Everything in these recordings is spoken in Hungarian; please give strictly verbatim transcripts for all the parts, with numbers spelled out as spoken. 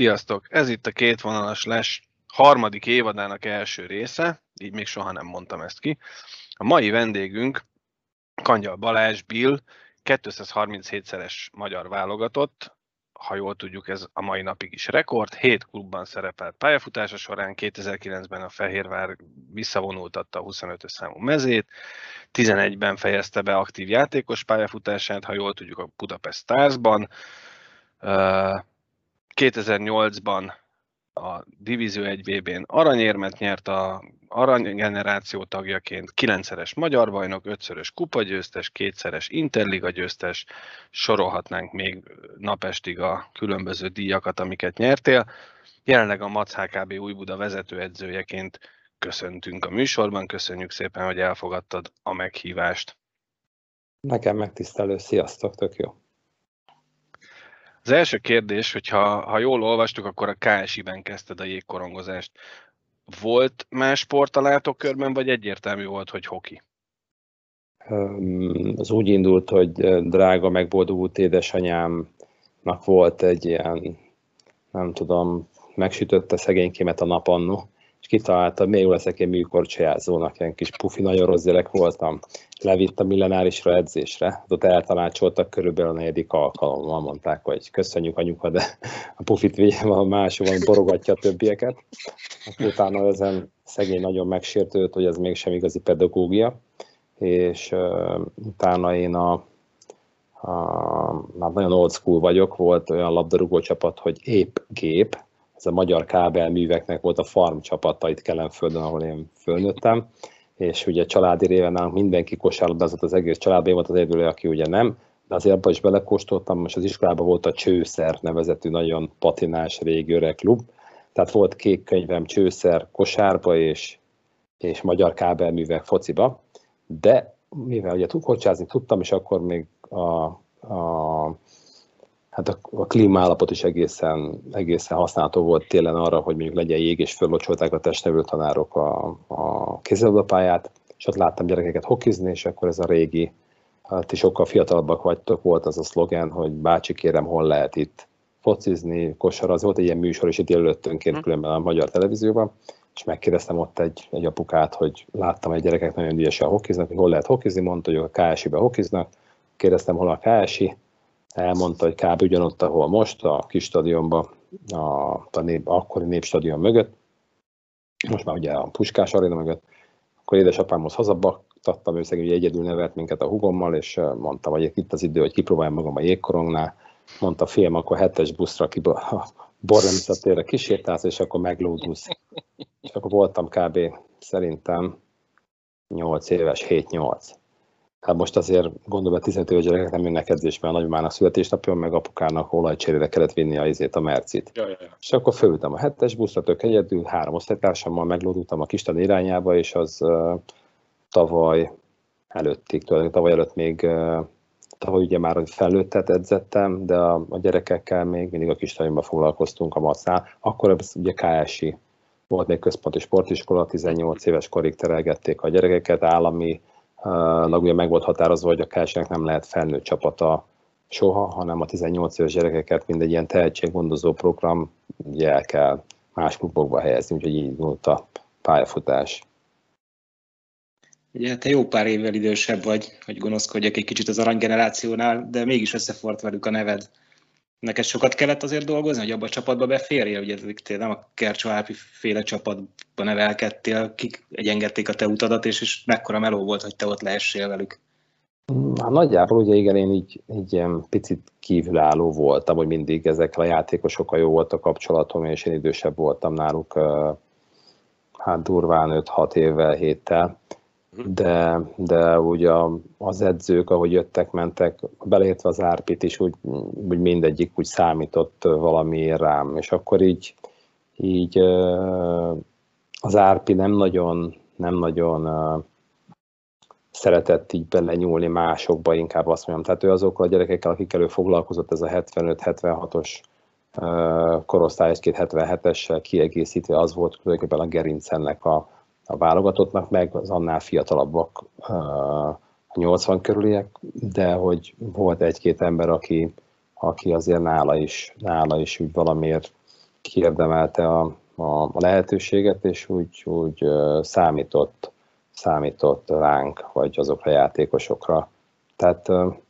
Sziasztok! Ez itt a Kétvonalas Les harmadik évadának első része, így még soha nem mondtam ezt ki. A mai vendégünk Kangyal Balázs Bill, kétszázharminchétszeres magyar válogatott, ha jól tudjuk, ez a mai napig is rekord. Hét klubban szerepelt pályafutása során, kétezer-kilencben a Fehérvár visszavonultatta a huszonötös számú mezét, tizenegyben fejezte be aktív játékos pályafutását, ha jól tudjuk, a Budapest Starsban. kétezer-nyolcban a Divízió egy vé bén aranyérmet nyert, a aranygeneráció tagjaként, kilencszeres magyar bajnok, ötszörös kupagyőztes, kétszeres Interliga győztes, sorolhatnánk még napestig a különböző díjakat, amiket nyertél. Jelenleg a MAC há ká bé Újbuda vezetőedzőjeként köszöntünk a műsorban, köszönjük szépen, hogy elfogadtad a meghívást. Nekem megtisztelő, sziasztok, tök jó. Az első kérdés, hogyha ha jól olvastuk, akkor a ká es i-ben kezdted a jégkorongozást. Volt más sport a látókörben, vagy egyértelmű volt, hogy hoki? Az úgy indult, hogy drága, megboldogult édesanyámnak volt egy ilyen, nem tudom, megsütötte szegénykémet a nap annó, és kitalálta, még jól leszek én műkorcsolyázónak, ilyen kis pufi, nagyon rossz gyerek voltam. Levitt a millenárisra edzésre, ott eltanácsoltak, körülbelül a negyedik alkalommal mondták, hogy köszönjük anyuka, de a pufit vigye van máshol, borogatja a többieket. Utána ezen szegény nagyon megsértődött, hogy ez mégsem igazi pedagógia, és uh, utána én a, a, már nagyon old school vagyok, volt olyan labdarúgó csapat, hogy épp gép, ez a magyar kábelműveknek volt a farm csapata itt Kelenföldön, ahol én fölnőttem, és ugye családi réven nálunk mindenki kosárlabdázott, az egész családban volt az egyedül, aki ugye nem, de azért abban is belekóstoltam, most az iskolában volt a Csőszer nevezetű nagyon patinás régi öreg klub, tehát volt kék könyvem Csőszer kosárba és, és magyar kábelművek fociba, de mivel ugye kocsázni tudtam, és akkor még a, a Hát a, a klímaállapot is egészen, egészen használható volt télen arra, hogy mondjuk legyen jég, és föllocsolták a testnevelő tanárok a, a kézilabdapályát, és ott láttam gyerekeket hokizni, és akkor ez a régi, hát ti sokkal fiatalabbak vagytok, volt az a szlogen, hogy bácsi kérem, hol lehet itt focizni, kosarazni, volt egy ilyen műsor is itt délelőttönként különben a magyar televízióban, és megkérdeztem ott egy, egy apukát, hogy láttam, egy gyerekek nagyon ügyesen hokiznak, hogy hol lehet hokizni, mondta, hogy a ká es i-ben hokiznak, kérdeztem, hol a ká es i, elmondta, hogy kb. Ugyanott, ahol most, a kis stadionban, a, a nép, akkori Népstadion mögött, most már ugye a Puskás Aréna mögött, akkor édesapámhoz hazabaktattam, ő szegény egyedül nevelt minket a hugommal, és mondtam, hogy itt az idő, hogy kipróbáljam magam a jégkorongnál. Mondta, film, akkor hetes buszra ki a Borlemica térre kísértálsz, és akkor meglódulsz. És akkor voltam kb. Szerintem nyolc éves, hét-nyolc. Hát most azért gondolom, hogy tizenöt éves gyerekek nem jönnek edzésbe, a nagymának születésnapjon, meg apukának olajcserére kellett vinni a izét, a mercit. Ja, ja, ja. És akkor fölültem a hetes buszra, tök egyedül, három osztálytársammal meglódultam a Kistán irányába, és az uh, tavaly előttig, tulajdonképpen tavaly előtt még, uh, tavaly ugye már felnőttet edzettem, de a, a gyerekekkel még mindig a Kistányban foglalkoztunk a macnál. Akkor ez ugye ká es i volt, még központi sportiskola, tizennyolc éves korig terelgették a gyerekeket, állami Uh, ugye meg volt határozva, hogy a ká es i-nek nem lehet felnőtt csapata soha, hanem a tizennyolc éves gyerekeket mindegy ilyen tehetséggondozó program, ugye el kell más klubokba helyezni, úgyhogy így volt a pályafutás. Ugye te jó pár évvel idősebb vagy, hogy gonoszkodjak egy kicsit az aranygenerációnál, de mégis összefort velük a neved. Neked sokat kellett azért dolgozni, hogy abba a csapatba beférjél? Ugye te nem a Kercsó Árpi féle csapatba nevelkedtél, kik egyengedték a te utadat, és, és mekkora meló volt, hogy te ott lehessél velük? Hát nagyjából ugye igen, én így, így ilyen picit kívülálló voltam, hogy mindig ezekkel a játékosokkal jó volt a kapcsolatom, és én idősebb voltam náluk, hát durván öt-hat évvel, héttel. De, de ugye az edzők, ahogy jöttek, mentek, beleértve az Árpit is, úgy, úgy mindegyik úgy számított valamiért rám, és akkor így, így az Árpi nem nagyon, nem nagyon szeretett így belenyúlni másokba, inkább azt mondjam. Tehát ő azokkal a gyerekekkel, akikkel ő foglalkozott, ez a hetvenöt-hetvenhatos korosztály, egy-két hetvenhetessel kiegészítve, az volt tulajdonképpen a gerincennek a a válogatottnak, meg az annál fiatalabbak, a nyolcvan körüliek, de hogy volt egy-két ember, aki, aki azért nála is, nála is úgy valamiért kiérdemelte a, a, a lehetőséget, és úgy, úgy számított, számított ránk, vagy azokra a játékosokra. Tehát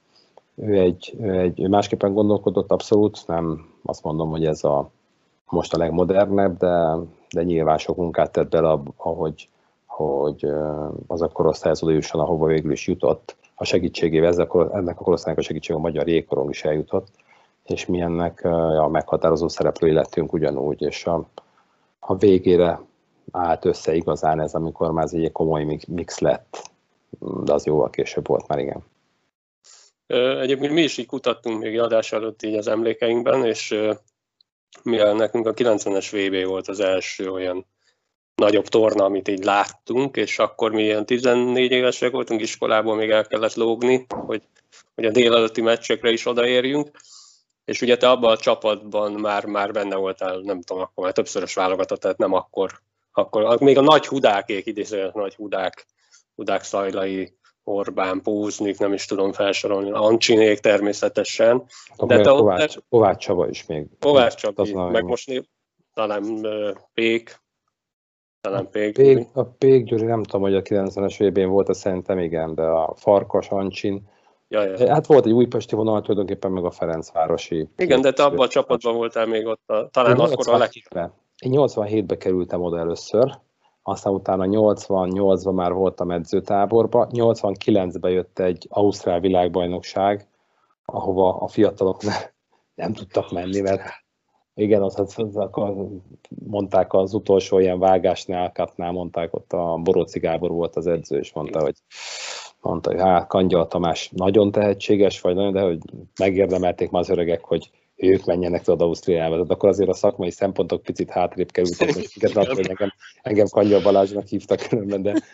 ő egy, ő egy ő másképpen gondolkodott, abszolút, nem azt mondom, hogy ez a most a legmodernebb, de, de nyilván sok munkát tett bele, ahogy, hogy az a korosztályhoz oda jusson, ahova végül is jutott. A segítségével, ennek a korosztálynak a segítségével a magyar jégkorong is eljutott, és mi ennek a meghatározó szereplői lettünk ugyanúgy, és a, a végére állt össze igazán ez, amikor már ez egy komoly mix lett, de az jóval később volt már, igen. Egyébként mi is így kutattunk még adás előtt így az emlékeinkben, és mivel nekünk a kilencvenes vé bé volt az első olyan nagyobb torna, amit így láttunk, és akkor mi ilyen tizennégy évesek voltunk, iskolából még el kellett lógni, hogy, hogy a délelőtti meccsekre is odaérjünk, és ugye te abban a csapatban már, már benne voltál, nem tudom, akkor már többszörös válogatott, tehát nem akkor, akkor még a nagy hudákék, idézőjelet nagy hudák, hudák Szajlai, Orbán, Póznik, nem is tudom felsorolni, Ancsinék természetesen. De te Kovács, ott, Kovács Csaba is még. Kovács Csaba, meg most név, talán uh, Pék, talán Pék. Pék a Pék Gyuri, nem tudom, hogy a kilencvenes vé bén volt, szerintem igen, de a Farkas, Ancsin. Ja, ja. Hát volt egy újpesti vonal tulajdonképpen, meg a Ferencvárosi. Igen, de te abban a csapatban voltál még ott, a, talán én akkor a legjobb. Én nyolcvanhétben kerültem oda először, aztán utána nyolcvannyolcban már voltam edzőtáborban, nyolcvankilencben jött egy ausztrál világbajnokság, ahova a fiatalok ne, nem tudtak menni, mert igen, az, az, az, az, mondták az utolsó ilyen vágásnál, cutnál, mondták, ott a Boróci Gábor volt az edző, és mondta, hogy mondta, hogy hát Kangyal Tamás nagyon tehetséges vagy, nagyon, de hogy megérdemelték már az öregek, hogy ők menjenek oda Ausztriába. Tehát akkor azért a szakmai szempontok picit hátrébb kerültek, most függetlenül, hogy engem, engem Kangyal Balázsnak hívtak különben, de,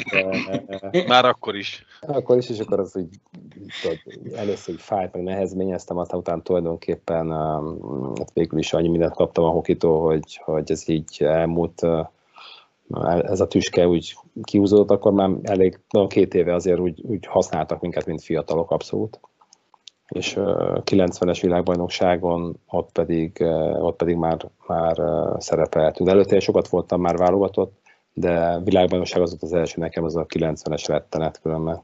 de... Már akkor is. Akkor is, és akkor az úgy először így fájt, meg nehezményeztem, aztán utána tulajdonképpen hát végül is annyi mindent kaptam a hokitól, hogy, hogy ez így elmúlt, ez a tüske úgy kihúzódott, akkor már elég, no, két éve azért úgy, úgy használtak minket, mint fiatalok abszolút. És uh, kilencvenes világbajnokságon ott pedig, uh, ott pedig már, már uh, szerepeltünk. Előtte sokat voltam már válogatott, de világbajnokság az ott az első nekem, az a kilencvenes rettenet különben.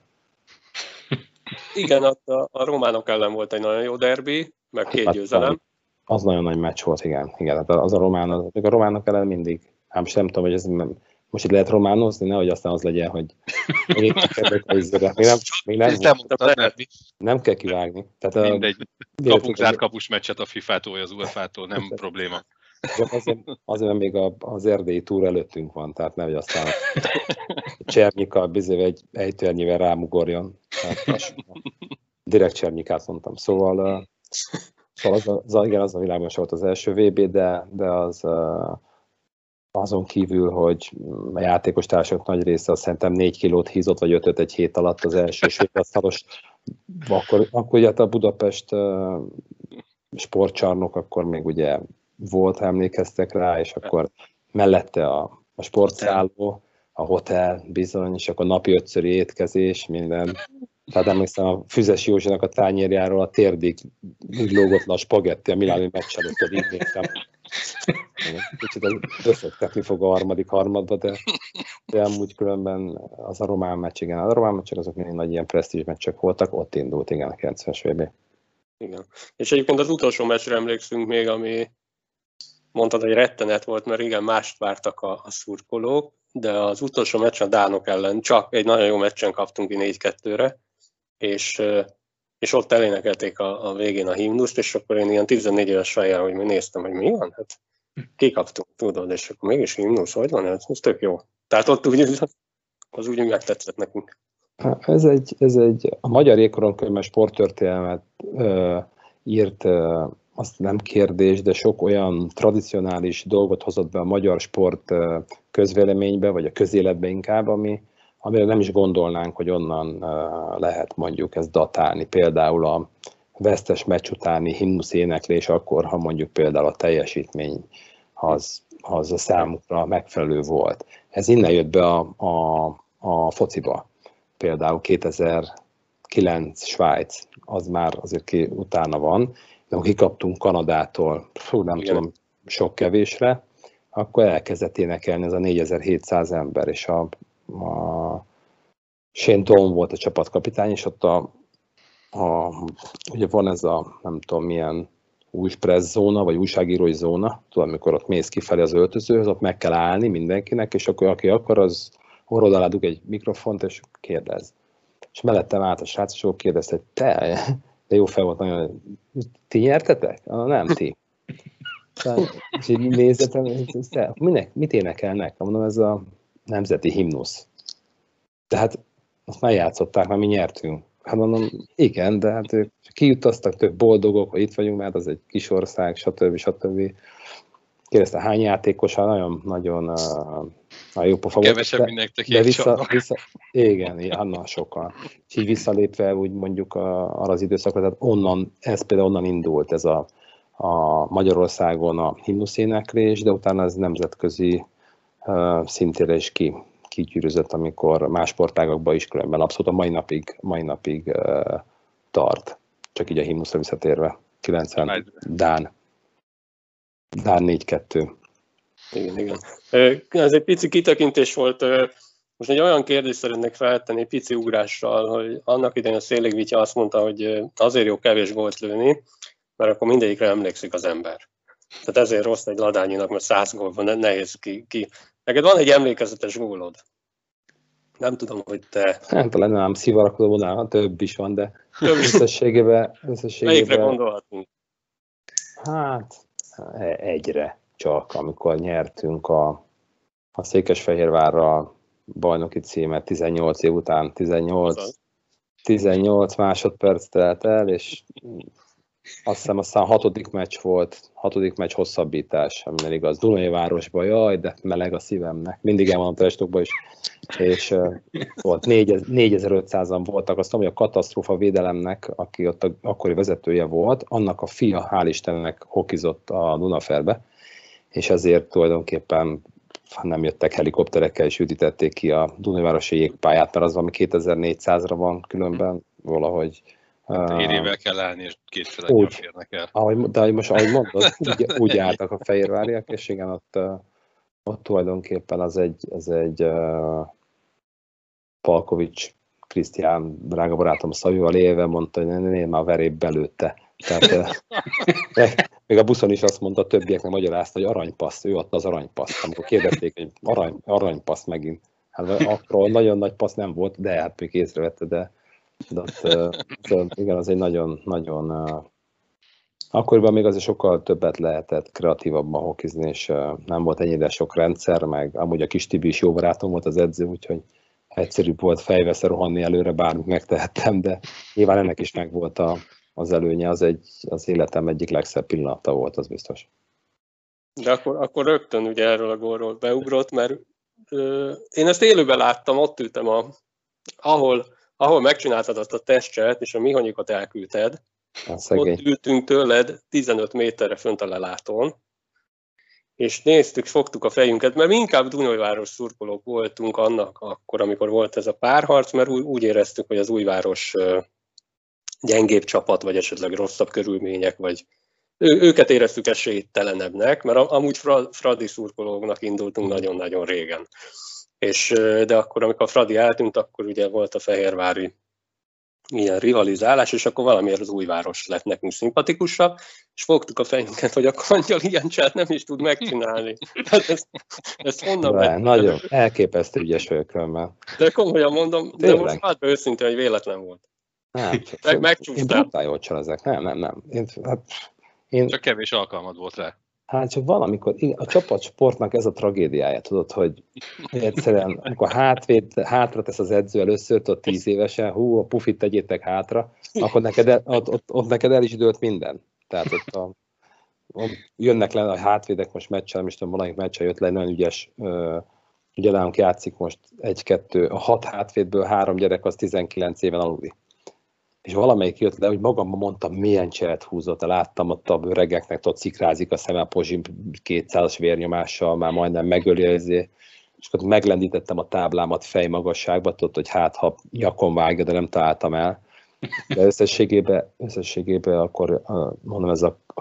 Igen, ott a, a románok ellen volt egy nagyon jó derbi, meg két hát, győzelem. Az nagyon nagy meccs volt, igen. igen az a román, az, a románok ellen mindig. Hát most nem tudom, hogy ez most itt lehet románozni, nehogy aztán az legyen, hogy még nem, még nem, nem, nem kell kivágni. Tehát mindegy, kapunk zárkapus meccset a fifától vagy az u e fától, nem probléma. Azért, azért még az erdélyi túr előttünk van, tehát nehogy aztán Csernyika bizony egy ejtőernyővel rámugorjon. Tehát, direkt Csernyikát mondtam. Szóval, szóval az, az, igen, az a világban volt az első vé bé, de, de az azon kívül, hogy a játékos társak nagy része azt szerintem négy kilót hízott, vagy ötöt egy hét alatt az első svédasztalos. Akkor, akkor ugye a Budapest uh, sportcsarnok, akkor még ugye volt, emlékeztek rá, és akkor mellette a, a sportszálló, a hotel bizony, és akkor napi ötszöri étkezés, minden. Tehát emlékszem a Füzes Józsinak a tányérjáról a térdig úgy lógott le a spagetti a milánói meccs előtt, hogy így néztem. Kicsit összetetni fog a harmadik harmadba, de, de amúgy különben az a román meccs, igen, a román meccsek azok mindig nagy ilyen presztízs meccsek voltak, ott indult, igen, a kilencvenes vé bé. Igen. És egyébként az utolsó meccsre emlékszünk még, ami mondtad, hogy rettenet volt, mert igen, mást vártak a, a szurkolók, de az utolsó meccsen a dánok ellen csak egy nagyon jó meccsen kaptunk ki négy kettőre, és, és ott elénekelték a, a végén a himnuszt, és akkor én ilyen tizennégy éves fejjel, hogy mi néztem, hogy mi van, hát kikaptunk, tudod, és akkor mégis himnusz, hogy van, ez, ez tök jó. Tehát ott úgy, az úgy megtetszett nekünk. Ez egy, ez egy a magyar jégkorongkönyvben sporttörténelmet ö, írt, ö, azt nem kérdés, de sok olyan tradicionális dolgot hozott be a magyar sport ö, közvéleménybe, vagy a közéletbe inkább, ami, amire nem is gondolnánk, hogy onnan ö, lehet mondjuk ezt datálni. Például a vesztes meccs utáni himnusz éneklés akkor, ha mondjuk például a teljesítmény az, az a számukra megfelelő volt. Ez innen jött be a, a, a fociba. Például kétezer-kilenc Svájc, az már azért ki, utána van, de kikaptunk Kanadától, fú, nem Igen. tudom, sok kevésre, akkor elkezdett énekelni ez a négyezer-hétszáz ember, és a, a Shane Doan volt a csapatkapitány, és ott a, a, ugye van ez a nem tudom milyen új press zóna, vagy újságírói zóna, tudom, amikor ott mész kifelé az öltözőhöz, ott meg kell állni mindenkinek, és akkor aki akar, az orrod alá dug egy mikrofont, és kérdez. És mellettem állt a srác, és akkor kérdezte, hogy te, de jó fel volt nagyon, ti nyertetek? Ah, nem, ti. És így nézzetem, minek, mit énekelnek? Mondom, ez a nemzeti himnusz. Tehát azt már játszották, már mi nyertünk. Hát mondom, igen, de hát ők kiutaztak, tök boldogok, hogy itt vagyunk, mert az egy kis ország, stb. stb. Kérdezte, hány játékos, nagyon, nagyon, nagyon jó pofa volt. Kevesebb, mint nektek de vissza, vissza, igen, annál sokan. És így visszalépve úgy mondjuk a, arra az időszakra, tehát onnan, ez például onnan indult, ez a, a Magyarországon a himnuszéneklés, de utána ez nemzetközi uh, szintére is ki, kigyűrűzött, amikor más sportágakban is különben abszolút a mai napig, mai napig uh, tart. Csak így a himnuszra visszatérve. kilencven Dán. Dán négy kettő. Igen, igen. Ez egy pici kitekintés volt. Most egy olyan kérdést szeretnék feltenni, pici ugrással, hogy annak idején a Szélig Vitya azt mondta, hogy azért jó kevés gólt lőni, mert akkor mindegyikre emlékszik az ember. Tehát ezért rossz egy Ladányinak, mert száz gól van, nehéz ki, ki. Neked van egy emlékezetes gólod. Nem tudom, hogy te... Hát talán nem szivarakodó vonal, több is van, de összességében... összességében... Melyikre gondolhatunk? Hát egyre csak, amikor nyertünk a, a Székesfehérvárra bajnoki címet tizennyolc év után, tizennyolc, tizennyolc másodperc telt el, és azt hiszem aztán a hatodik meccs volt, hatodik meccs hosszabbítás, ami igaz, Dunajvárosban, jaj, de meleg a szívemnek, mindig elmondom testokban is, és uh, volt négyezer-ötszázan voltak, azt tudom, hogy a katasztrófa védelemnek, aki ott a, akkori vezetője volt, annak a fia, hál' Istennek hokizott a Dunaferbe, és ezért tulajdonképpen nem jöttek helikopterekkel, és üdítették ki a Dunajvárosi jégpályát, mert az valami kétezer-négyszázra van különben valahogy. Érével kell állni, és kétféle férnek el. Ahogy, de ahogy most, ahogy mondod, úgy, úgy álltak a fehérváriak, és igen, ott, ott tulajdonképpen az egy, az egy uh, Palkovics Krisztián, drága barátom, szavival élve mondta, hogy én már verébb belőtte. Tehát, még a buszon is azt mondta, a többieknek magyarázta, hogy aranypassz, ő adta az aranypaszt. Amikor kérdezték, hogy arany, aranypassz megint. Hát akkor nagyon nagy passz nem volt, de hát még észrevette, de, de ott, de igen, az egy nagyon, nagyon akkoriban még azért sokkal többet lehetett kreatívabban hokizni, és nem volt ennyire sok rendszer, meg amúgy a kis Tibi is jó barátom volt az edző, úgyhogy egyszerűbb volt fejveszre rohanni előre, bármit megtehettem, de nyilván ennek is meg volt a, az előnye, az, egy, az életem egyik legszebb pillanata volt, az biztos. De akkor, akkor rögtön ugye erről a gólról beugrott, mert ö, én ezt élőben láttam, ott ültem, a, ahol, ahol megcsináltad azt a testcselt, és a Mihanyikot elküldted, ott ültünk tőled tizenöt méterre fönt a lelátón, és néztük, fogtuk a fejünket, mert mi inkább Dunajváros szurkolók voltunk annak akkor, amikor volt ez a párharc, mert úgy éreztük, hogy az Újváros gyengébb csapat, vagy esetleg rosszabb körülmények, vagy ő, őket éreztük esélytelenebbnek, mert amúgy Fradi szurkolóknak indultunk nagyon-nagyon régen. És, de akkor, amikor Fradi eltűnt, akkor ugye volt a fehérvári ilyen rivalizálás, és akkor valamiért az Újváros lett nekünk szimpatikusabb, és fogtuk a fejünket, hogy a Kangyal ilyen cselt nem is tud megcsinálni. Hát ezt, ezt honnan de, nagyon elképesztő ügyes vagyok különben. De komolyan mondom, tényleg? De most hát őszintén, hogy véletlen volt. Nem, csak, meg, én brutál jól csalazek. Nem, nem, nem. Én, hát, én, csak kevés alkalmad volt rá. Hát csak valamikor, a csapatsportnak ez a tragédiája, tudod, hogy egyszerűen, amikor hátvéd, hátra tesz az edző először, ott tíz évesen, hú, a pufit tegyétek hátra, akkor neked el, ott, ott, ott neked el is dőlt minden. Tehát ott, a, ott jönnek le a hátvédek most meccsel, és tudom, valamelyik meccsel jött le egy nagyon ügyes, ugye nálunk játszik most egy-kettő, a hat hátvédből három gyerek az tizenkilenc éven aluli. És valamelyik jött le, hogy magamban mondtam, milyen cselet húzott, láttam ott a öregeknek, ott szikrázik a szeme, Pozsim kétszázas vérnyomással, már majdnem megöli, és akkor meglendítettem a táblámat fejmagasságba, tudod, hogy hát, ha nyakon vágja, de nem találtam el. De összességében, összességében akkor mondom, ez a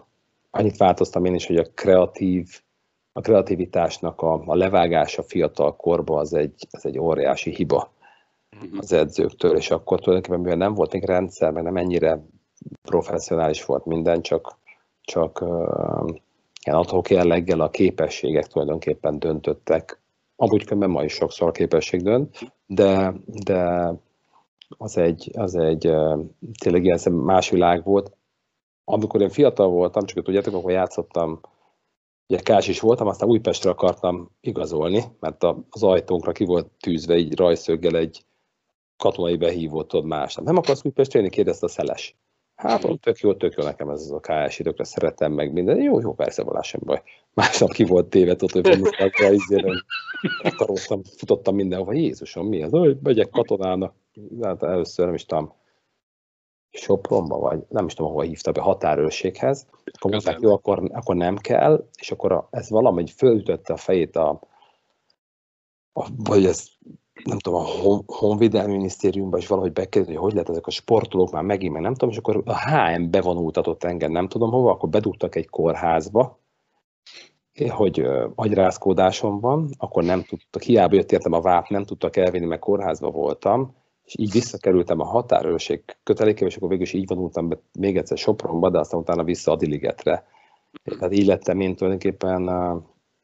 annyit változtam én is, hogy a kreatív, a kreativitásnak a, a levágása fiatal korban az egy, az egy óriási hiba az edzőktől, és akkor tulajdonképpen, mivel nem volt még rendszer, meg nem ennyire professzionális volt minden, csak, csak uh, ilyen adhok jelleggel a képességek tulajdonképpen döntöttek. Amúgy különben ma is sokszor a képesség dönt, de, de az egy, az egy uh, tényleg ilyen más világ volt. Amikor én fiatal voltam, csak tudjátok, akkor játszottam, ugye Kás is voltam, aztán Újpestre akartam igazolni, mert az ajtónkra ki volt tűzve így rajszöggel egy katonai behívót, tudod, másnap. Nem akarsz Újpestre jönni? Kérdezte a Szeles. Hát, mondom, tök jó, tök jó nekem ez az a ká es időkre, szeretem meg minden. Jó, jó, persze, valás sem baj. Másnap ki volt téve, tudod, hogy vonultakra, izére, akaróztam, futottam mindenhova. Jézusom, mi ez? Hogy megyek katonának. Hát először nem is tudom, Sopronba, vagy nem is tudom, hova hívta be, határőrséghez. Akkor mondták, jó, akkor, akkor nem kell, és akkor a, ez valahogy fölütötte a fejét a, a vagy ez nem tudom, a hon, honvédelmi minisztériumban is valahogy bekerült, hogy hogy lehet ezek a sportolók már megint, meg nem tudom, és akkor a há em bevonultatott engem, nem tudom hova, akkor bedugtak egy kórházba, hogy agyrázkódásom van, akkor nem tudtak, hiába jött értem a váp, nem tudtak elvinni, mert kórházba voltam, és így visszakerültem a határőrség kötelékébe, és akkor végül is így vonultam be még egyszer Sopronba, de aztán utána vissza a Diligetre. Tehát így lettem én tulajdonképpen uh,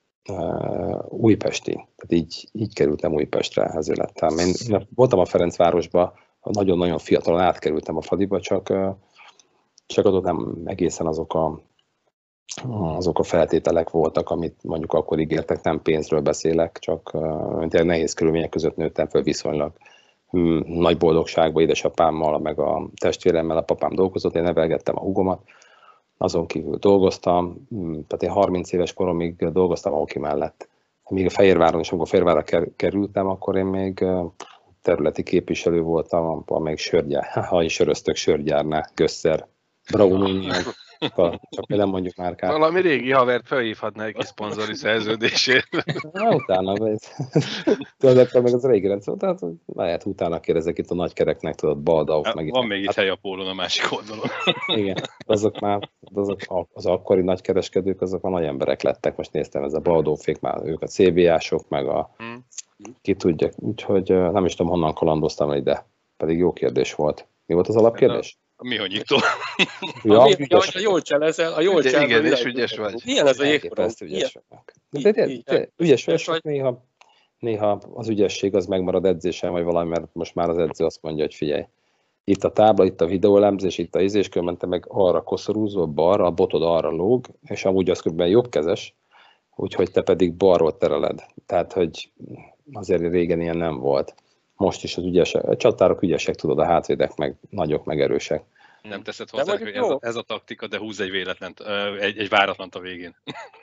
uh, újpesti. Tehát így, így kerültem Újpestre, ezért lettem. Én, én voltam a Ferencvárosban, nagyon-nagyon fiatalon átkerültem a Fradiba, csak, uh, csak ott nem egészen azok a, azok a feltételek voltak, amit mondjuk akkor ígértek, nem pénzről beszélek, csak uh, nehéz körülmények között nőttem föl viszonylag. Nagy boldogságban édesapámmal, meg a testvéremmel, a papám dolgozott, én nevelgettem a húgomat, azon kívül dolgoztam, tehát én harminc éves koromig dolgoztam a hoki mellett. Míg a Fehérváron, és amikor Fehérvárra kerültem, akkor én még területi képviselő voltam, amikor még sörgyár, ha is söröztök sörgyárnál, Gösszer, Brauninian, csak nem mondjuk márkát. Valami régi havert felhívhatná egy kis szponzori szerződésért. Na, utána, tulajdonképpen meg az régi rendszer, tehát lehet utána kérdezek itt a nagykereknek, tudod, Baldauf. Meg van még itt hely a pólón a másik oldalon. Igen, azok már, azok, az akkori nagykereskedők, azok már nagy emberek lettek, most néztem, ez a Baldaufék már, ők a cé bé á-sok, meg a hmm. ki tudja, úgyhogy nem is tudom, honnan kalandoztam ide, pedig jó kérdés volt. Mi volt az alapkérdés? A Mihonyiktól. Ja, a, ügyes, a jól cselezel, a jól cselezel. Igen, és ügyes vagy. Milyen ez a jégkorong? Ügyes vagy. Ügyes vagy, csak néha, néha az ügyesség az megmarad edzésen, vagy valami, mert most már az edző azt mondja, hogy figyelj, itt a tábla, itt a videóelemzés, itt a izés, különben te meg arra koszorúzol, balra, a botod arra lóg, és amúgy az különben jobbkezes, úgyhogy te pedig balról tereled. Tehát, hogy azért régen ilyen nem volt. Most is az ügyesek, a csatárok ügyesek, tudod, a hátvédek meg nagyok, meg erősek. Nem teszed hozzá, hogy ez a, ez a taktika, de húz egy véletlent, egy, egy váratlant a végén.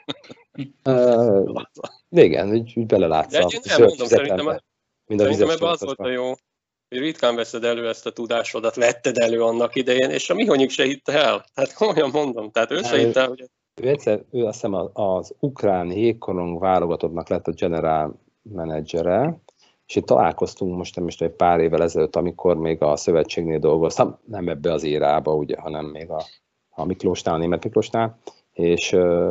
uh, igen, úgy, úgy belelátszom. De én nem mondom, szerintem, szerintem ebben az volt a jó, hogy ritkán veszed elő ezt a tudásodat, vetted elő annak idején, és a Mihonyik se hitte el. Tehát olyan mondom, tehát ő se hitte el, hogy... Ő egyszer, ő azt hiszem az ukrán jégkorong válogatottnak lett a general menedzsere, és itt találkoztunk most, nem is egy pár évvel ezelőtt, amikor még a szövetségnél dolgoztam, nem ebbe az érába, ugye, hanem még a, a Miklósnál, a német Miklósnál, és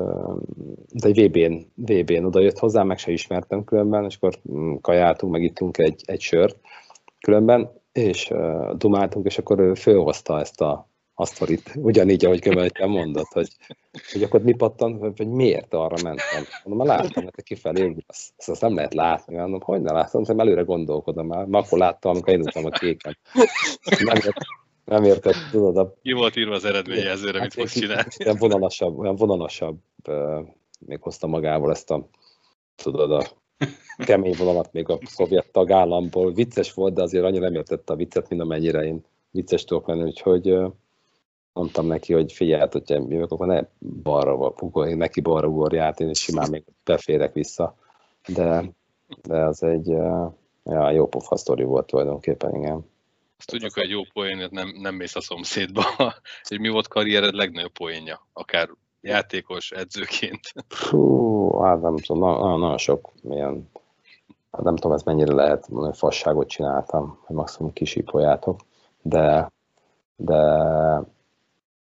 de egy vé bén, vé bén oda jött hozzám, meg se ismertem különben, és akkor kajáltunk, meg ittunk egy, egy sört különben, és uh, dumáltunk, és akkor ő fölhozta ezt a a sztorit, ugyanígy, ahogy Gömöltyön mondott, hogy, hogy akkor mi pattant, hogy miért arra mentem. Mondom, már láttam, hogy kifelé, azt, azt nem lehet látni. Mondom, hogy ne láttam, hogy előre gondolkodom már. Ma akkor láttam, amikor én utam a kéken. Nem, ért, nem értett, tudod. A... Ki volt írva az eredményjelzőre, mit fogsz csinálni? Olyan vonalasabb, olyan vonalasabb uh, még hozta magával ezt a, tudod, a kemény vonalat még a szovjet tagállamból. Vicces volt, de azért annyira nem értette a viccet, mint amennyire én vicces tudok lenni, úgyhogy uh, mondtam neki, hogy figyelj, hogyha jövök, akkor ne balra ugorj, neki balra ugorját, én is simán még beférek vissza. De, de az egy ja, jó pofa sztori volt tulajdonképpen, igen. Azt tudjuk, hogy egy jó poénért nem, nem mész a szomszédba. Hogy mi volt karriered legnagyobb poénja? Akár játékos, edzőként? Hú, hát nem tudom, nagyon, nagyon sok ilyen, hát nem tudom, ez mennyire lehet, hogy fasságot csináltam, hogy maximum kisípoljátok, de, de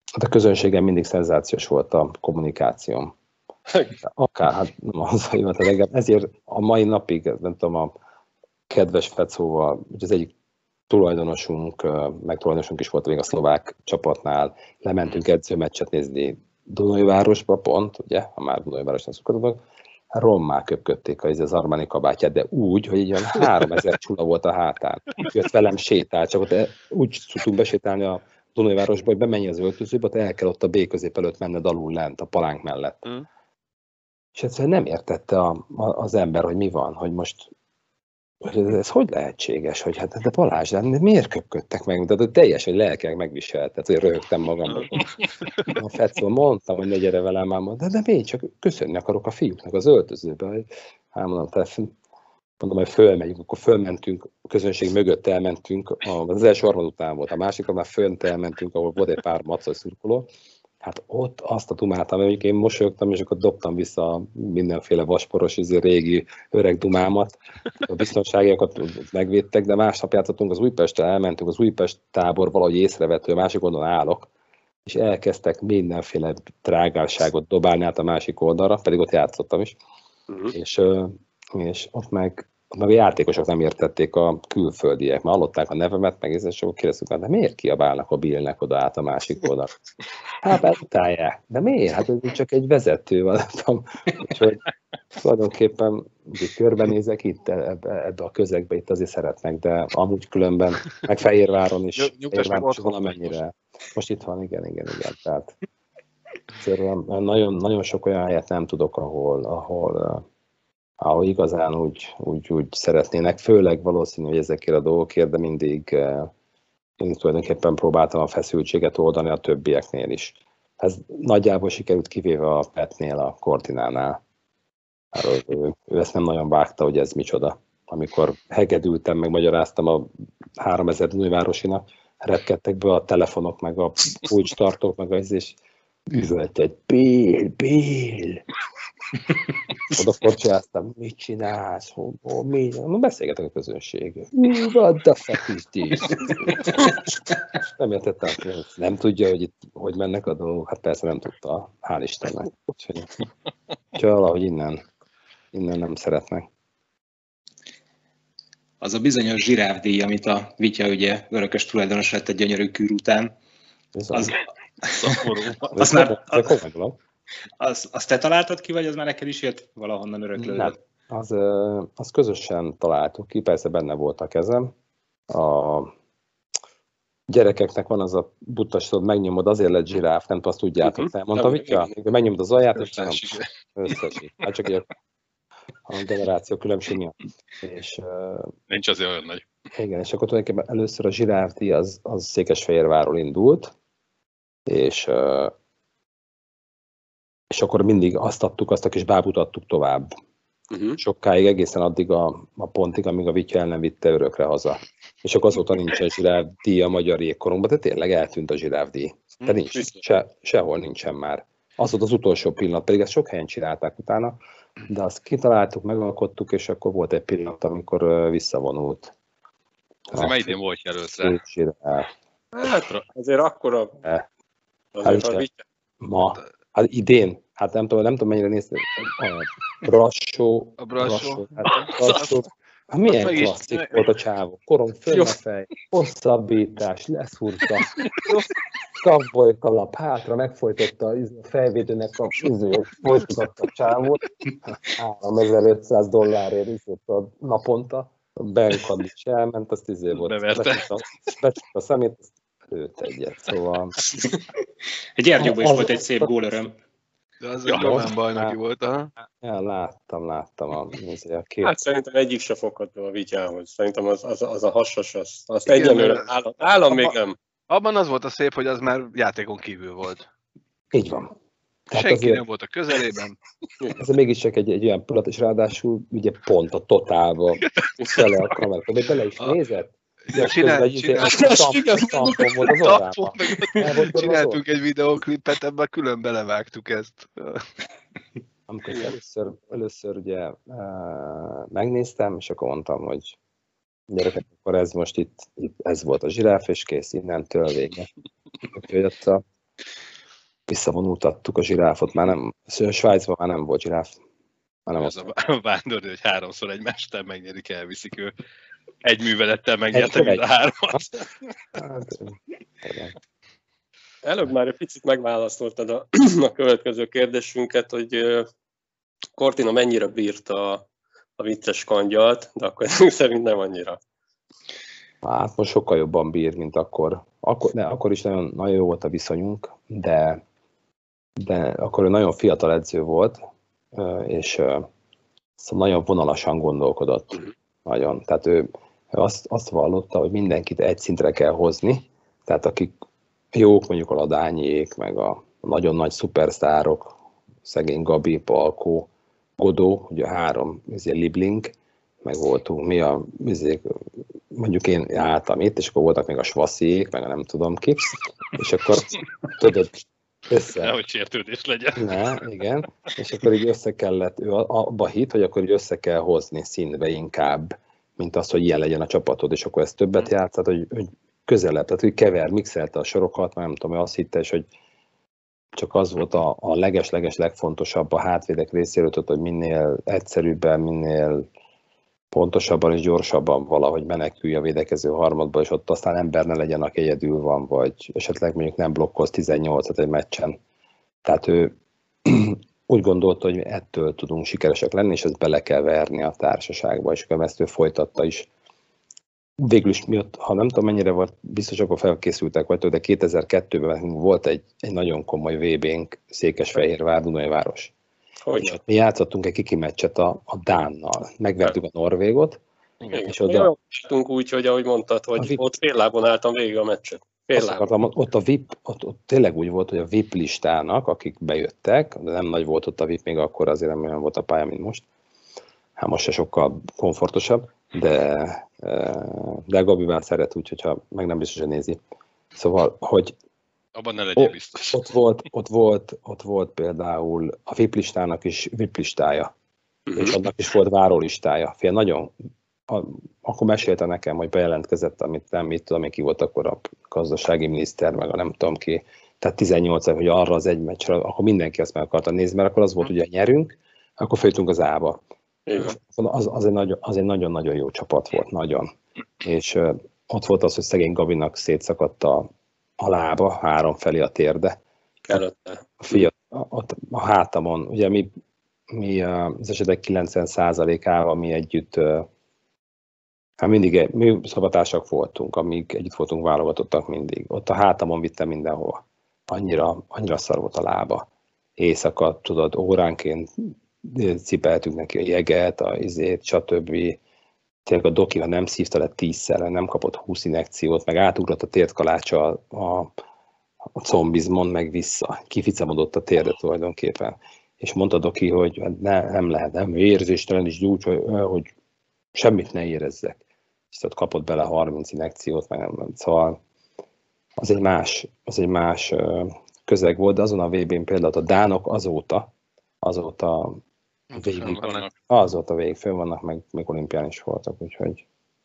Hát a közönségen mindig szenzációs volt a kommunikációm. Akár, hát nem az, hogy hát engem, ezért a mai napig, nem tudom, a kedves Fecóval, ugye az egyik tulajdonosunk, meg tulajdonosunk is volt még a szlovák csapatnál, lementünk edzőmeccset nézni Dunajvárosba pont, ugye, ha már Dunajvárosnak szokadok, rommá köpködték az Armani kabátját, de úgy, hogy ilyen háromezer csula volt a hátán. Jött velem sétál, csak ott úgy tudtunk besétálni a Dunajvárosba, hogy bemenj az öltözőbe, ott el kell ott a B közép előtt menned alul lent, a palánk mellett. Mm. És egyszerűen nem értette a, a, az ember, hogy mi van, hogy most hogy ez, ez hogy lehetséges, hogy hát de Balázs, de miért köpködtek meg? De teljesen lelkileg megviseltet, hogy röhögtem magamban. A Fecó mondtam, hogy ne gyere velem, már mondta, de, de miért csak köszönni akarok a fiúknak az öltözőbe. Hát mondom, te, mondom, hogy fölmegyünk, akkor fölmentünk, a közönség mögött elmentünk, az első harmad után volt, a másikra már fönt elmentünk, ahol volt egy pár macai szurkoló. Hát ott azt a dumáltam, hogy én mosolyogtam, és akkor dobtam vissza mindenféle vasporos, régi öreg dumámat. A biztonságiakat megvédtek, de másnap játszottunk az Újpestre, elmentünk az Újpest tábor, valahogy észrevető, a másik oldalon állok, és elkezdtek mindenféle drágárságot dobálni át a másik oldalra, pedig ott játszottam is. Uh-huh. És, és ott meg, meg a játékosok nem értették a külföldiek, mert hallották a nevemet, meg és akkor kérdeztük, de miért kiabálnak a Billnek oda át a másik oldalra? Hát beutálják. De miért? Hát ez csak egy vezető van. Úgyhogy tulajdonképpen körbenézek itt ebbe, ebbe a közegbe, itt azért szeretnek, de amúgy különben, meg Fehérváron is, Fehérváron is valamennyire. Most itt van, igen, igen, igen. Tehát nagyon, nagyon sok olyan helyet nem tudok, ahol, ahol, ahol igazán úgy, úgy, úgy szeretnének, főleg valószínű, hogy ezekért a dolgokért, de mindig én tulajdonképpen próbáltam a feszültséget oldani a többieknél is. Ez nagyjából sikerült, kivéve a Petnél, a Cortinánál. Ő, ő ezt nem nagyon vágta, hogy ez micsoda. Amikor hegedültem, meg magyaráztam a háromezer Dunajvárosinak, repkedtek be a telefonok, meg a kulcstartók, meg az, és üvölt egy Bill, Bill! Oda forcsáztam, mit csinálsz? Hol, mi? Beszélgetek a közönség. What the fuck is this? Nem értettem, nem tudja, hogy itt hogy mennek a dolgok. Hát persze nem tudta, hál' Istennek. Úgyhogy valahogy innen, innen nem szeretnek. Az a bizonyos zsiráfdíj, amit a Vitya ugye örökös tulajdonos lett egy gyönyörű kűr után, az, az, az már, az, azt te találtad ki, vagy az már neked is jött valahonnan öröklődött? Nem, az, az közösen találtuk ki, persze benne volt a kezem. A gyerekeknek van az a butasod, megnyomod, azért lett zsiráf, nem azt tudjátok, uh-huh. Mondtam, hogy ja, megnyomod az alját, és nem összesít. Hát csak ilyen a generáció különbség miatt. És, nincs azért olyan nagy. Igen, és akkor tulajdonképpen először a zsiráfdíj az, az Székesfehérvárról indult, és, és akkor mindig azt adtuk, azt a kis bábút adtuk tovább. Uh-huh. Sokáig, egészen addig a, a pontig, amíg a Vitya el nem vitte örökre haza. És akkor azóta nincsen zsiráfdíj a magyar jégkorunkban, de tényleg eltűnt a zsiráfdíj. De nincs, se, sehol nincsen már. Az volt az utolsó pillanat, pedig ezt sok helyen csinálták utána, de azt kitaláltuk, megalkottuk, és akkor volt egy pillanat, amikor visszavonult. Ez mely idén volt jelölt rá? Hát azért akkora... Azért hát, a ma, hát idén, hát nem tudom, nem tudom mennyire nézni. A Brassó. A Brassó. Hát, Brassó. Hát milyen klasszik volt a csávó. Korom föl a fej, hosszabbítás, leszúrta. Cowboy kalap hátra, megfojtotta a fejvédőnek a üzőt, folytatta a csávót. háromezer-ötszáz dollárért üzött a naponta. A bankad is elment, azt izé volt. Becsukta a szemét, azt lőtt egyet, szóval... Egy Gyergyóban is volt egy szép gólöröm. De az egy román bajnoki volt, aha. Ja, láttam, láttam. A, a két... Hát szerintem egyik se fogható a Vityához. Szerintem az, az, az a hassas, az, azt egyenlőre állam, állam még nem. Abban az volt a szép, hogy az már játékon kívül volt. Így van. Tehát senki azért nem volt a közelében. Ez mégiscsak egy, egy olyan pillanat, és ráadásul ugye pont a totálba fele a kamerát. De bele is nézett? Ja, csinál, csinál, csináltunk egy videóklipet, ebben külön belevágtuk ezt. Amikor először, először ugye uh, megnéztem, és akkor mondtam, hogy gyerekek, akkor ez most itt, itt ez volt a zsiráf, és kész, innentől vége. Úgyhogy ott a visszavonultattuk a zsiráfot, már nem, Svájcban már nem volt zsiráf. Már nem Ez a vándor, hogy háromszor egymástán megnyerik, elviszik ő. Egy művelettel megnyerte mind a hármat. Hát, Előbb már egy picit megválaszoltad a, a következő kérdésünket, hogy Cortina mennyire bírta a, a vicces kangyalt, de akkor szerint nem annyira. Hát most sokkal jobban bír, mint akkor. Akkor, ne, akkor is nagyon, nagyon jó volt a viszonyunk, de, de akkor ő nagyon fiatal edző volt, és szóval nagyon vonalasan gondolkodott. Nagyon. Tehát ő, ő azt, azt vallotta, hogy mindenkit egy szintre kell hozni, tehát akik jók, mondjuk a Ladányiék, meg a nagyon nagy szupersztárok, szegény Gabi, Palkó, Godó, ugye három ezért Liebling, meg voltunk mi a, ezért, mondjuk én álltam itt, és akkor voltak még a Svasziék, meg a nem tudom ki, és akkor tudod, össze... Nehogy sértődés legyen. Ne, igen, és akkor így össze kellett, ő abba hitt, hogy akkor így össze kell hozni színbe inkább, mint az, hogy ilyen legyen a csapatod, és akkor ez többet játszott, hogy, hogy közelebb, tehát hogy kever, mixelte a sorokat, már nem tudom, hogy azt hitte, és hogy csak az volt a, a leges-leges legfontosabb a hátvédek részéről, hogy minél egyszerűbben, minél pontosabban és gyorsabban valahogy menekülj a védekező harmadba, és ott aztán ember ne legyen, aki egyedül van, vagy esetleg mondjuk nem blokkolsz tizennyolcat egy meccsen. Tehát ő úgy gondolta, hogy ettől tudunk sikeresek lenni, és ezt bele kell verni a társaságba, és ezt ő folytatta is. Végül is miatt, ha nem tudom mennyire volt, biztos akkor felkészültek vagytok, de kétezer-kettőben volt egy, egy nagyon komoly vé bénk Székesfehérvár, Dunajváros. Hogy? Mi játszottunk egy kiki meccset a, a Dánnal, megvertük a Norvégot. Igen. És oda... Mi úgy, hogy ahogy mondtad, hogy vip... ott fél lábon álltam végig a meccset. Akartam, ott a vé i pé, ott, ott tényleg úgy volt, hogy a vé i pé listának, akik bejöttek, de nem nagy volt ott a vé i pé, még akkor azért nem olyan volt a pálya, mint most. Hát most se sokkal komfortosabb, de, de Gabivel szeret úgy, hogyha meg nem biztos, hogy nézi. Szóval, hogy abban ne legyél biztos. Ott volt, ott volt, ott volt például a vé i pé listának is vé i pé listája, uh-huh. és annak is volt várólistája. Fél nagyon, a, akkor mesélte nekem, hogy bejelentkezett, amit nem, mit tudom, ki volt akkor a gazdasági miniszter, meg a nem tudom ki, tehát tizennyolc, hogy arra az egy meccsre, akkor mindenki ezt meg akarta nézni, mert akkor az volt, ugye nyerünk, akkor föltünk az A-ba. Az, az, egy nagyon, az egy nagyon-nagyon jó csapat volt, nagyon. És uh, ott volt az, hogy szegény Gabinak szétszakadt a, a lába, három felé a térde. Előtte. A, fia, ott a hátamon, ugye mi, mi az esetek kilencven százalékával mi együtt, uh, hát mindig mi szabadtársak voltunk, amíg együtt voltunk, válogatottak mindig. Ott a hátamon vittem mindenhova. Annyira, annyira szar volt a lába. Éjszaka, tudod, óránként cipeltünk neki a jeget, a izét, stb. Tényleg a doki, ha nem szívta le tízszer, nem kapott húsz injekciót, meg átugrott a tértkalácsa a, a, a combizmon, meg vissza. Kificamodott a térde tulajdonképpen. És mondta doki, hogy ne, nem lehet, nem érzéstelen is gyújts, hogy, hogy semmit ne érezzek. És ott kapott bele harminc injekciót, meg nem, nem. Szóval az egy más, az egy más közeg volt, de azon a vé bén például a dánok azóta, azóta végig, azóta végig fönn vannak, meg még olimpián is voltak, úgyhogy...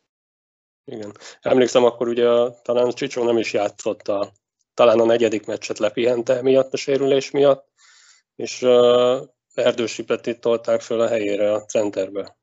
Igen. Emlékszem, akkor ugye a, talán Csicsó nem is játszott, a, talán a negyedik meccset lepihente miatt, a sérülés miatt, és uh, Erdősi Petit tolták föl a helyére a centerbe.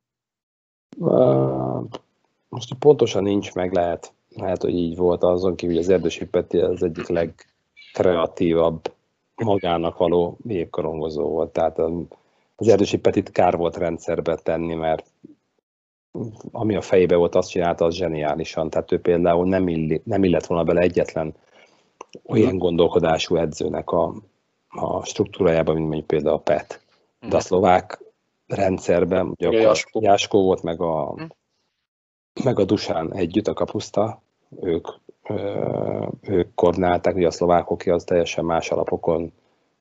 Uh, most pontosan nincs meg, lehet, lehet, hogy így volt, azon kívül az Erdősi Peti az egyik legkreatívabb, magának való végkorongozó volt, tehát az Erdősi Petit kár volt rendszerbe tenni, mert ami a fejébe volt, azt csinálta, az zseniálisan. Tehát ő például nem, illi, nem illett volna bele egyetlen olyan gondolkodású edzőnek a, a struktúrájában, mint mondjuk például a Pet. De a szlovák rendszerben, ugye akkor Jáskó. Jáskó volt, meg a, meg a Dusán együtt, a Kapuszta, ők, ők koordinálták, ugye a szlovák hoki az teljesen más alapokon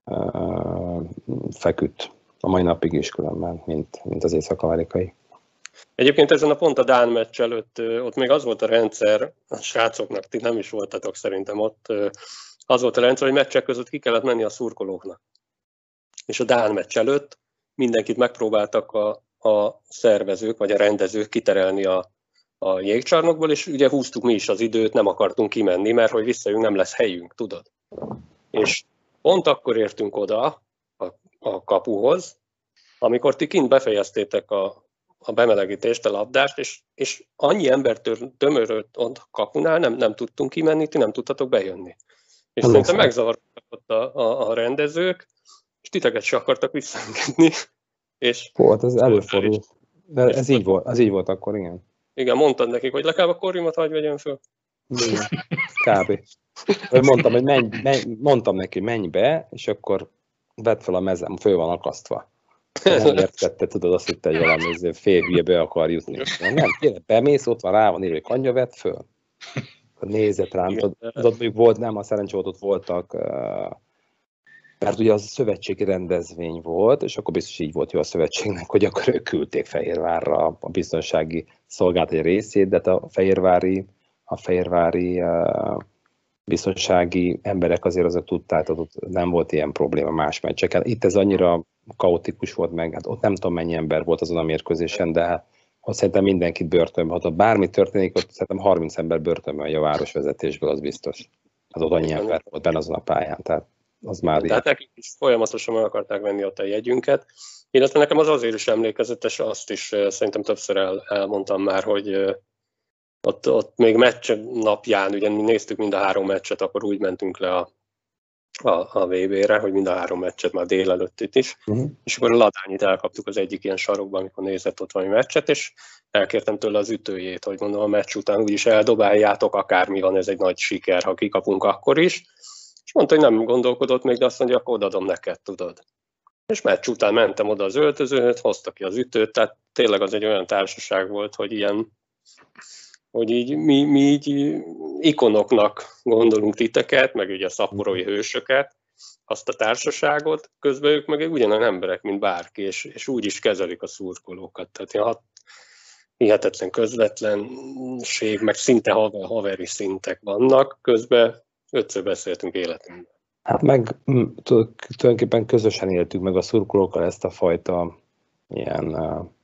feküdt a mai napig is különben, mint, mint az észak-amerikai. Egyébként ezen a pont a dán meccs előtt, ott még az volt a rendszer, a srácoknak, ti nem is voltatok szerintem ott, az volt a rendszer, hogy meccsek között ki kellett menni a szurkolóknak. És a dán meccs előtt mindenkit megpróbáltak a, a szervezők, vagy a rendezők kiterelni a, a jégcsarnokból, és ugye húztuk mi is az időt, nem akartunk kimenni, mert hogy visszajünk, nem lesz helyünk, tudod? És pont akkor értünk oda a, a kapuhoz, amikor ti kint befejeztétek a, a bemelegítést, a labdást, és, és annyi ember tömörült ott a kapunál, nem, nem tudtunk kimenni, ti nem tudtatok bejönni. És Nem szerintem lesz. megzavartak ott a, a, a rendezők, és titeket se akartak visszaengedni. És Volt, ez előfordul. De ez így volt, az így volt akkor, igen. igen, mondtad nekik, hogy legalább a korrimat hagyj vegyen föl. Igen. Kb. Vagy mondtam, hogy menj, menj, mondtam neki, menj be, és akkor vedd fel a mezem, föl van akasztva. Nem értette, tudod, azt hitte, hogy valami fél hülye be akar jutni. Nem, kérlek, bemész, ott van, rá van írva, hogy Kanya, vedd föl. Nézett rám, tudod, mondjuk volt, nem, a szerencsé volt, ott voltak, mert ugye az szövetségi rendezvény volt, és akkor biztos így volt jó a szövetségnek, hogy akkor ők küldték Fehérvárra a biztonsági szolgálat egy részét, de a fehérvári, a fehérvári biztonsági emberek azért azok tudták, ott nem volt ilyen probléma más meccseken. Itt ez annyira kaotikus volt meg, hát ott nem tudom mennyi ember volt azon a mérkőzésen, de ott szerintem mindenkit börtönbe. Ha bármi történik, ott szerintem harminc ember börtönbe megy a városvezetésből, az biztos. Az ott annyi ember volt benne azon a pályán, tehát az már Tehát nekik is folyamatosan meg akarták venni ott a jegyünket. Illetve nekem az azért is emlékezetes, azt is szerintem többször el, elmondtam már, hogy ott, ott még meccs napján, ugye mi néztük mind a három meccset, akkor úgy mentünk le a, a, a vé bé-re, hogy mind a három meccset már délelőtt is, uh-huh. És akkor a Ladányit elkaptuk az egyik ilyen sarokban, amikor nézett ott valami meccset, és elkértem tőle az ütőjét, hogy mondom, a meccs után úgyis eldobáljátok, akármi van, ez egy nagy siker, ha kikapunk akkor is. És mondta, hogy nem gondolkodott még, de azt mondja, akkor odadom neked, tudod. És meccs után mentem oda az öltözőhöz, hozta ki az ütőt, tehát tényleg az egy olyan társaság volt, hogy ilyen, hogy így mi, mi így ikonoknak gondolunk titeket, meg ugye a szaporói hősöket, azt a társaságot, közben ők meg ugyanolyan emberek, mint bárki, és, és úgy is kezelik a szurkolókat. Tehát ilyen hihetetlen közvetlenség, meg szinte haver, haveri szintek vannak, közben ötször beszéltünk életünkben. Hát meg tulajdonképpen közösen éltük meg a szurkolókkal ezt a fajta ilyen,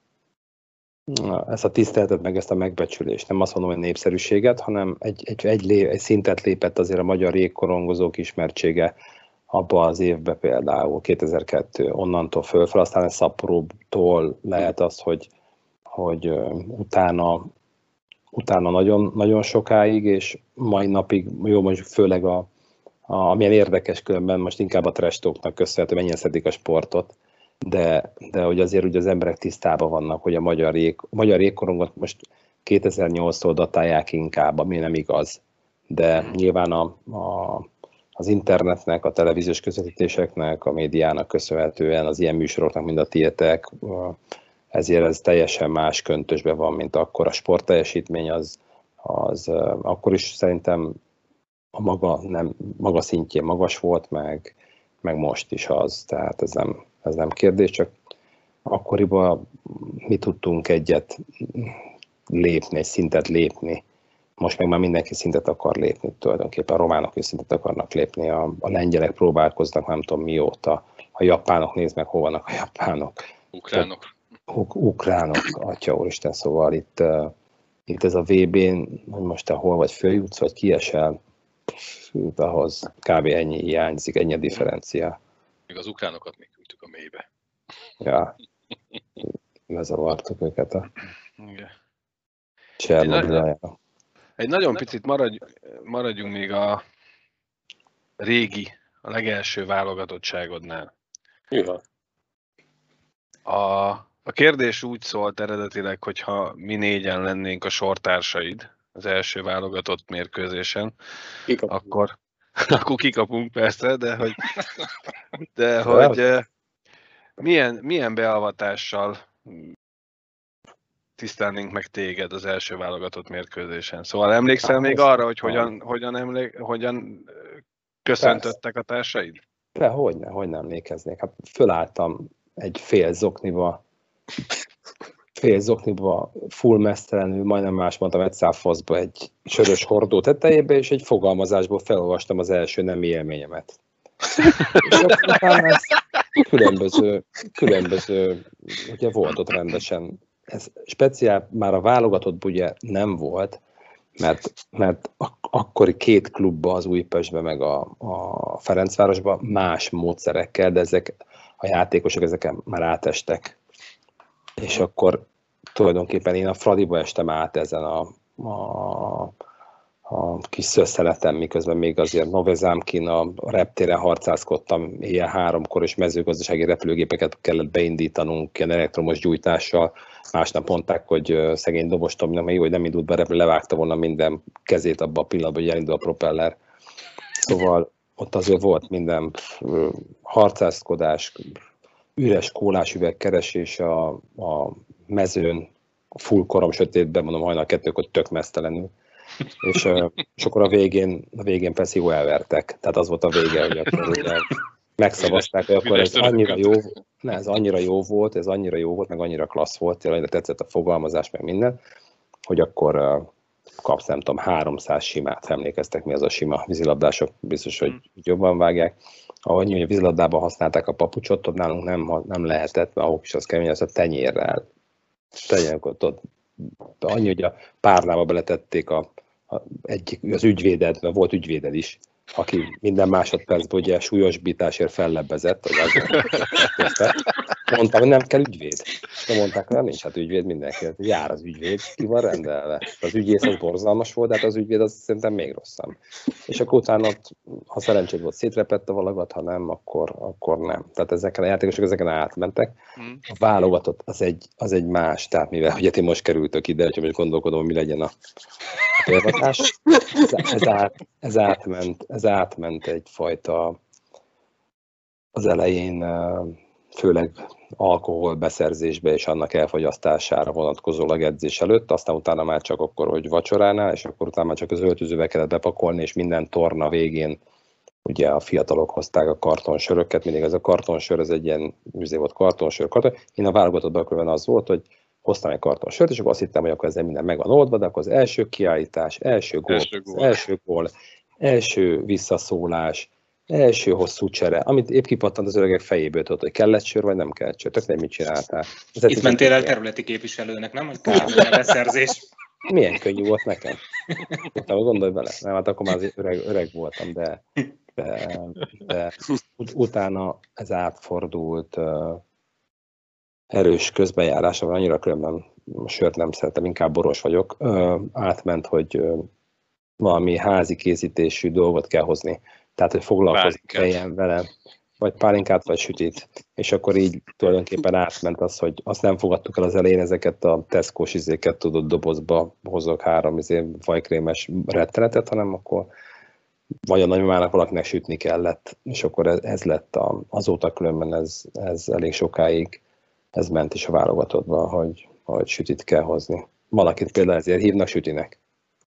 ezt a tiszteletet, meg ezt a megbecsülést. Nem azt mondom, hogy népszerűséget, hanem egy, egy, egy, lé, egy szintet lépett azért a magyar jégkorongozók ismertsége abba az évben például, kétezer-kettő, onnantól fölfel, aztán a Szaporótól lehet az, hogy, hogy utána, utána nagyon, nagyon sokáig, és mai napig, jó, mondjuk főleg a, a amilyen érdekes különben, most inkább a trash talknak köszönhető, mennyien szedik a sportot, de, de hogy azért ugye az emberek tisztában vannak, hogy a magyar, jég, a magyar jégkorongot most kétezer-nyolctól datálják inkább, ami nem igaz. De nyilván a, a, az internetnek, a televíziós közvetítéseknek, a médiának köszönhetően, az ilyen műsoroknak, mint a tietek, ezért ez teljesen más köntösben van, mint akkor. A sportteljesítmény az, az akkor is szerintem a maga, nem, maga szintjén magas volt, meg, meg most is az. Tehát ez nem, ez nem kérdés, csak akkoriban mi tudtunk egyet lépni, egy szintet lépni. Most meg már mindenki szintet akar lépni, tulajdonképpen a románok is szintet akarnak lépni, a, a lengyelek próbálkoznak nem tudom mióta, a japánok, nézd meg, hol vannak a japánok. Ukránok. Uk- ukránok, atya úristen, szóval itt, uh, itt ez a vé bén, hogy most te hol vagy, följutsz, vagy kiesel, ahhoz kb. Ennyi hiányzik, ennyi a differencia. Még az ukránokat még küldtük a mélybe. Ja, lezavartuk őket a Igen. Csernobyl-jára. Egy nagyon picit maradj, maradjunk még a régi, a legelső válogatottságodnál. Ja. A, a kérdés úgy szólt eredetileg, hogyha mi négyen lennénk a sortársaid az első válogatott mérkőzésen, Kikapunk. akkor, akkor kikapunk persze, de hogy, de hogy milyen, milyen beavatással tisztelnénk meg téged az első válogatott mérkőzésen. Szóval emlékszel még arra, hogy hogyan, hogyan, emlék, hogyan köszöntöttek a társaid? De hogyne, hogy nem emlékeznék. Hát fölálltam egy fél zokniba, fél zokniba, full mesztelenül, majdnem más mondtam, egy száfaszba, egy sörös hordó tetejébe, és egy fogalmazásból felolvastam az első nemi élményemet. És akkor ez különböző, különböző, ugye volt ott rendesen, ez speciál már a válogatott ugye nem volt, mert, mert ak- akkori két klubban, az Újpestben meg a, a Ferencvárosban más módszerekkel, de ezek a játékosok ezeken már átestek. És akkor tulajdonképpen én a Fradiba estem át ezen a, a, a kis szösszeleten, miközben még azért Novezámkin a reptéren harcászkodtam éjjel háromkor, és mezőgazdasági repülőgépeket kellett beindítanunk ilyen elektromos gyújtással. Másnap mondták, hogy szegény dobostom, nem jó, hogy nem indult be repülő, levágta volna minden kezét abban a pillanatban, hogy elindul a propeller. Szóval ott azért volt minden harcászkodás, üres kólás üveg keresés a, a mezőn, full korom sötétben, mondom hajnal kettőkor tök mesztelenül. És, és akkor a végén, a végén persze jó elvertek. Tehát az volt a vége, hogy akkor ugye megszavazták, hogy akkor ez annyira jó, ne, ez annyira jó volt, ez annyira jó volt, meg annyira klassz volt, tényleg tetszett a fogalmazás, meg minden, hogy akkor kapsz, nem tudom, háromszáz simát, emlékeztek mi az a sima vízilabdások, biztos, hogy jobban vágják. Ahogy a vízilabdában használták a papucsot, ott nálunk nem, nem lehetett, mert ahol is az kemény, az a tenyérrel. Tegyenek ott, ott annyi, hogy a párnába beletették a, a, egy, az ügyvéded, mert volt ügyvéded is, aki minden másodpercben ugye súlyosbításért fellebbezett, hogy az mondtam, hogy nem kell ügyvéd. De mondták, hogy nincs hát ügyvéd, mindenki. Jár az ügyvéd, ki van rendelve. Az ügyész az borzalmas volt, de hát az ügyvéd az szerintem még rosszabb. És akkor utána, ha szerencséd volt, szétrepett a valagat, ha nem, akkor, akkor nem. Tehát ezeken a játékosok ezeken átmentek. A válogatott az egy, az egy más, tehát mivel ugye ti most kerültök ide, hogy most gondolkodom, hogy mi legyen a példatás. Ez, ez, át, ez, átment, ez átment egyfajta az elején főleg alkohol beszerzésbe és annak elfogyasztására vonatkozólag edzés előtt, aztán utána már csak akkor, hogy vacsoránál, és akkor utána már csak az öltözőbe kellett bepakolni, és minden torna végén ugye a fiatalok hozták a kartonsöröket, mindig ez a kartonsör, ez egy ilyen műzé volt kartonsör, karton. Én a válogatottban különben az volt, hogy hoztam egy kartonsört, és akkor azt hittem, hogy akkor ezzel minden meg van oldva, de akkor az első kiállítás, első gól, első gól, első, gól, első visszaszólás, első hosszú csere, amit épp kipattant az öregek fejéből, tudod, hogy kellett sör, vagy nem kellett sör, tök nem mit csináltál. Ez itt mentél el területi képviselőnek, nem? Hogy kár a beszerzés. Milyen könnyű volt nekem. Utána gondolj bele, nem, hát akkor már öreg, öreg voltam, de, de, de ut- utána ez átfordult uh, erős közbenjárásra, vagy annyira különben a sört nem szeretem, inkább boros vagyok, uh, átment, hogy uh, valami házi készítésű dolgot kell hozni. Tehát, hogy foglalkozni kelljen vele, vagy pálinkát, vagy sütit. És akkor így tulajdonképpen átment az, hogy azt nem fogadtuk el az elején, ezeket a Tesco-s izéket tudott dobozba hozok három izé, fajkrémes rettenetet, hanem akkor vagy a nagymamának valakinek sütni kellett, és akkor ez, ez lett a, azóta különben ez, ez elég sokáig, ez ment is a válogatottba, hogy, hogy sütit kell hozni. Valakit például ezért hívnak sütinek.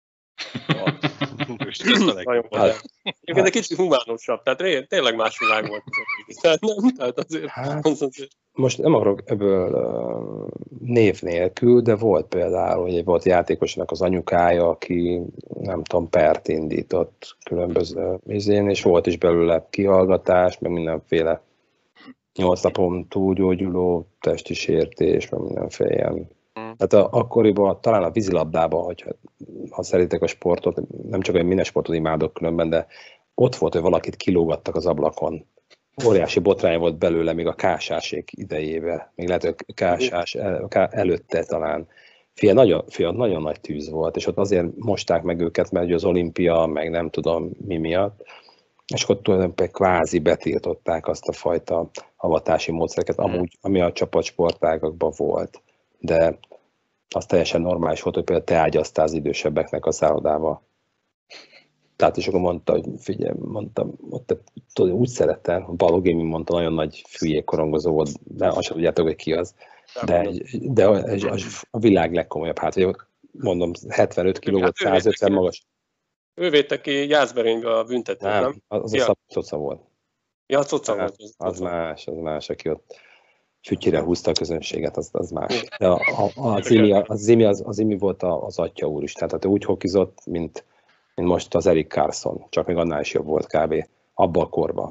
Egyébként egy kicsit humánosabb, tehát ré, tényleg más világ volt. Tehát nem, tehát azért, hát, az azért. Most nem akarok ebből uh, név nélkül, de volt például, hogy volt játékosnak az anyukája, aki nem tudom, pert indított különböző izén, és volt is belőle kihallgatás, meg mindenféle nyolc napon túlgyógyuló testi sértés, meg mindenféle ilyen. Tehát a, akkoriban, talán a vízilabdában, hogyha ha szeritek a sportot, nem csak, hogy minden sportot imádok különben, de ott volt, hogy valakit kilógattak az ablakon. Óriási botrány volt belőle még a kásásék idejével, még lehet, hogy a kásás el, előtte talán. Fia, nagyon, fia, nagyon nagy tűz volt, és ott azért mosták meg őket, mert az olimpia, meg nem tudom mi miatt, és akkor tulajdonképpen kvázi betiltották azt a fajta avatási módszereket, amúgy, ami a csapatsportágakban volt. De az teljesen normális volt, hogy például te ágyaztál az idősebbeknek a szállodába. Tehát és akkor mondta, hogy figyelj, mondtam, ott tudod, úgy szerettem, Balogémi mondta, nagyon nagy fülyék korongozó volt, de azt sem tudjátok, hogy ki az. De, de a világ legkomolyabb, hát mondom, hetvenöt kiló volt, száz ötven magas. Ő védte ki Jászberénybe a büntetőt, nem? Nem, az a Szabcoca volt. Ja, Coca volt. Az, az más, az más, aki ott fütyire húzta a közönséget, az, az más. De a, a, az, imi, az, imi, az, az imi volt az atya úr is, tehát ő úgy hokizott, mint, mint most az Erik Carlson, csak még annál is jobb volt kb. Abba a korban.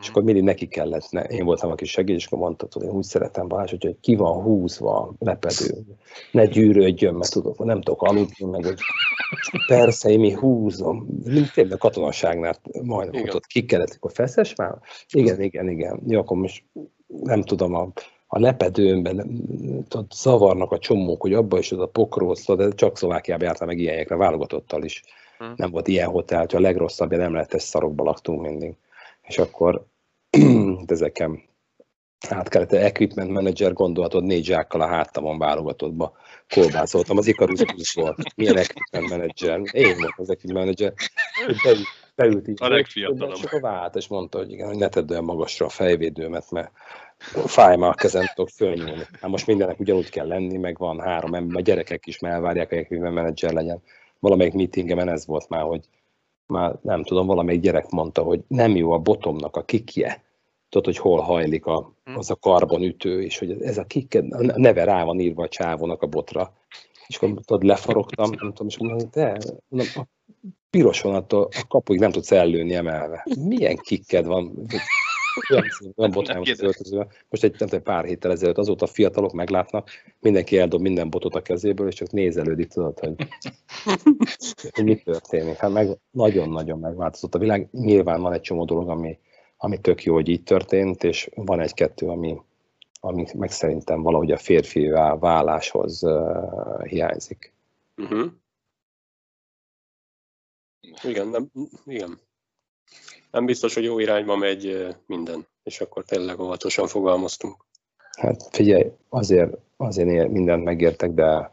És akkor mindig neki kellett, ne, én voltam a kis segéd, és akkor mondta, hogy én úgy szeretem Balázs, hogy ki van húzva lepedő, ne gyűrődjön, mert tudok, nem tudok aludni, meg hogy persze, én mi húzom, mint tényleg katonaságnál majdnem igen. Ott ki kellett, akkor feszes már? Igen, igen, igen. Jó, akkor most nem tudom, a, a lepedőmben tudod, zavarnak a csomók, hogy abba is az a pokrósz, de csak Szlovákiában jártam meg ilyenekre, válogatottal is. Hmm. Nem volt ilyen hotel, hogy a legrosszabb, nem lehetett szarokba laktunk mindig. És akkor ezeken át kellett, equipment manager gondolatod, négy zsákkal a háttamon válogatottba kolbászoltam, az Icarus volt. Milyen equipment manager? Én voltam az equipment manager. Beült, beült így. A legfiatalabb. És akkor vált, és mondta, hogy igen, hogy ne tedd olyan magasra a fejvédőmet, mert fáj már a kezem, tudok fölnyúlni. Hát most mindennek ugyanúgy kell lenni, meg van három ember, a gyerekek is már elvárják, hogy equipment manager legyen. Valamelyik meetingemen ez volt már, hogy már nem tudom, valamelyik gyerek mondta, hogy nem jó a botomnak a kikje. Tudod, hogy hol hajlik a, az a karbonütő, és hogy ez a kikje, a neve rá van írva a csávónak a botra. És akkor tudod, lefarogtam, nem tudom, és mondom, de a piros vonattól a kapuig nem tudsz ellőni emelve. Milyen kikked van? Olyan botrányos öltöző. Most egy, nem tudom, pár héttel ezelőtt azóta a fiatalok meglátnak, mindenki eldob minden botot a kezéből, és csak nézelődik, tudod, hogy, hogy mi történik. Hát meg nagyon-nagyon megváltozott a világ. Nyilván van egy csomó dolog, ami, ami tök jó, hogy így történt, és van egy-kettő, ami, ami meg szerintem valahogy a férfi váláshoz uh, hiányzik. Uh-huh. Igen, nem, igen. Nem biztos, hogy jó irányba megy minden, és akkor tényleg óvatosan fogalmaztunk. Hát figyelj, azért, azért mindent megértek, de,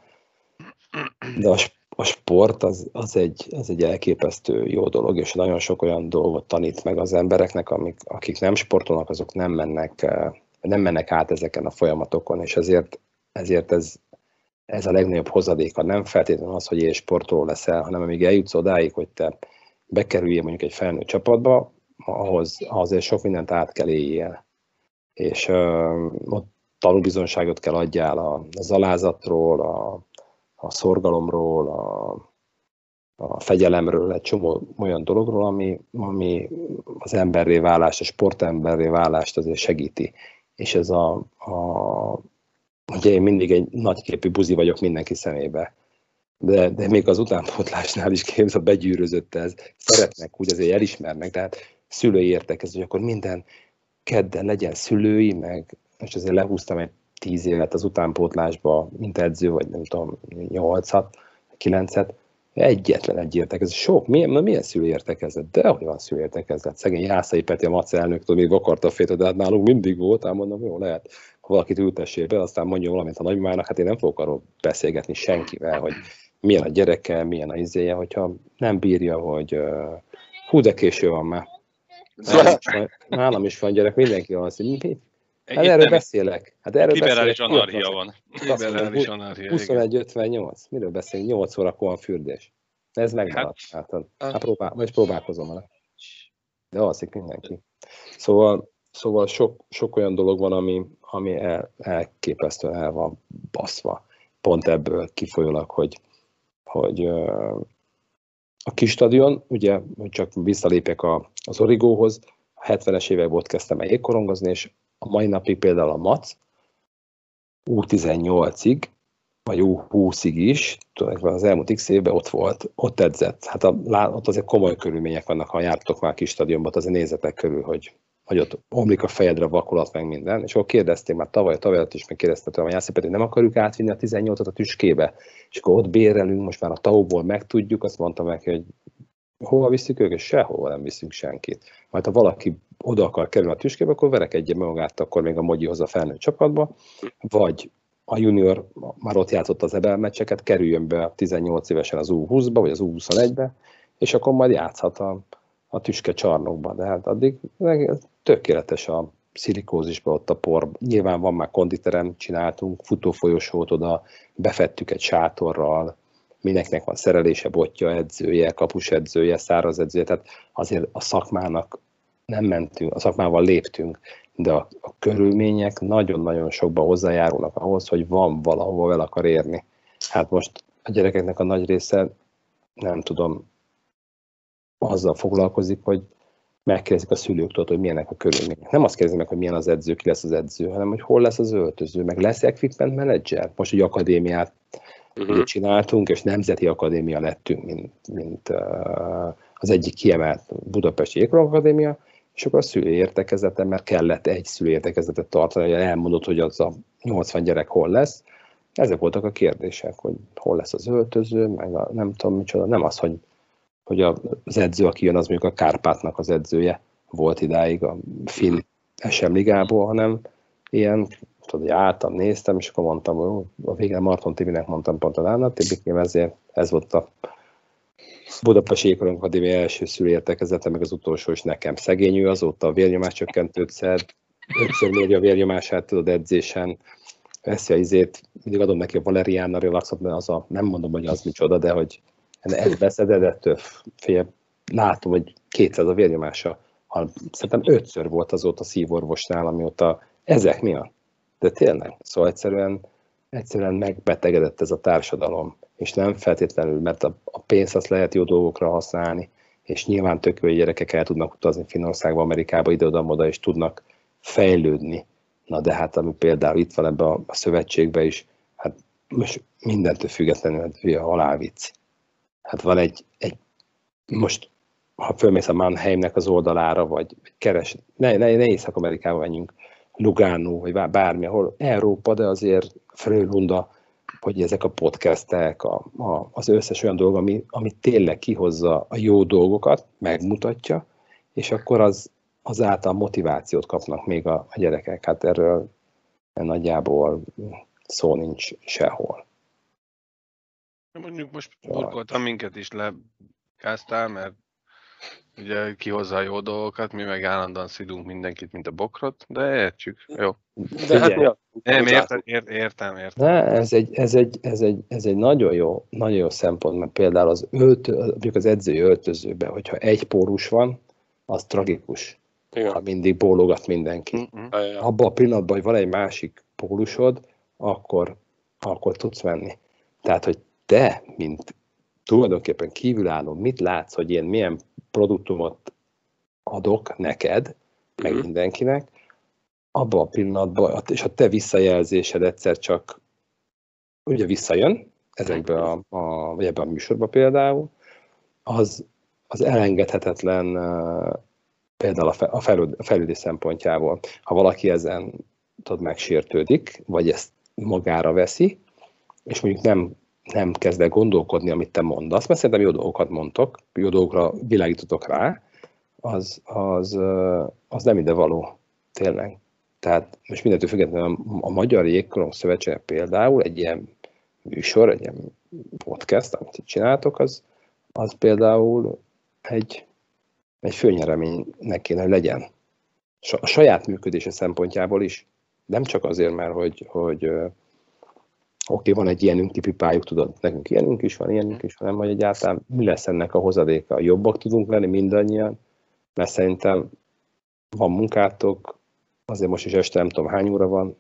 de a, a sport az, az, egy, az egy elképesztő jó dolog, és nagyon sok olyan dolgot tanít meg az embereknek, amik, akik nem sportolnak, azok nem mennek, nem mennek át ezeken a folyamatokon, és ezért, ezért ez, ez a legnagyobb hozadéka. Nem feltétlenül az, hogy én sportoló leszel, hanem amíg eljutsz odáig, hogy te bekerüljél mondjuk egy felnőtt csapatba, ahhoz azért sok mindent át kell éljél. És uh, ott tanúbizonságot kell adjál a, az alázatról, a, a szorgalomról, a, a fegyelemről, egy csomó olyan dologról, ami, ami az emberré válást, a sportemberré válást azért segíti. És ez a, a ugye én mindig egy nagyképű buzi vagyok mindenki szemébe. De, de még az utánpótlásnál is képzel, begyűrözött ez. Szeretnek, úgy azért elismernek, de hát szülői értekező, hogy akkor minden kedden legyen szülői, meg és azért lehúztam egy tíz évet az utánpótlásba, mint edző, vagy nem tudom, nyolcat, kilencet, egyetlen egy értekező. Sok, milyen, milyen szülői értekezett? De hogy van szülői értekezett? Szegény Jászai Peti, a Mace elnöktől még akarta a fétet, de hát nálunk mindig volt, ám mondom, jó, lehet, ha valakit ültessél be, aztán mondjon valamit a nagymának, hát én nem fogok arról beszélgetni senkivel, hogy milyen a gyereke, milyen a izéje, hogyha nem bírja, hogy uh, hú, de késő van már. Nálam is van, nálam is van gyerek, mindenki van, hogy hát erről beszélek. Hát erről liberális anarchia van. Liberális anarchia, huszonegy ötvennyolc. Miről beszélünk? nyolc órakor van fürdés. Ez megmaradt. Hát, hát, hát próbál, vagy próbálkozom vele. De alszik mindenki. Szóval, szóval sok, sok olyan dolog van, ami, ami el, elképesztően el van baszva. Pont ebből kifolyólag, hogy hogy a kis stadion, ugye, hogy csak visszalépek az origóhoz, a hetvenes években ott kezdtem el jégkorongozni, és a mai napig például a MAC U tizennyolcig, vagy U húszig is, az elmúlt x évben ott volt, ott edzett. Hát a, ott azért komoly körülmények vannak, ha jártok már a kis stadionban, azért nézzetek körül, hogy, hogy ott omlik a fejedre vakulat, meg minden. És akkor kérdezték már tavaly, tavaly is megkérdezte tőlem a Jászai Peti, hogy nem akarjuk átvinni a tizennyolcat a Tüskébe. És akkor ott bérelünk, most már a tauból megtudjuk, azt mondtam neki, hogy hova visszük őket? Sehova nem viszünk senkit. Majd ha valaki oda akar kerülni a Tüskébe, akkor verekedje magát, akkor még a Mogyihoz a felnőtt csapatba, vagy a junior már ott játszott az Ebel meccseket, kerüljön be a tizennyolc évesen az U húszba, vagy az U huszonegybe, és akkor majd játszhat a, a Tüske csarnokban. De hát addig tökéletes a szilikózisba ott a por. Nyilván van már konditerem, csináltunk, futófolyosót oda, befettük egy sátorral, mindenkinek van szerelése, botja, edzője, kapus edzője, száraz edzője, tehát azért a szakmának nem mentünk, a szakmával léptünk, de a, a körülmények nagyon-nagyon sokban hozzájárulnak ahhoz, hogy van valahova el akar érni. Hát most a gyerekeknek a nagy része, nem tudom, azzal foglalkozik, hogy megkérdezik a szülőktől, hogy milyenek a körülmények. Nem azt kérdezik meg, hogy milyen az edző, ki lesz az edző, hanem hogy hol lesz az öltöző, meg lesz equipment manager. Most egy akadémiát uh-huh. csináltunk, és nemzeti akadémia lettünk, mint, mint uh, az egyik kiemelt budapesti Jégkorong Akadémia, és akkor a szülői értekezleten, mert kellett egy szülői értekezletet tartani, hogy elmondott, hogy az a nyolcvan gyerek hol lesz. Ezek voltak a kérdések, hogy hol lesz az öltöző, meg a, nem tudom micsoda, nem az, hogy, hogy az edző, aki jön, az mondjuk a Kárpátnak az edzője volt idáig a Finn es em ligából, hanem ilyen, tudod, hogy álltam, néztem, és akkor mondtam, hogy a végén Marton Tibinek mondtam pont a Lánat Tibikém, ezért ez volt a Budapesti Jégkorong Akadémia első szülőértekezete, meg az utolsó is nekem. Szegény ő, azóta a vérnyomás csökkentőt szed, ötször méri a vérnyomását, tudod, edzésen, veszi a izét, mindig adom neki a Valeriana relaxot, mert az a, nem mondom, hogy az micsoda, de hogy ezt beszeded, ettől fél, látom, hogy kétszáz a vérnyomása. Szerintem ötször volt azóta szívorvosnál, amióta ezek miatt. De tényleg, szóval egyszerűen, egyszerűen megbetegedett ez a társadalom, és nem feltétlenül, mert a, a pénzt azt lehet jó dolgokra használni, és nyilván tök jó, hogy gyerekek el tudnak utazni Finnországba, Amerikába, ide-oda-oda, és tudnak fejlődni. Na de hát, ami például itt van ebbe a, a szövetségbe is, hát most mindentől függetlenül, hát a halálvicc. Hát van egy, egy most, ha fölmész a Mannheimnek az oldalára, vagy keres, ne, ne, ne Észak-Amerikába menjünk, Lugano, vagy bármi, ahol Európa, de azért Frölunda, hogy ezek a podcastek, a, a, az összes olyan dolog, ami, ami tényleg kihozza a jó dolgokat, megmutatja, és akkor az, azáltal motivációt kapnak még a, a gyerekek. Hát erről nagyjából szó nincs sehol. Mondjuk most burkoltam, minket is lekáztál, mert ugye kihozza a jó dolgokat, mi meg állandóan szidunk mindenkit, mint a bokrot, de értjük, jó. De hát mi a... Nem, értem, értem, értem. Ne, ez, egy, ez, egy, ez, egy, ez egy nagyon jó, nagyon jó szempont, mert például az, öltö, az edzői öltözőben, hogyha egy pórus van, az tragikus. Igen. Ha mindig bólogat mindenki. Mm-hmm. Abban a pillanatban, hogy van egy másik pólusod, akkor, akkor tudsz menni. Tehát, hogy te, mint tulajdonképpen kívülálló, mit látsz, hogy én milyen produktumot adok neked, meg mm-hmm. mindenkinek, abban a pillanatban, és a te visszajelzésed egyszer csak ugye visszajön, ezekben a, a, vagy ebben a műsorban például, az, az elengedhetetlen például a fejlődés szempontjából. Ha valaki ezen tudod, megsértődik, vagy ezt magára veszi, és mondjuk nem, nem kezd el gondolkodni, amit te mondasz, mert szerintem jó dolgokat mondtok, jó dolgokra világítotok rá, az, az, az nem ide való, tényleg. Tehát most mindentől függetlenül a Magyar Jégkorong Szövetség például egy ilyen műsor, egy ilyen podcast, amit csináltok, az, az például egy, egy főnyereménynek kéne, hogy legyen. A saját működése szempontjából is. Nem csak azért, mert hogy, hogy oké, okay, van egy ilyenünk, tipipájuk, tudod, nekünk ilyenünk is van, ilyenünk is van, nem, hogy egyáltalán mi lesz ennek a hozadéka. Jobbak tudunk lenni mindannyian, mert szerintem van munkátok, azért most is este nem tudom hány óra van,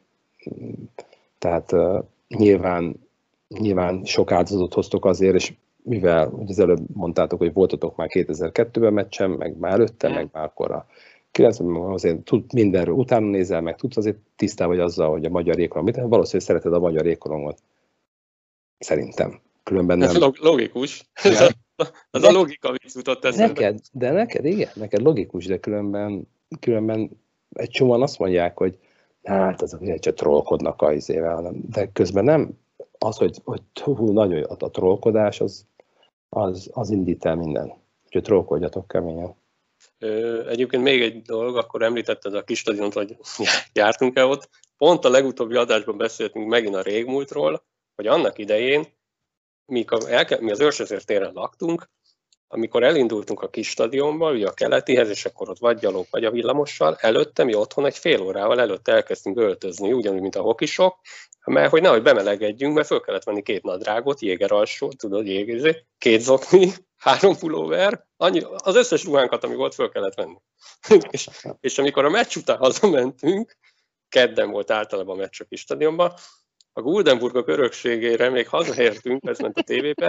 tehát uh, nyilván, nyilván sok áldozatot hoztok azért, és mivel, hogy az előbb mondtátok, hogy voltatok már kétezer-kettőben meccsen, meg már előtte, meg már akkor a kilencvenben azért tud mindenről utána nézel, meg tudsz azért tisztában vagy azzal, hogy a magyar jégkorong, mit valószínűleg szereted a magyar jégkorongot. Szerintem. Különben nem. Ez logikus. Ja. Ez a logika vicc jutott eszembe. Neked, de neked, igen, neked logikus, de különben, különben egy csomóan azt mondják, hogy hát azok ugye csak trollkodnak a izével, de közben nem az, hogy, hogy hú, nagyon a, a trollkodás, az, az, az indít el minden. Úgyhogy trollkodjatok keményen. Egyébként még egy dolog, akkor említetted a kis stadiont, hogy jártunk el ott. Pont a legutóbbi adásban beszéltünk megint a régmúltról, hogy annak idején, mi az Őrsvezér téren laktunk, amikor elindultunk a kis stadionba, ugye a keletihez, és akkor ott vagy gyalog, vagy a villamossal, előtte mi otthon egy fél órával előtt elkezdtünk öltözni, ugyanúgy, mint a hokisok, mert hogy nehogy bemelegedjünk, mert föl kellett venni két nadrágot, jéger alsó, tudod, jégézé, két zokni, három pulóver, annyi, az összes ruhánkat, ami volt, föl kellett venni. és, és amikor a meccs után hazamentünk, kedden volt általában a meccs a kis stadionban, a Guldenburgok örökségére még hazaértünk, ez ment a tévébe,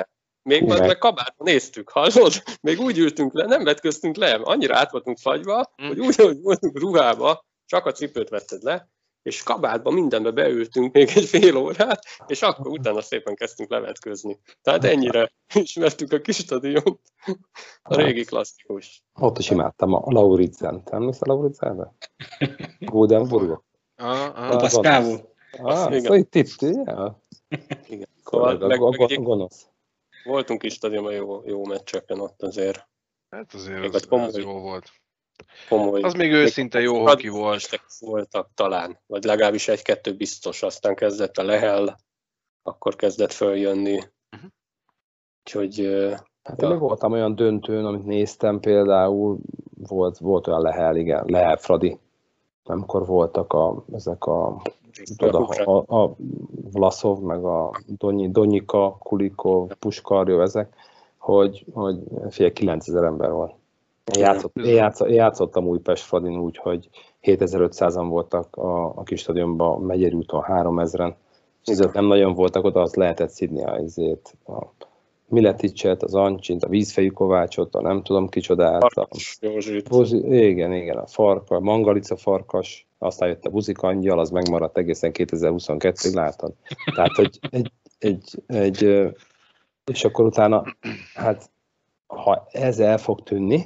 Még Hú, majd meg- meg kabátban néztük, hallod? Még úgy ültünk le, nem vetköztünk le, annyira át voltunk fagyva, Hm. hogy úgy, hogy voltunk ruhába, csak a cipőt vetted le, és kabátba mindenbe beültünk még egy fél órát, és akkor utána szépen kezdtünk levetközni. Tehát ennyire ismertük a kis stadiont. A régi klasszikus. Ott is imádtam a Lauritzen. Te emlékszel a Lauritzenre? Goldenburgok? Ah, ah. Kopaszkávó. Ah, Igen. szóval itt, itt, ja. Igen. Kollega, Meg, go- meg go- egyébként gonosz. voltunk is stadionban jó, jó meccseken ott azért. Hát azért Még az, ott komoly. az jó volt. Komoly. Az még őszinte jó Még hoki volt. Voltak talán, vagy legalábbis egy-kettő biztos, aztán kezdett a Lehel, akkor kezdett följönni. Uh-huh. Úgyhogy ö, Hát Ja. én még voltam olyan döntőn, amit néztem például, volt, volt olyan Lehel, igen, Lehel Fradi, amikor voltak a, ezek a, tudod, a, a, a Vlaszov, meg a Donyi, Donyika, Kulikov, Puskarjov, ezek, hogy, hogy fél kilencezer ember volt. Én, játszott, én, játsz, én játszottam Újpest Fradin úgy, hogy hétezer-ötszázan voltak a, a kis stadionban, Megyeri úton háromezren, és ezért nem nagyon voltak oda, azt lehetett szidni a, ezért, a Mileticset, az Ancsint, a Vízfejű Kovácsot, a nem tudom kicsodát, a Józsit. Buzi, igen, igen, a farka, a Mangalica farkas, aztán jött a Buzik Angyal, az megmaradt egészen kétezer-huszonkettőig, látod? Tehát, hogy egy, egy, egy, ö, és akkor utána, hát, ha ez el fog tűnni,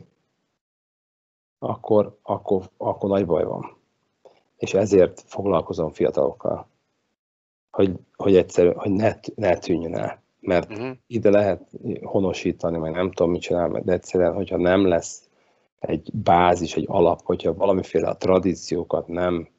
akkor, akkor, akkor nagy baj van. És ezért foglalkozom fiatalokkal, hogy, hogy egyszerű, hogy ne, ne tűnjön el. Mert Uh-huh. ide lehet honosítani, meg nem tudom, mit csinál, de egyszerűen, hogyha nem lesz egy bázis, egy alap, hogyha valamiféle a tradíciókat nem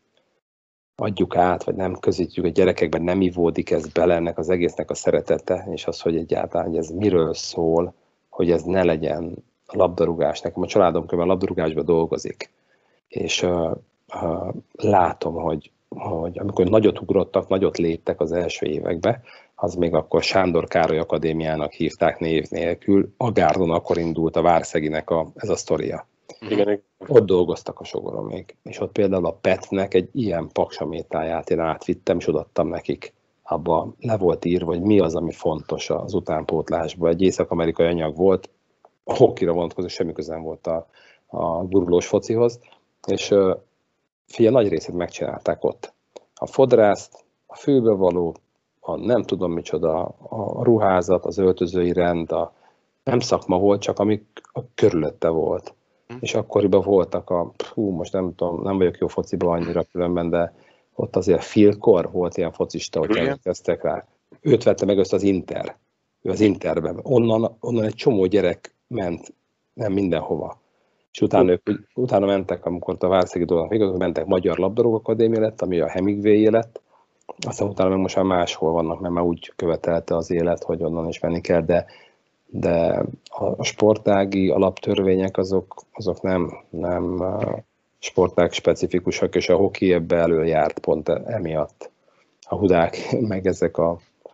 adjuk át, vagy nem közítjük a gyerekekben, nem ivódik ez bele ennek az egésznek a szeretete, és az, hogy egyáltalán hogy ez miről szól, hogy ez ne legyen a labdarúgás. Nekem a családom kb. A labdarúgásban dolgozik, és uh, uh, látom, hogy, hogy amikor nagyot ugrottak, nagyot léptek az első években, az még akkor Sándor Károly Akadémiának hívták név nélkül, a Gárdon akkor indult a Várszeginek a, ez a sztoria. Igen, Ott dolgoztak a sogoron még, és ott például a Petnek egy ilyen paksamétáját én átvittem, és odaadtam nekik. Abba le volt írva, hogy mi az, ami fontos az utánpótlásban. Egy észak-amerikai anyag volt, a hokira vonatkozó, semmi közem volt a, a gurulós focihoz, és uh, fia nagy részét megcsinálták ott. A fodrászt, a főbevaló, a nem tudom micsoda, a ruházat, az öltözői rend, a nem szakma volt, csak amik a körülötte volt. Hm. És akkoriban voltak a, hú, most nem tudom, nem vagyok jó fociban annyira különben, de ott azért Philkor volt ilyen focista, hogy emlékeztek rá. Őt vette meg össze az Inter. Ő az Interben. Onnan, onnan egy csomó gyerek ment, nem mindenhova. És utána, ők, utána mentek, amikor a Várszegi dolgok még, mentek Magyar Labdarúgó Akadémia lett, ami a Hemingway lett. Aztán utána meg most már máshol vannak, mert már úgy követelte az élet, hogy onnan is menni kell, de, de a sportági alaptörvények azok, azok nem, nem sportág specifikusak, és a hoki ebbe elől járt pont emiatt. A hudák, meg ezek a,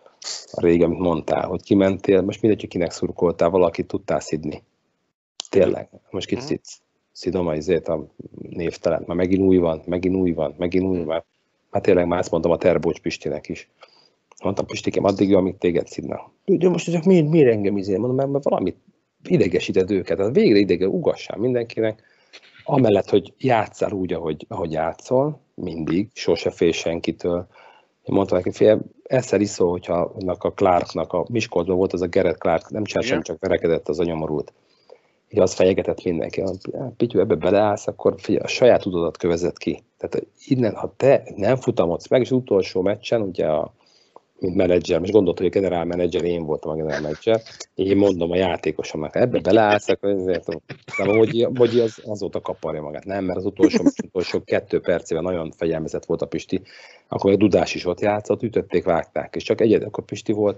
a rég, amit mondtál, hogy kimentél, most mindegy, hogy kinek szurkoltál, valakit tudtál szidni. Tényleg, most kit szidsz? Szidom a izét, a névtelen, már megint új van, megint új van, megint új van. Hát tényleg már ezt mondtam a Terbócs Pistinek is. Mondtam, Pistikém, addig jó, amíg téged szidnak. De most ezek miért, miért engem izé? Mondom, mert, mert valamit idegesíted őket. Tehát végre idegen, ugassál mindenkinek. Amellett, hogy játsszál úgy, ahogy, ahogy játszol, mindig, sose fél senkitől. Én mondtam neki, fél, egyszer iszol, hogyha a Clarknak, a Miskolcban volt az a Gerett Clark, nem csinál sem, csak verekedett az a nyomorult. Így az fejegetett mindenki. Pityu, ebbe beleállsz, akkor figyelj, a saját tudatot kövezed ki. Tehát innen, ha te nem futamodsz meg, és az utolsó meccsen, ugye, a, mint menedzser, most gondolt, hogy a generál menedzser, én voltam a generál menedzser, én mondom a játékosomnak, ebbe beleállsz, akkor ezért, de Mogyi, Mogyi az, azóta kaparja magát. Nem, mert az utolsó, utolsó kettő percében nagyon fegyelmezett volt a Pisti, akkor a Dudás is ott játszott, ütötték, vágták, és csak egyed, akkor Pisti volt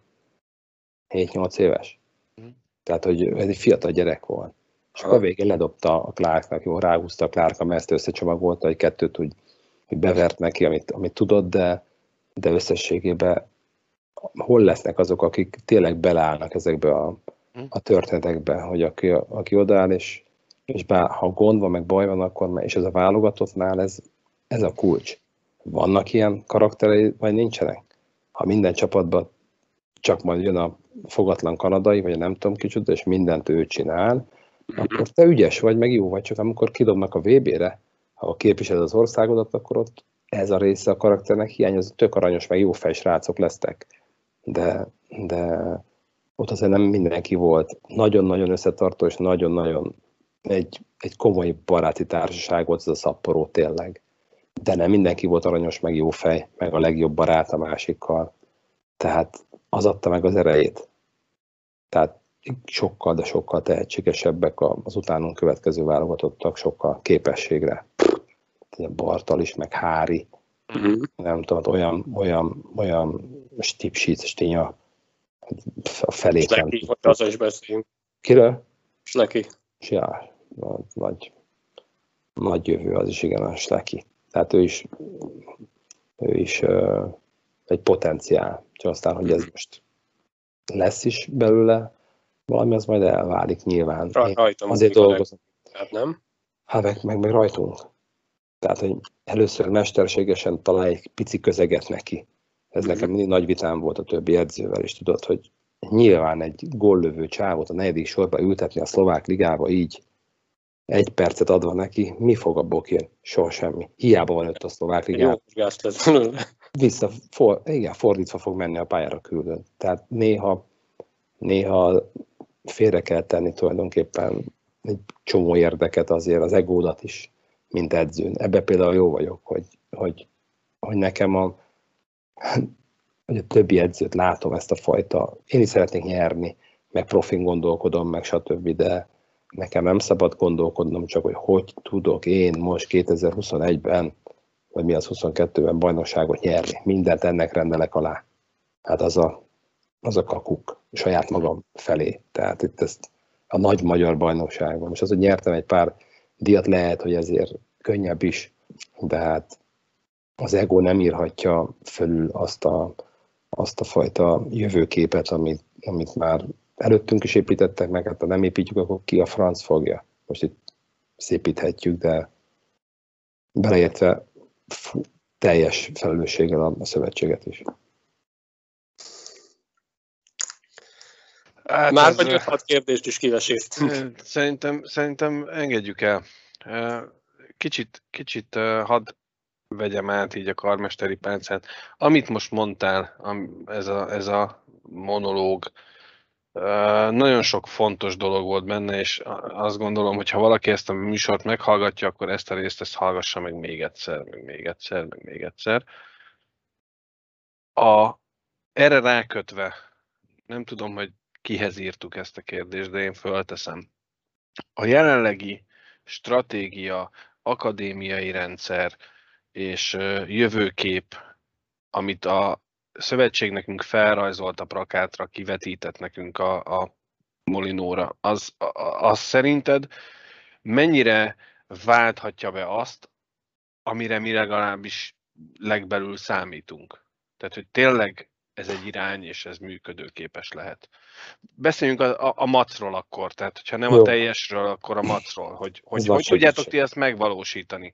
tizenhét-nyolc éves. Tehát, hogy ez egy fiatal gyerek volt. És akkor a végén ledobta a Clarknak, jó, ráhúzta a Clark, mert ezt összecsomagolta, egy kettőt úgy, úgy bevert neki, amit, amit tudott, de, de összességében hol lesznek azok, akik tényleg beleállnak ezekbe a, a történetekbe, hogy aki, aki odaáll, és, és bár, ha gond van, meg baj van, akkor, és ez a válogatottnál, ez, ez a kulcs. Vannak ilyen karakterei, vagy nincsenek? Ha minden csapatban csak majd jön a fogatlan kanadai, vagy nem tudom kicsoda, és mindent ő csinál, akkor te ügyes vagy, meg jó vagy, csak amikor kidobnak a vé bé-re, ha képviseled az országodat, akkor ott ez a része a karakternek hiányoz, tök aranyos, meg jó fej srácok lesztek. De, de ott azért nem mindenki volt. Nagyon-nagyon összetartó, és nagyon-nagyon egy, egy komoly baráti társaság volt ez a Sapporo tényleg. De nem mindenki volt aranyos, meg jó fej, meg a legjobb barát a másikkal. Tehát az adta meg az erejét. Tehát sokkal, de sokkal tehetségesebbek az utánunk következő válogatottak, sokkal képességre. Bartal is, meg Hári. Uh-huh. Nem tudom, olyan, olyan, olyan stipsít, stinya a felét nem. Sleki, hogy az is beszéljünk. Kiről? Sleki. Ja, nagy, nagy jövő az is, igen, a Sleki. Tehát ő is, ő is uh, egy potenciál. Csak aztán, hogy ez most lesz is belőle, valami az majd elválik nyilván. Rajtam azért dolgozom. Hát nem? Hát meg, meg, meg rajtunk. Tehát, hogy először mesterségesen találj egy pici közeget neki. Ez mm-hmm. nekem mindig nagy vitám volt a többi edzővel, és tudod, hogy nyilván egy góllövő csávot a negyedik sorba ültetni a szlovák ligába így egy percet adva neki, mi fog abból kijönni? Soha semmi. Hiába van öt a szlovák ligába. Jó gázt lesz belőle. Vissza, for, igen, fordítva fog menni a pályára küldön. Tehát néha, néha félre kell tenni tulajdonképpen egy csomó érdeket azért, az egódat is, mint edzőn. Ebben például jó vagyok, hogy, hogy, hogy nekem a, hogy a többi edzőt látom ezt a fajta, én is szeretnék nyerni, meg profin gondolkodom, meg stb., de nekem nem szabad gondolkodnom csak, hogy hogy tudok én most kétezer-huszonegyben, vagy mi az huszonkettőben bajnokságot nyerni. Mindent ennek rendelek alá. Hát az a, az a kakuk saját magam felé. Tehát itt ezt a nagy magyar bajnokságban. Most az, hogy nyertem egy pár díjat, lehet, hogy ezért könnyebb is, de hát az ego nem írhatja fölül azt a, azt a fajta jövőképet, amit, amit már előttünk is építettek meg, hát ha nem építjük, akkor ki a franc fogja. Most itt szépíthetjük, de beleértve fú, teljes felelősséggel a, a szövetséget is. Hát már vagy öt hat kérdést is kiveséztünk. Szerintem, szerintem engedjük el. Kicsit, kicsit hadd vegyem át így a karmesteri páncát. Amit most mondtál, ez a, ez a monológ, nagyon sok fontos dolog volt benne, és azt gondolom, hogy ha valaki ezt a műsort meghallgatja, akkor ezt a részt ezt hallgassa meg még egyszer, meg még egyszer, meg még egyszer. A, erre rákötve, nem tudom, hogy kihez írtuk ezt a kérdést, de én fölteszem. A jelenlegi stratégia, akadémiai rendszer és jövőkép, amit a szövetség nekünk felrajzolt a plakátra, kivetített nekünk a, a Molinóra, az, az szerinted mennyire válthatja be azt, amire mi legalábbis legbelül számítunk? Tehát, hogy tényleg ez egy irány, és ez működőképes lehet. Beszéljünk a, a, a macról akkor, tehát hogyha nem Jó. a teljesről, akkor a macról, hogy hogy, hogy tudjátok ti ezt megvalósítani?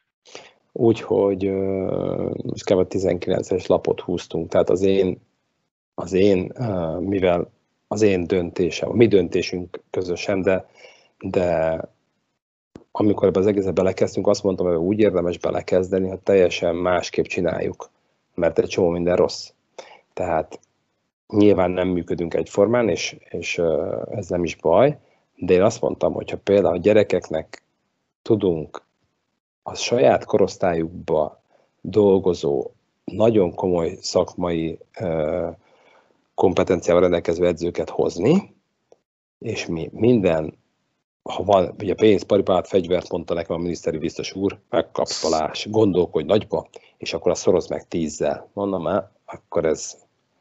Úgyhogy most kb. tizenkilences lapot húztunk, tehát az én, az én, mivel az én döntésem, a mi döntésünk közösen, de, de amikor ebbe az egészbe belekezdtünk, azt mondtam, hogy úgy érdemes belekezdeni, hogy teljesen másképp csináljuk, mert egy csomó minden rossz. Tehát nyilván nem működünk egyformán, és, és ez nem is baj, de én azt mondtam, hogyha például a gyerekeknek tudunk a saját korosztályukba dolgozó, nagyon komoly szakmai kompetenciával rendelkező edzőket hozni, és mi minden, ha van, ugye pénz, paripát, fegyvert, mondta nekem a miniszteri biztos úr, megkapsz Balázs, gondolkodj nagyba, és akkor azt szorozd meg tízzel. Mondom már, akkor ez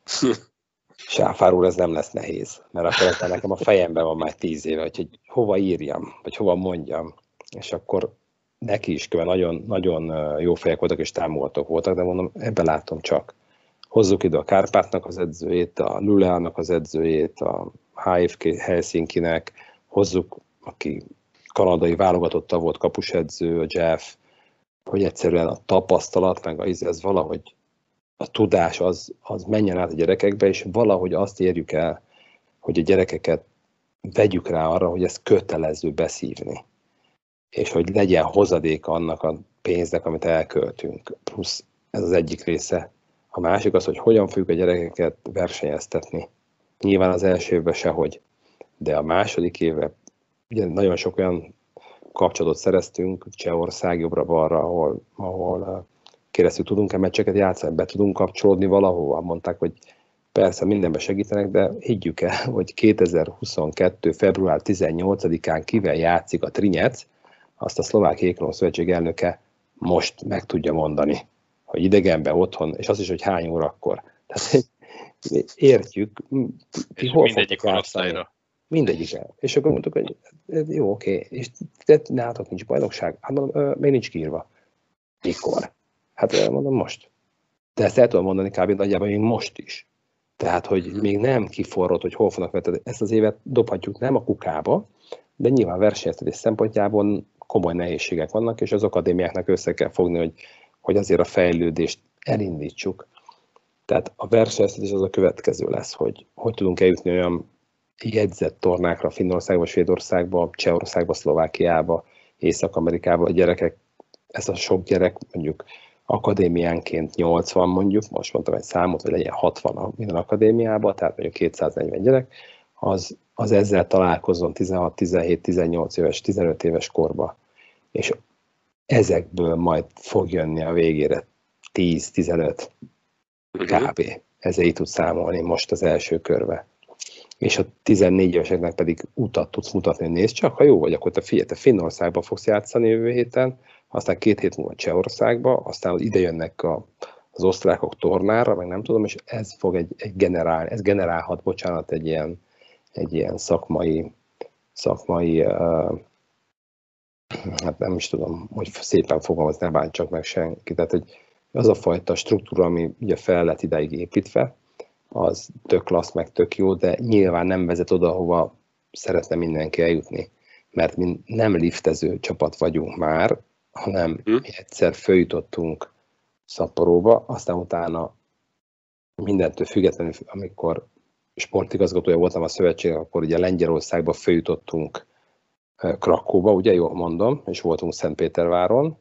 Sáfár úr, ez nem lesz nehéz, mert akkor ez nekem a fejemben van már tíz éve, hogy hova írjam, vagy hova mondjam, és akkor neki is köve nagyon, nagyon jó fejek voltak és támogatók voltak, de mondom, ebben látom csak. Hozzuk ide a Kárpátnak az edzőjét, a Luleának az edzőjét, a há ef ká Helsinkinek, hozzuk, aki kanadai válogatotta volt kapusedző, a Jeff, hogy egyszerűen a tapasztalat, meg az, ez valahogy a tudás az, az menjen át a gyerekekbe, és valahogy azt érjük el, hogy a gyerekeket vegyük rá arra, hogy ez kötelező beszívni, és hogy legyen hozadéka annak a pénznek, amit elköltünk. Plusz ez az egyik része. A másik az, hogy hogyan fogjuk a gyerekeket versenyeztetni. Nyilván az első évben sehogy, de a második évben ugye nagyon sok olyan kapcsolatot szereztünk, Csehország jobbra-balra, ahol, ahol keresztül tudunk-e meccseket játszani, be tudunk kapcsolódni valahova. Mondták, hogy persze mindenben segítenek, de higgyük el, hogy kétezer-huszonkettő. február tizennyolcadikán kivel játszik a Trinyec, azt a Szlovák Jégkorong Szövetség elnöke most meg tudja mondani, hogy idegenben, otthon, és az is, hogy hány órakor. Tehát értjük, és hol mindegyik korosztályra. Mindegyik el. És akkor mondtuk, hogy jó, oké, és te nálatok nincs bajnokság? Hát mondom, még nincs kiírva. Mikor? Hát mondom, most. De ezt el tudom mondani kb. Nagyjából még most is. Tehát, hogy még nem kiforrott, hogy hol fognak vetni. Ezt az évet dobhatjuk nem a kukába, de nyilván versenyeztetés szempontjából komoly nehézségek vannak, és az akadémiáknak össze kell fogni, hogy, hogy azért a fejlődést elindítsuk. Tehát a versenyeztetés az a következő lesz, hogy hogy tudunk eljutni olyan jegyzett tornákra Finnországba, Svédországba, Csehországba, Szlovákiába, Észak-Amerikába a gyerekek, ez a sok gyerek mondjuk akadémiánként nyolcvan mondjuk, most mondtam egy számot, hogy legyen hatvan minden akadémiában, tehát mondjuk kétszáznegyven gyerek, az, az ezzel találkozzon tizenhat, tizenhét, tizennyolc éves, tizenöt éves korba. És ezekből majd fog jönni a végére tíz, tizenöt kb. Ezzel így tud számolni most az első körbe. És a tizennégy éveseknek pedig utat tudsz mutatni, hogy nézd csak, ha jó vagy, akkor te figyelj, te Finnországba fogsz játszani jövő héten, aztán két hét múlva Csehországba, aztán ide jönnek a, az osztrákok tornára, meg nem tudom, és ez fog egy, egy generál, ez generálhat, bocsánat, egy ilyen, egy ilyen szakmai, szakmai uh, hát nem is tudom, hogy szépen fogalmazni, ne bántsak meg senki. Tehát egy, az a fajta struktúra, ami ugye fel lett idáig építve, az tök klassz, meg tök jó, de nyilván nem vezet oda, hova szeretne mindenki eljutni. Mert mi nem liftező csapat vagyunk már, hanem mi egyszer följutottunk Szapporóba, aztán utána mindentől függetlenül, amikor sportigazgatója voltam a szövetségnek, akkor ugye Lengyelországba följutottunk Krakóba, ugye jól mondom, és voltunk Szentpéterváron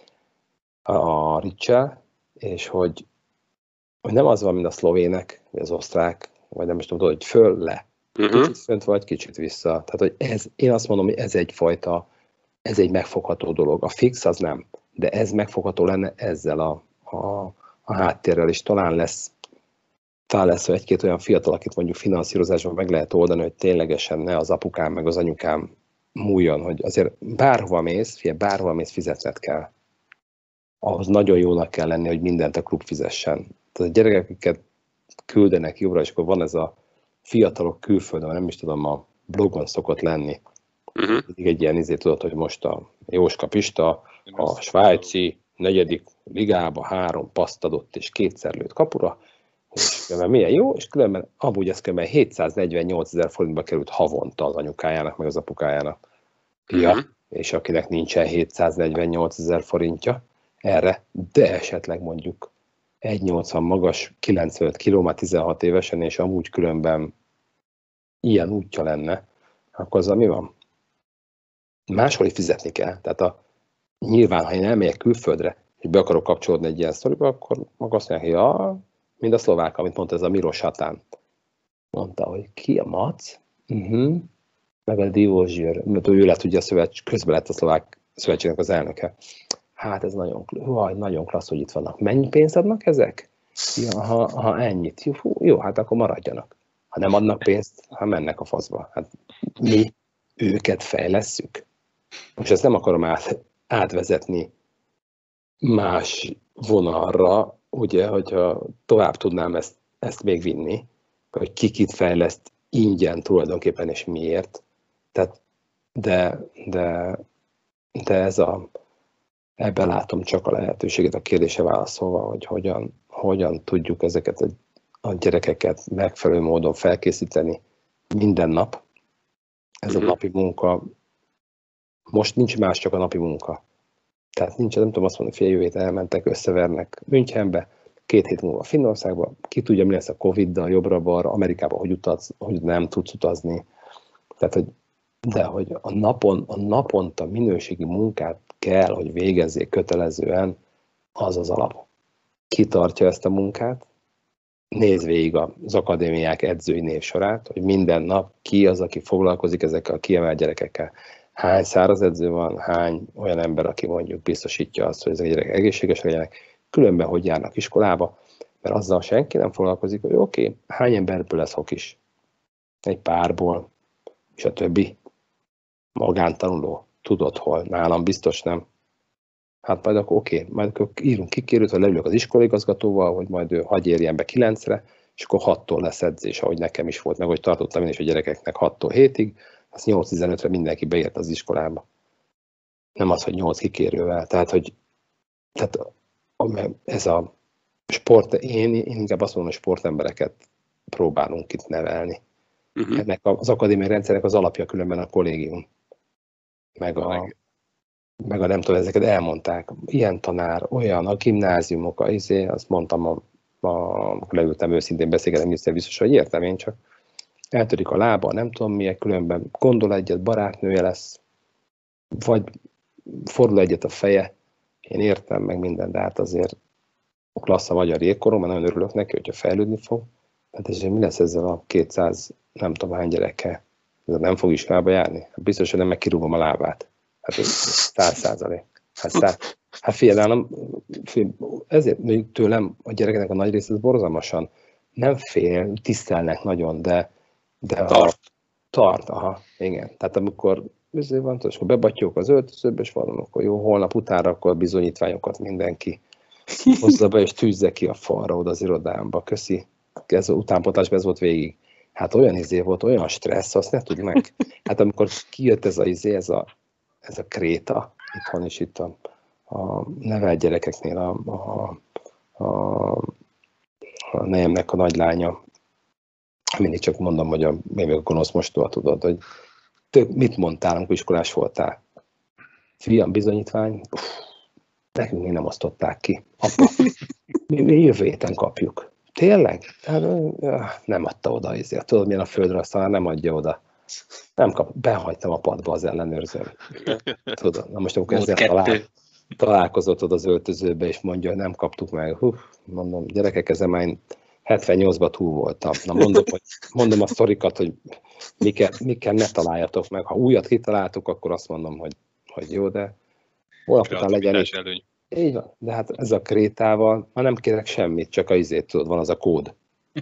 a Ricsel, és hogy, hogy nem az van, mint a szlovének, vagy az osztrák, vagy nem is tudom, hogy föl, le. Uh-huh. Kicsit fönt vagy, kicsit vissza. Tehát, hogy ez, én azt mondom, hogy ez egyfajta, ez egy megfogható dolog. A fix az nem, de ez megfogható lenne ezzel a, a, a háttérrel, és talán lesz, talán lesz egy-két olyan fiatal, akit mondjuk finanszírozásban meg lehet oldani, hogy ténylegesen ne az apukám meg az anyukám múljon, hogy azért bárhova mész, figyelj, bárhova mész, fizetned kell. Ahhoz nagyon jónak kell lenni, hogy mindent a klub fizessen. Tehát a gyerekeket küldenek jobbra, és akkor van ez a fiatalok külföldön, nem is tudom, a blogon szokott lenni. Uh-huh. Egy ilyen izé tudod, hogy most a Jóska Pista a svájci negyedik ligába három paszt adott, és kétszer lőtt kapura, és különben milyen jó, és különben amúgy ez különben hétszáznegyvennyolcezer forintba került havonta az anyukájának, meg az apukájának. Uh-huh. Ja, és akinek nincsen hétszáznegyvennyolcezer forintja erre, de esetleg mondjuk egy nyolcvan magas, kilencvenöt kiló, már tizenhat évesen, és amúgy különben ilyen útja lenne, akkor azzal mi van? Máshol is fizetni kell. Tehát a, nyilván, ha én elmegyek külföldre, és be akarok kapcsolódni egy ilyen sztoriba, akkor maga azt mondják, hogy ja, mind a szlovák, amit mondta ez a Miros Hatán. Mondta, hogy ki a Mac? Uh-huh. Meg a Diózsőr, mert ő lett ugye a szövetség, közben lett a szlovák szövetségnek az elnöke. Hát ez nagyon, vaj, nagyon klassz, hogy itt vannak. Mennyi pénzt adnak ezek? Ja, ha, ha ennyit. Jó, jó, hát akkor maradjanak. Ha nem adnak pénzt, ha mennek a faszba. Hát mi őket fejlesszük. Most ezt nem akarom át, átvezetni más vonalra, ugye, hogyha tovább tudnám ezt, ezt még vinni, hogy ki kit fejleszt ingyen tulajdonképpen, és miért. Tehát, de, de, de ez a ebben látom csak a lehetőséget a kérdése válaszolva, hogy hogyan, hogyan tudjuk ezeket a, a gyerekeket megfelelő módon felkészíteni minden nap. Ez a napi munka, most nincs más, csak a napi munka. Tehát nincs, nem tudom azt mondani, fél jövő héten elmentek, összevernek Münchenbe, két hét múlva Finnországban, ki tudja, mi lesz a Covid-dal, jobbra-balra, Amerikában, hogy utaz, hogy nem tudsz utazni. Tehát, hogy, de hogy a, napon, a naponta minőségi munkát kell, hogy végezzék kötelezően, az az alap. Ki tartja ezt a munkát? Nézd végig az akadémiák edzői névsorát, hogy minden nap ki az, aki foglalkozik ezekkel a kiemelt gyerekekkel. Hány száraz edző van, hány olyan ember, aki mondjuk biztosítja azt, hogy ezek a gyerekek egészségesek legyenek, különben hogy járnak iskolába, mert azzal senki nem foglalkozik, hogy oké, okay, hány emberből lesz hokis? Egy párból, és a többi magántanuló. Tudod hol? Nálam biztos nem. Hát majd akkor oké, okay, majd akkor írunk kikérőt, hogy leülök az iskolaigazgatóval, hogy majd ő hagyj érjen be kilencre, és akkor hattól lesz edzés, ahogy nekem is volt, meg hogy tartottam én is a gyerekeknek hattól hétig, az nyolc tizenötre mindenki beért az iskolába. Nem az, hogy nyolc kikérővel. Tehát, hogy tehát ez a sport, én, én inkább azt mondom, hogy sportembereket próbálunk itt nevelni. Uh-huh. Ennek az akadémiai rendszernek az alapja különben a kollégium. Meg a, meg a nem tudom, ezeket elmondták. Ilyen tanár, olyan, a gimnáziumok, a izé, azt mondtam, a, a, amikor leültem őszintén beszélgetni, hiszen biztos, hogy értem én csak. Eltörik a lába, nem tudom milyen, különben gondol egyet, barátnője lesz, vagy fordul egyet a feje. Én értem meg minden, de hát azért klassz a magyar jégkorom, mert nagyon örülök neki, hogyha fejlődni fog. Hát és mi lesz ezzel a kétszáz nem tudom hány gyerekkel? Ez nem fog iskolába járni? Biztos, hogy nem meg kirúgom a lábát. Hát ez száz százalék. Hát, száz. Hát figyelj, nálam, ezért még tőlem a gyerekeknek a nagy része borzalmasan nem fél, tisztelnek nagyon, de, de a, tart. Tart, aha, igen. Tehát amikor ezért van, és akkor bebattyók az öltözőbe, és valami, akkor jó, holnap utána akkor a bizonyítványokat mindenki hozza be, és tűzze ki a falra oda az irodámba. Köszi. Ez utánpótlásban ez volt végig. Hát olyan izé volt, olyan stressz, azt ne tudd meg. Hát amikor kijött ez a izé, ez a, ez a kréta, itthon is itt a, a nevelt gyerekeknél a, a, a, a nejemnek a nagylánya, mindig csak mondom, hogy a, még a gonosz mostóa tudod, hogy tök, mit mondtál, amikor iskolás voltál? Fiam, bizonyítvány, uff, nekünk még nem osztották ki. Apa, mi, mi jövő héten kapjuk. Tényleg? Nem adta oda ezért. Tudod, milyen a földre, aztán nem adja oda. Nem kap, behagytam a padba az ellenőrzőn. Tudod, na most amikor ezzel talál, találkozott oda az öltözőbe, és mondja, hogy nem kaptuk meg. Hú, mondom, gyerekek, ezen már hetvennyolcban túl voltam. Na mondom, hogy, mondom a sztorikat, hogy miket, miket ne találjatok meg. Ha újat kitaláltuk, akkor azt mondom, hogy, hogy jó, de holnap után legyen is. Előny. Így van, de hát ez a krétával, már nem kérek semmit, csak a izét, tudod, van az a kód.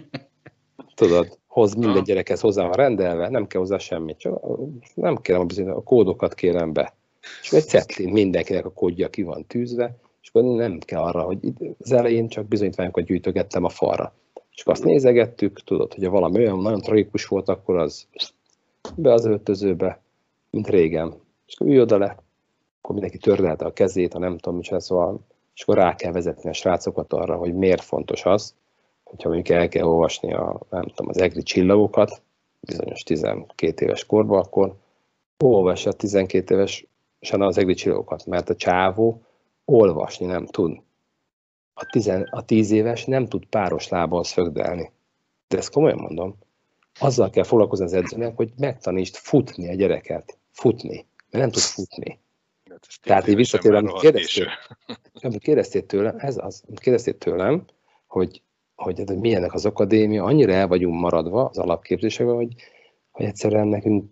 Tudod, hoz minden gyerekhez hozzá van rendelve, nem kell hozzá semmit, csak nem kérem a bizony, a kódokat kérem be. És egy cetlin mindenkinek a kódja ki van tűzve, és akkor nem kell arra, hogy az elején csak bizonyítványokat gyűjtögettem a falra. És akkor azt nézegettük, tudod, hogyha valami olyan nagyon tragikus volt, akkor az be az öltözőbe, mint régen. És akkor ülj oda le, akkor mindenki tördelte a kezét, ha nem tudom micsoda, szóval, és akkor rá kell vezetni a srácokat arra, hogy miért fontos az, hogyha mondjuk el kell olvasni a, nem tudom, az egri csillagokat, bizonyos tizenkét éves korban, akkor olvassa tizenkét évesen az egri csillagokat, mert a csávó olvasni nem tud. A, tizen, a tíz éves nem tud páros lábbal szögdelni. De ezt komolyan mondom. Azzal kell foglalkozni az edzőnek, hogy megtanítsd futni a gyereket. Futni. Mert nem tud futni. Tehát így visszatérve, amit kérdeztél, amit kérdeztél tőlem, ez az, amit kérdeztél tőlem, hogy, hogy, hogy milyenek az akadémia, annyira el vagyunk maradva az alapképzésekben, hogy, hogy egyszerűen nekünk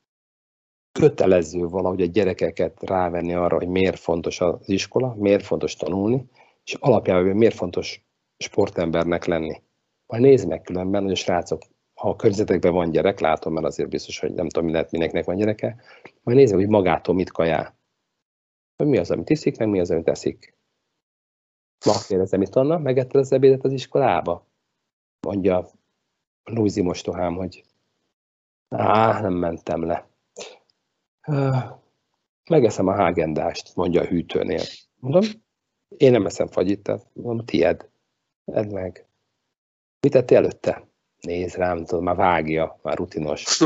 kötelező valahogy a gyerekeket rávenni arra, hogy miért fontos az iskola, miért fontos tanulni, és alapjában miért fontos sportembernek lenni. Majd nézd meg különben, hogy a srácok, ha a környezetekben van gyerek, látom, mert azért biztos, hogy nem tudom, mindenkinek van gyereke, majd nézd meg, hogy magától mit kajál. Hogy mi az, amit iszik, meg mi az, amit eszik. Ma kérdezem itt Anna, megetted az ebédet az iskolába? Mondja Lúzi mostohám, hogy á, nem mentem le. Megeszem a hágendást, mondja a hűtőnél. Mondom, én nem eszem fagyit, tehát mondom, tied. Edd meg. Mit tettél előtte? Nézd rám, tudom, már vágja, már rutinos.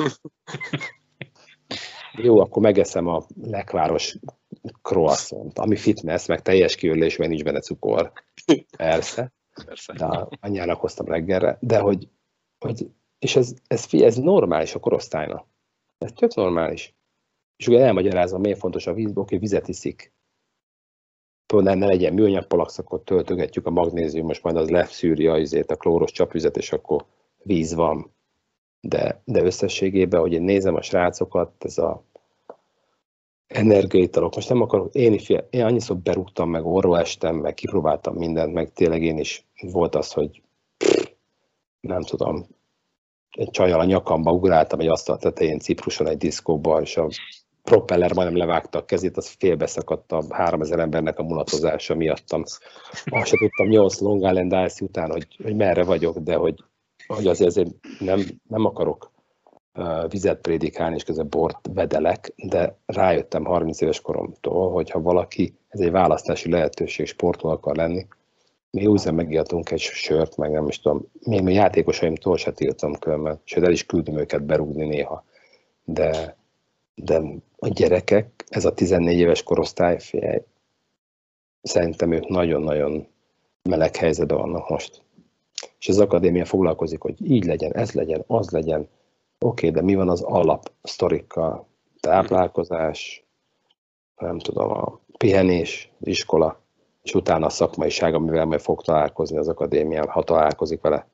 Jó, akkor megeszem a lekváros croissant, ami fitness, meg teljes kiörlés, mert nincs benne cukor. Persze. Persze. De anyjának hoztam reggelre, de hogy, hogy és ez, ez, ez normális a korosztálynak. Ez tök normális. És ugye elmagyarázom, miért fontos a vízból, hogy vizet iszik. Például ne legyen műanyag palakszakot, töltögetjük a magnéziumos, majd az leszűri azért a klóros csapvizet, és akkor víz van. De, de összességében, hogy én nézem a srácokat, ez a energiaitalok, most nem akarok, én is én annyiszor berúgtam, meg orról estem, meg kipróbáltam mindent, meg tényleg én is volt az, hogy pff, nem tudom, egy csajjal a nyakamba ugráltam egy asztal tetején Cipruson egy diszkóba, és a propeller majdnem levágta a kezét, az félbeszakadt a háromezer embernek a mulatozása miattam. Azt se tudtam nyolc Long Island Ice után, hogy, hogy merre vagyok, de hogy, hogy azért, azért nem, nem akarok uh, vizet prédikálni, és közben bort vedelek, de rájöttem harminc éves koromtól, hogyha valaki, ez egy választási lehetőség, sportoló akar lenni, mi újra megijatunk egy sört, meg nem is tudom, még a játékosaimtól se tiltom különben, sőt el is küldöm őket berúgni néha. De, de a gyerekek, ez a tizennégy éves korosztály, figyelj, szerintem ők nagyon-nagyon meleg helyzetben vannak most. És az akadémia foglalkozik, hogy így legyen, ez legyen, az legyen. Oké, okay, de mi van az alapsztorikkal? Táplálkozás, nem tudom, a pihenés, iskola, és utána a szakmaiság, amivel majd fog találkozni az akadémián, ha találkozik vele.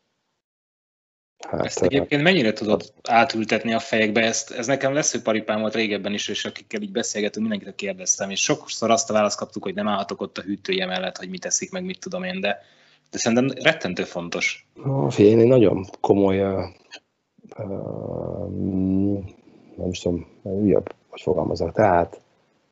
Hát, ezt egyébként mennyire tudod átültetni a fejekbe? Ezt, ez nekem veszőparipám volt régebben is, és akikkel így beszélgetünk, mindenkit kérdeztem, és sokszor azt a választ kaptuk, hogy nem állhatok ott a hűtője mellett, hogy mit teszik, meg mit tudom én, de, de szerintem rettentő fontos. No, figyelj, én nagyon komoly, uh, uh, nem is tudom, újabb, hogy fogalmazok. Tehát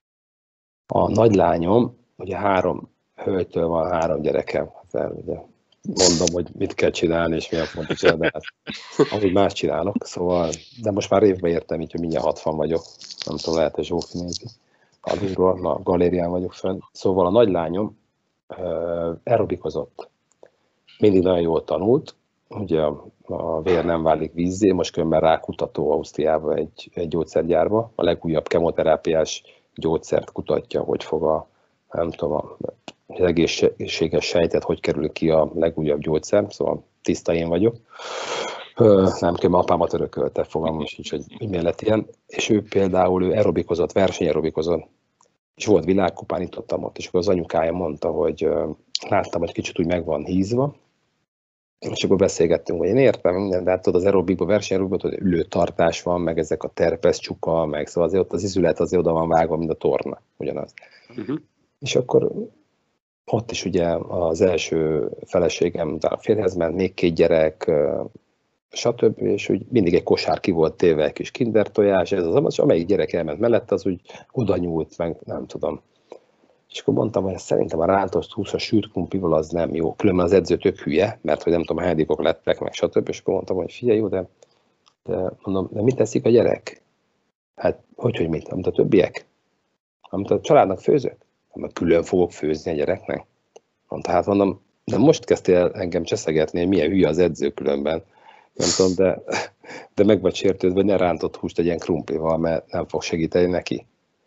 a nagylányom, ugye három hölgytől van három gyerekem, hát ugye mondom, hogy mit kell csinálni, és milyen fontos, de hát amúgy más csinálok, szóval, de most már évbe értem, így, hogy mindjárt hatvan vagyok, nem tudom, lehet, hogy Zsófi nézi, alulról, a galérián vagyok fönn. Szóval a nagylányom uh, aerobikozott, mindig nagyon jól tanult, ugye a, a vér nem válik vízzé, most különben rákutató Ausztriába egy, egy gyógyszergyárba, a legújabb kemoterápiás gyógyszert kutatja, hogy fog a, nem tudom, az egészséges sejtet, hogy kerül ki a legújabb gyógyszer, szóval tiszta én vagyok. Nem kell, mert apámat örökölte, fogalmam sincs, hogy miért lett ilyen. És ő például ő aerobikozott, versenyaerobikozott, és volt világkupán, itt ott, ott, és akkor az anyukája mondta, hogy láttam, hogy kicsit úgy meg van hízva, és akkor beszélgettünk, hogy én értem minden, de hát tudod, az aerobikban, versenyaerobikban ülőtartás van, meg ezek a terpesz csuka, meg szóval azért ott az izület azért oda van vágva, mint a torna, ugyanaz. Uh-huh. És akkor ott is ugye az első feleségem a férjhez ment, még két gyerek, stb. És úgy mindig egy kosár ki volt téve, egy kis kinder tojás, ez az, az, amelyik gyerek elment mellett, az úgy oda nyúlt, meg nem tudom. És akkor mondtam, hogy szerintem a rántott húszas sült krumplival az nem jó. Különben az edző tök hülye, mert hogy nem tudom, hányadikok lettek, meg stb. És akkor mondtam, hogy figyelj, jó, de, de mondom, de mit teszik a gyerek? Hát, hogy, hogy mit? Amit a többiek? Amit a családnak főzök? Mert külön fogok főzni a gyereknek. Mondta, hát mondom, de most kezdtél engem cseszegetni, hogy milyen hülye az edző különben. Nem tudom, de, de meg vagy sértődve, hogy ne rántott húst tegyen krumplival, mert nem fog segíteni neki.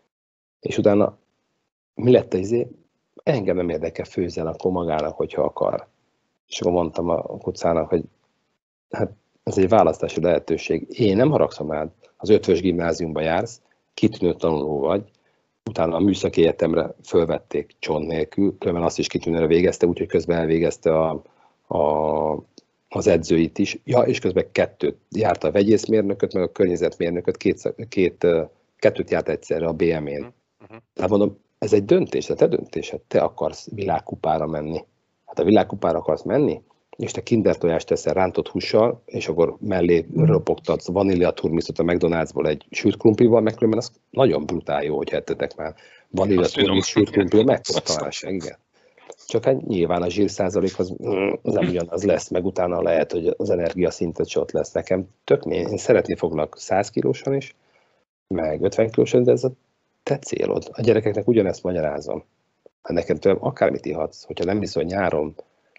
És utána mi lett izé? Engem nem érdekel, főzzen akkor magának, hogyha akar. És akkor mondtam a kucának, hogy hát ez egy választási lehetőség. Én nem haragszom rád, az ötvös gimnáziumba jársz, kitűnő tanuló vagy, utána a műszaki egyetemre fölvették csont nélkül, különben azt is kitűnőre végezte, úgyhogy közben elvégezte a, a, az edzőit is. Ja, és közben kettőt járta a vegyészmérnököt, meg a környezetmérnököt, két, két, kettőt járt egyszerre a bé em én. Uh-huh. Tehát mondom, ez egy döntés, a te döntésed, te akarsz világkupára menni. Hát a világkupára akarsz menni, és te kinder tojást teszel rántott hússal, és akkor mellé ropogtatsz vanília turmisztot a McDonald'sból egy sült krumplival, meg különben az nagyon brutál jó, hogy ettetek már vanília turmisz sült krumplival, mekkora találság, igen. Csak hát nyilván a zsírszázalék az nem ugyanaz lesz, meg utána lehet, hogy az energiaszintet se ott lesz nekem. Tök én, én szeretni foglak száz kilósan is, meg ötven kilósan, de ez a te célod. A gyerekeknek ugyanezt magyarázom. Ha nekem tőlem akármit ihatsz, hogyha nem viszol nyáron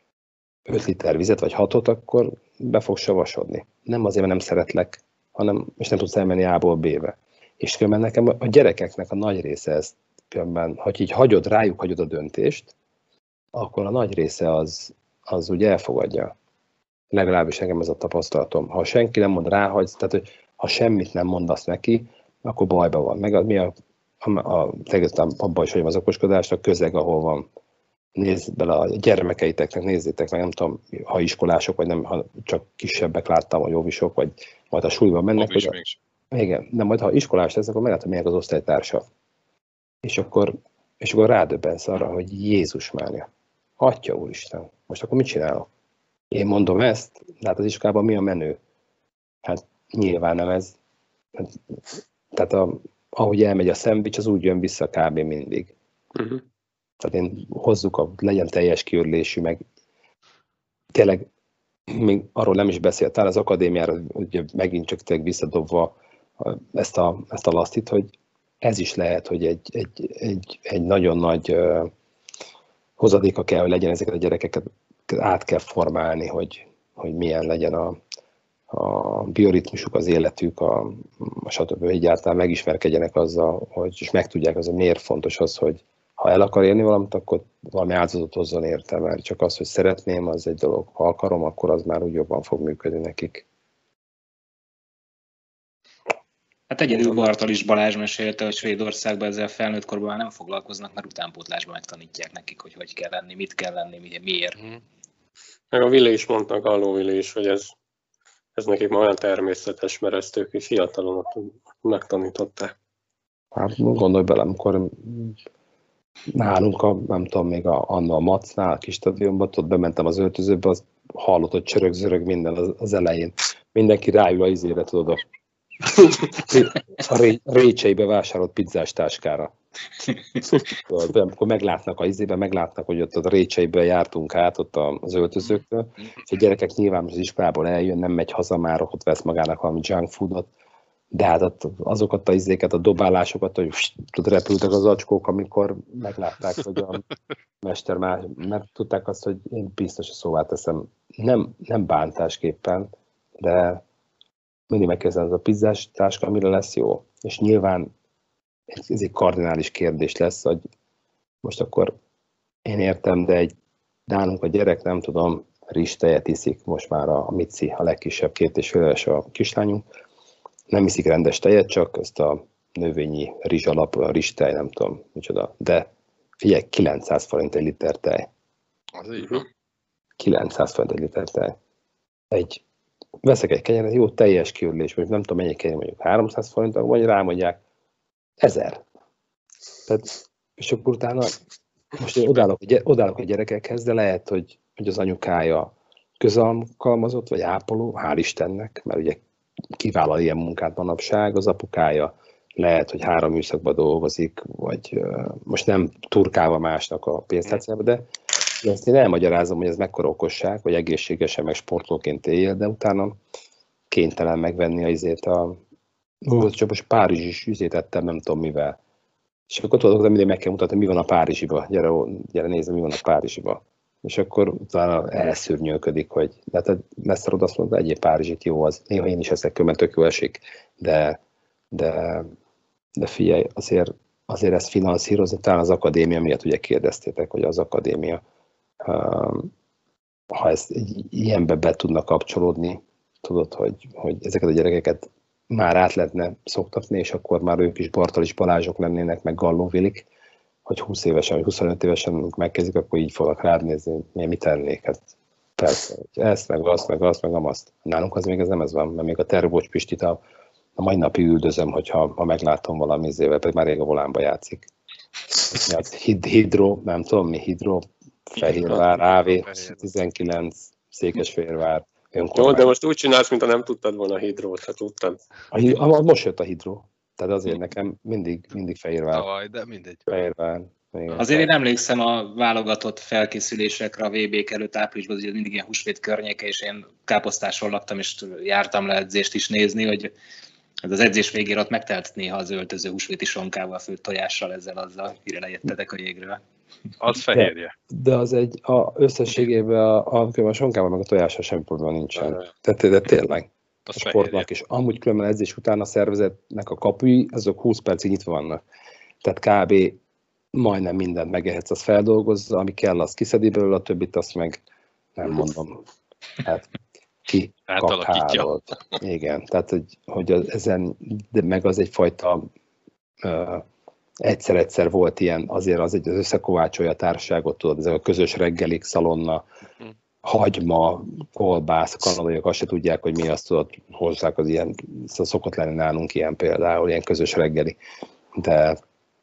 öt liter vizet vagy hatot, akkor be fog savasodni. Nem azért, mert nem szeretlek, hanem és nem tudsz elmenni A-ból B-be. És különben nekem a gyerekeknek a nagy része ez, különben, hogy így hagyod, rájuk hagyod a döntést, akkor a nagy része az, az úgy elfogadja. Legalábbis nekem ez a tapasztalatom. Ha senki nem mond, ráhagysz, tehát hogy ha semmit nem mondasz neki, akkor bajba van. Meg mi a, a, a abban is, hogy az okoskodás, a közeg, ahol van. Nézd bele a gyermekeiteknek, nézzétek meg, nem tudom, ha iskolások, vagy nem, ha csak kisebbek láttam, vagy óvisok, vagy majd a suliban mennek. Óvis hogy a, igen, de majd ha iskolás lesz, akkor meglátod, milyen az osztálytársa. És akkor, és akkor rádöbbensz arra, hogy Jézus Mária, Atya Úristen, most akkor mit csinálok? Én mondom ezt, de hát az iskolában mi a menő? Hát nyilván nem ez. Hát, tehát a, ahogy elmegy a szendvics, az úgy jön vissza kb. Mindig. Uh-huh. Tehát én hozzuk, a, legyen teljes kiörlésű, meg tényleg még arról nem is beszéltál, az akadémiára ugye megint csak tényleg visszadobva ezt a, ezt a lasztit, hogy ez is lehet, hogy egy, egy, egy, egy nagyon nagy uh, hozadéka kell, hogy legyen ezeket a gyerekeket, át kell formálni, hogy, hogy milyen legyen a, a bioritmusuk, az életük, a, a stb. Egyáltalán megismerkedjenek azzal, hogy, és megtudják az, hogy miért fontos az, hogy ha el akar élni valamit, akkor valami áldozatot hozzon érte, mert csak az, hogy szeretném, az egy dolog. Ha akarom, akkor az már úgy jobban fog működni nekik. Hát egyedül Bartalis Balázs mesélte, hogy Svédországban ezzel felnőtt korban már nem foglalkoznak, mert utánpótlásban megtanítják nekik, hogy hogy kell lenni, mit kell lenni, miért. Meg a Vili is mondtak, Galló Vili is, hogy ez, ez nekik már olyan természetes, mert ezt ők is fiatalon megtanították. Hát gondolj bele, amikor nálunk, a, nem tudom, még a, Anna a Macnál, a kis stadionban, ott bementem az öltözőbe, az hallott, hogy csörög-zörög minden az, az elején. Mindenki ráül a izére, tudod, a, a ré, récseibe vásárolt pizzás táskára. Amikor meglátnak a izébe, meglátnak, hogy ott a récseibe jártunk át ott az öltözőktől, és a gyerekek nyilván az iskolából eljön, nem megy haza, már ott vesz magának valami junk foodot, de hát azokat a izéket, a dobálásokat, hogy tudod, repültek az acskók, amikor meglátták, hogy a mester már, mert tudták azt, hogy én biztos a szóvá teszem, nem, nem bántásképpen, de mindig megkérdezem, ez a pizzás táska, mire lesz jó? És nyilván ez egy kardinális kérdés lesz, hogy most akkor én értem, de egy nálunk a gyerek, nem tudom, rizstejet iszik, most már a Mici, a legkisebb, két és fél éves a kislányunk, nem iszik rendes tejet, csak ezt a növényi rizsalap, a rizstej, nem tudom micsoda, de figyelj, kilencszáz forint egy liter tej. Az így van. kilencszáz forint egy liter tej. Egy, veszek egy kenyeret, jó teljes kiürlés, most nem tudom mennyi kenyér, mondjuk háromszáz forint, vagy rámondják ezer. Tehát, és akkor utána, most én odállok, odállok a gyerekekhez, de lehet, hogy, hogy az anyukája közalkalmazott, vagy ápoló, hál' Istennek, mert ugye kivállal ilyen munkát manapság, az apukája lehet, hogy három műszakban dolgozik, vagy uh, most nem turkálva másnak a pénztárcába, de ezt én elmagyarázom, hogy ez mekkora okosság, hogy egészségesen, meg sportolóként éljél, de utána kénytelen megvenni a izét a... Ó, csak most Párizs üzét ettem, nem tudom mivel. És akkor tudod, mindig meg kell mutatni, mi van a Párizsiba. Gyere, gyere nézd, mi van a Párizsiba. És akkor utána elszörnyölködik, hogy de hát Leszarod azt mondta, egyéb Párizsit jó az. Néha én is eszek, mert tök jó esik, de, de, de figyelj, azért, azért ezt finanszírozni, talán az akadémia miatt ugye kérdeztétek, hogy az akadémia, ha ezt ilyenbe be tudnak kapcsolódni, tudod, hogy, hogy ezeket a gyerekeket már át lehetne szoktatni, és akkor már ők is Bartalis Balázsok lennének, meg Galló Vilik, hogy húsz évesen, vagy huszonöt évesen megkezdik, akkor így fognak rád nézni, hogy mit tennék. Hát persze, hogy ezt, meg azt, meg azt, meg azt. Nálunk az még ez nem ez van, mert még a Terbocs Pistit a, a mai napig üldözöm, hogyha ha meglátom valami izével, pedig már rég a volánba játszik. Hid, hidro, nem tudom mi, Hidro, Fehérvár, á vé tizenkilenc, Székesfehérvár. Jó, de most úgy csinálsz, mintha nem tudtad volna a Hidrót, ha tudtad. A, a, most jött a Hidro. Tehát azért nekem mindig, mindig Fehérvár. Tavaly, de mindegy. Fehérvár. Igen. Azért én emlékszem a válogatott felkészülésekre a vé bék előtt áprilisban, hogy mindig ilyen húsvét környéke, és én káposztáson laktam, és jártam le edzést is nézni, hogy az edzés végére ott megtelt néha az öltöző húsvéti sonkával, főtt tojással, ezzel azzal, mire lejöttetek a jégről. Az fehérje. De, de az egy, a összességében a, a, a sonkával meg a tojással semmi probléma nincsen. Tehát de tényleg. A sportnak is. Amúgy különben edzés után a szervezetnek a kapui, azok húsz percig nyitva vannak. Tehát kb. Majdnem mindent megehetsz, azt feldolgozza, ami kell, azt kiszedi belőle, a többit azt meg, nem mondom, hát ki Átalakítja. kapálod. Igen, tehát hogy, hogy az, ezen, de meg az egyfajta uh, egyszer-egyszer volt ilyen, azért az egy az összekovácsolja a társaságot, tudod, ezek a közös reggelik, szalonna, hagyma, kolbász, a kanadaiak azt se tudják, hogy mi azt tudod, hozzák az ilyen, szóval szokott lenni nálunk ilyen például, ilyen közös reggeli. De,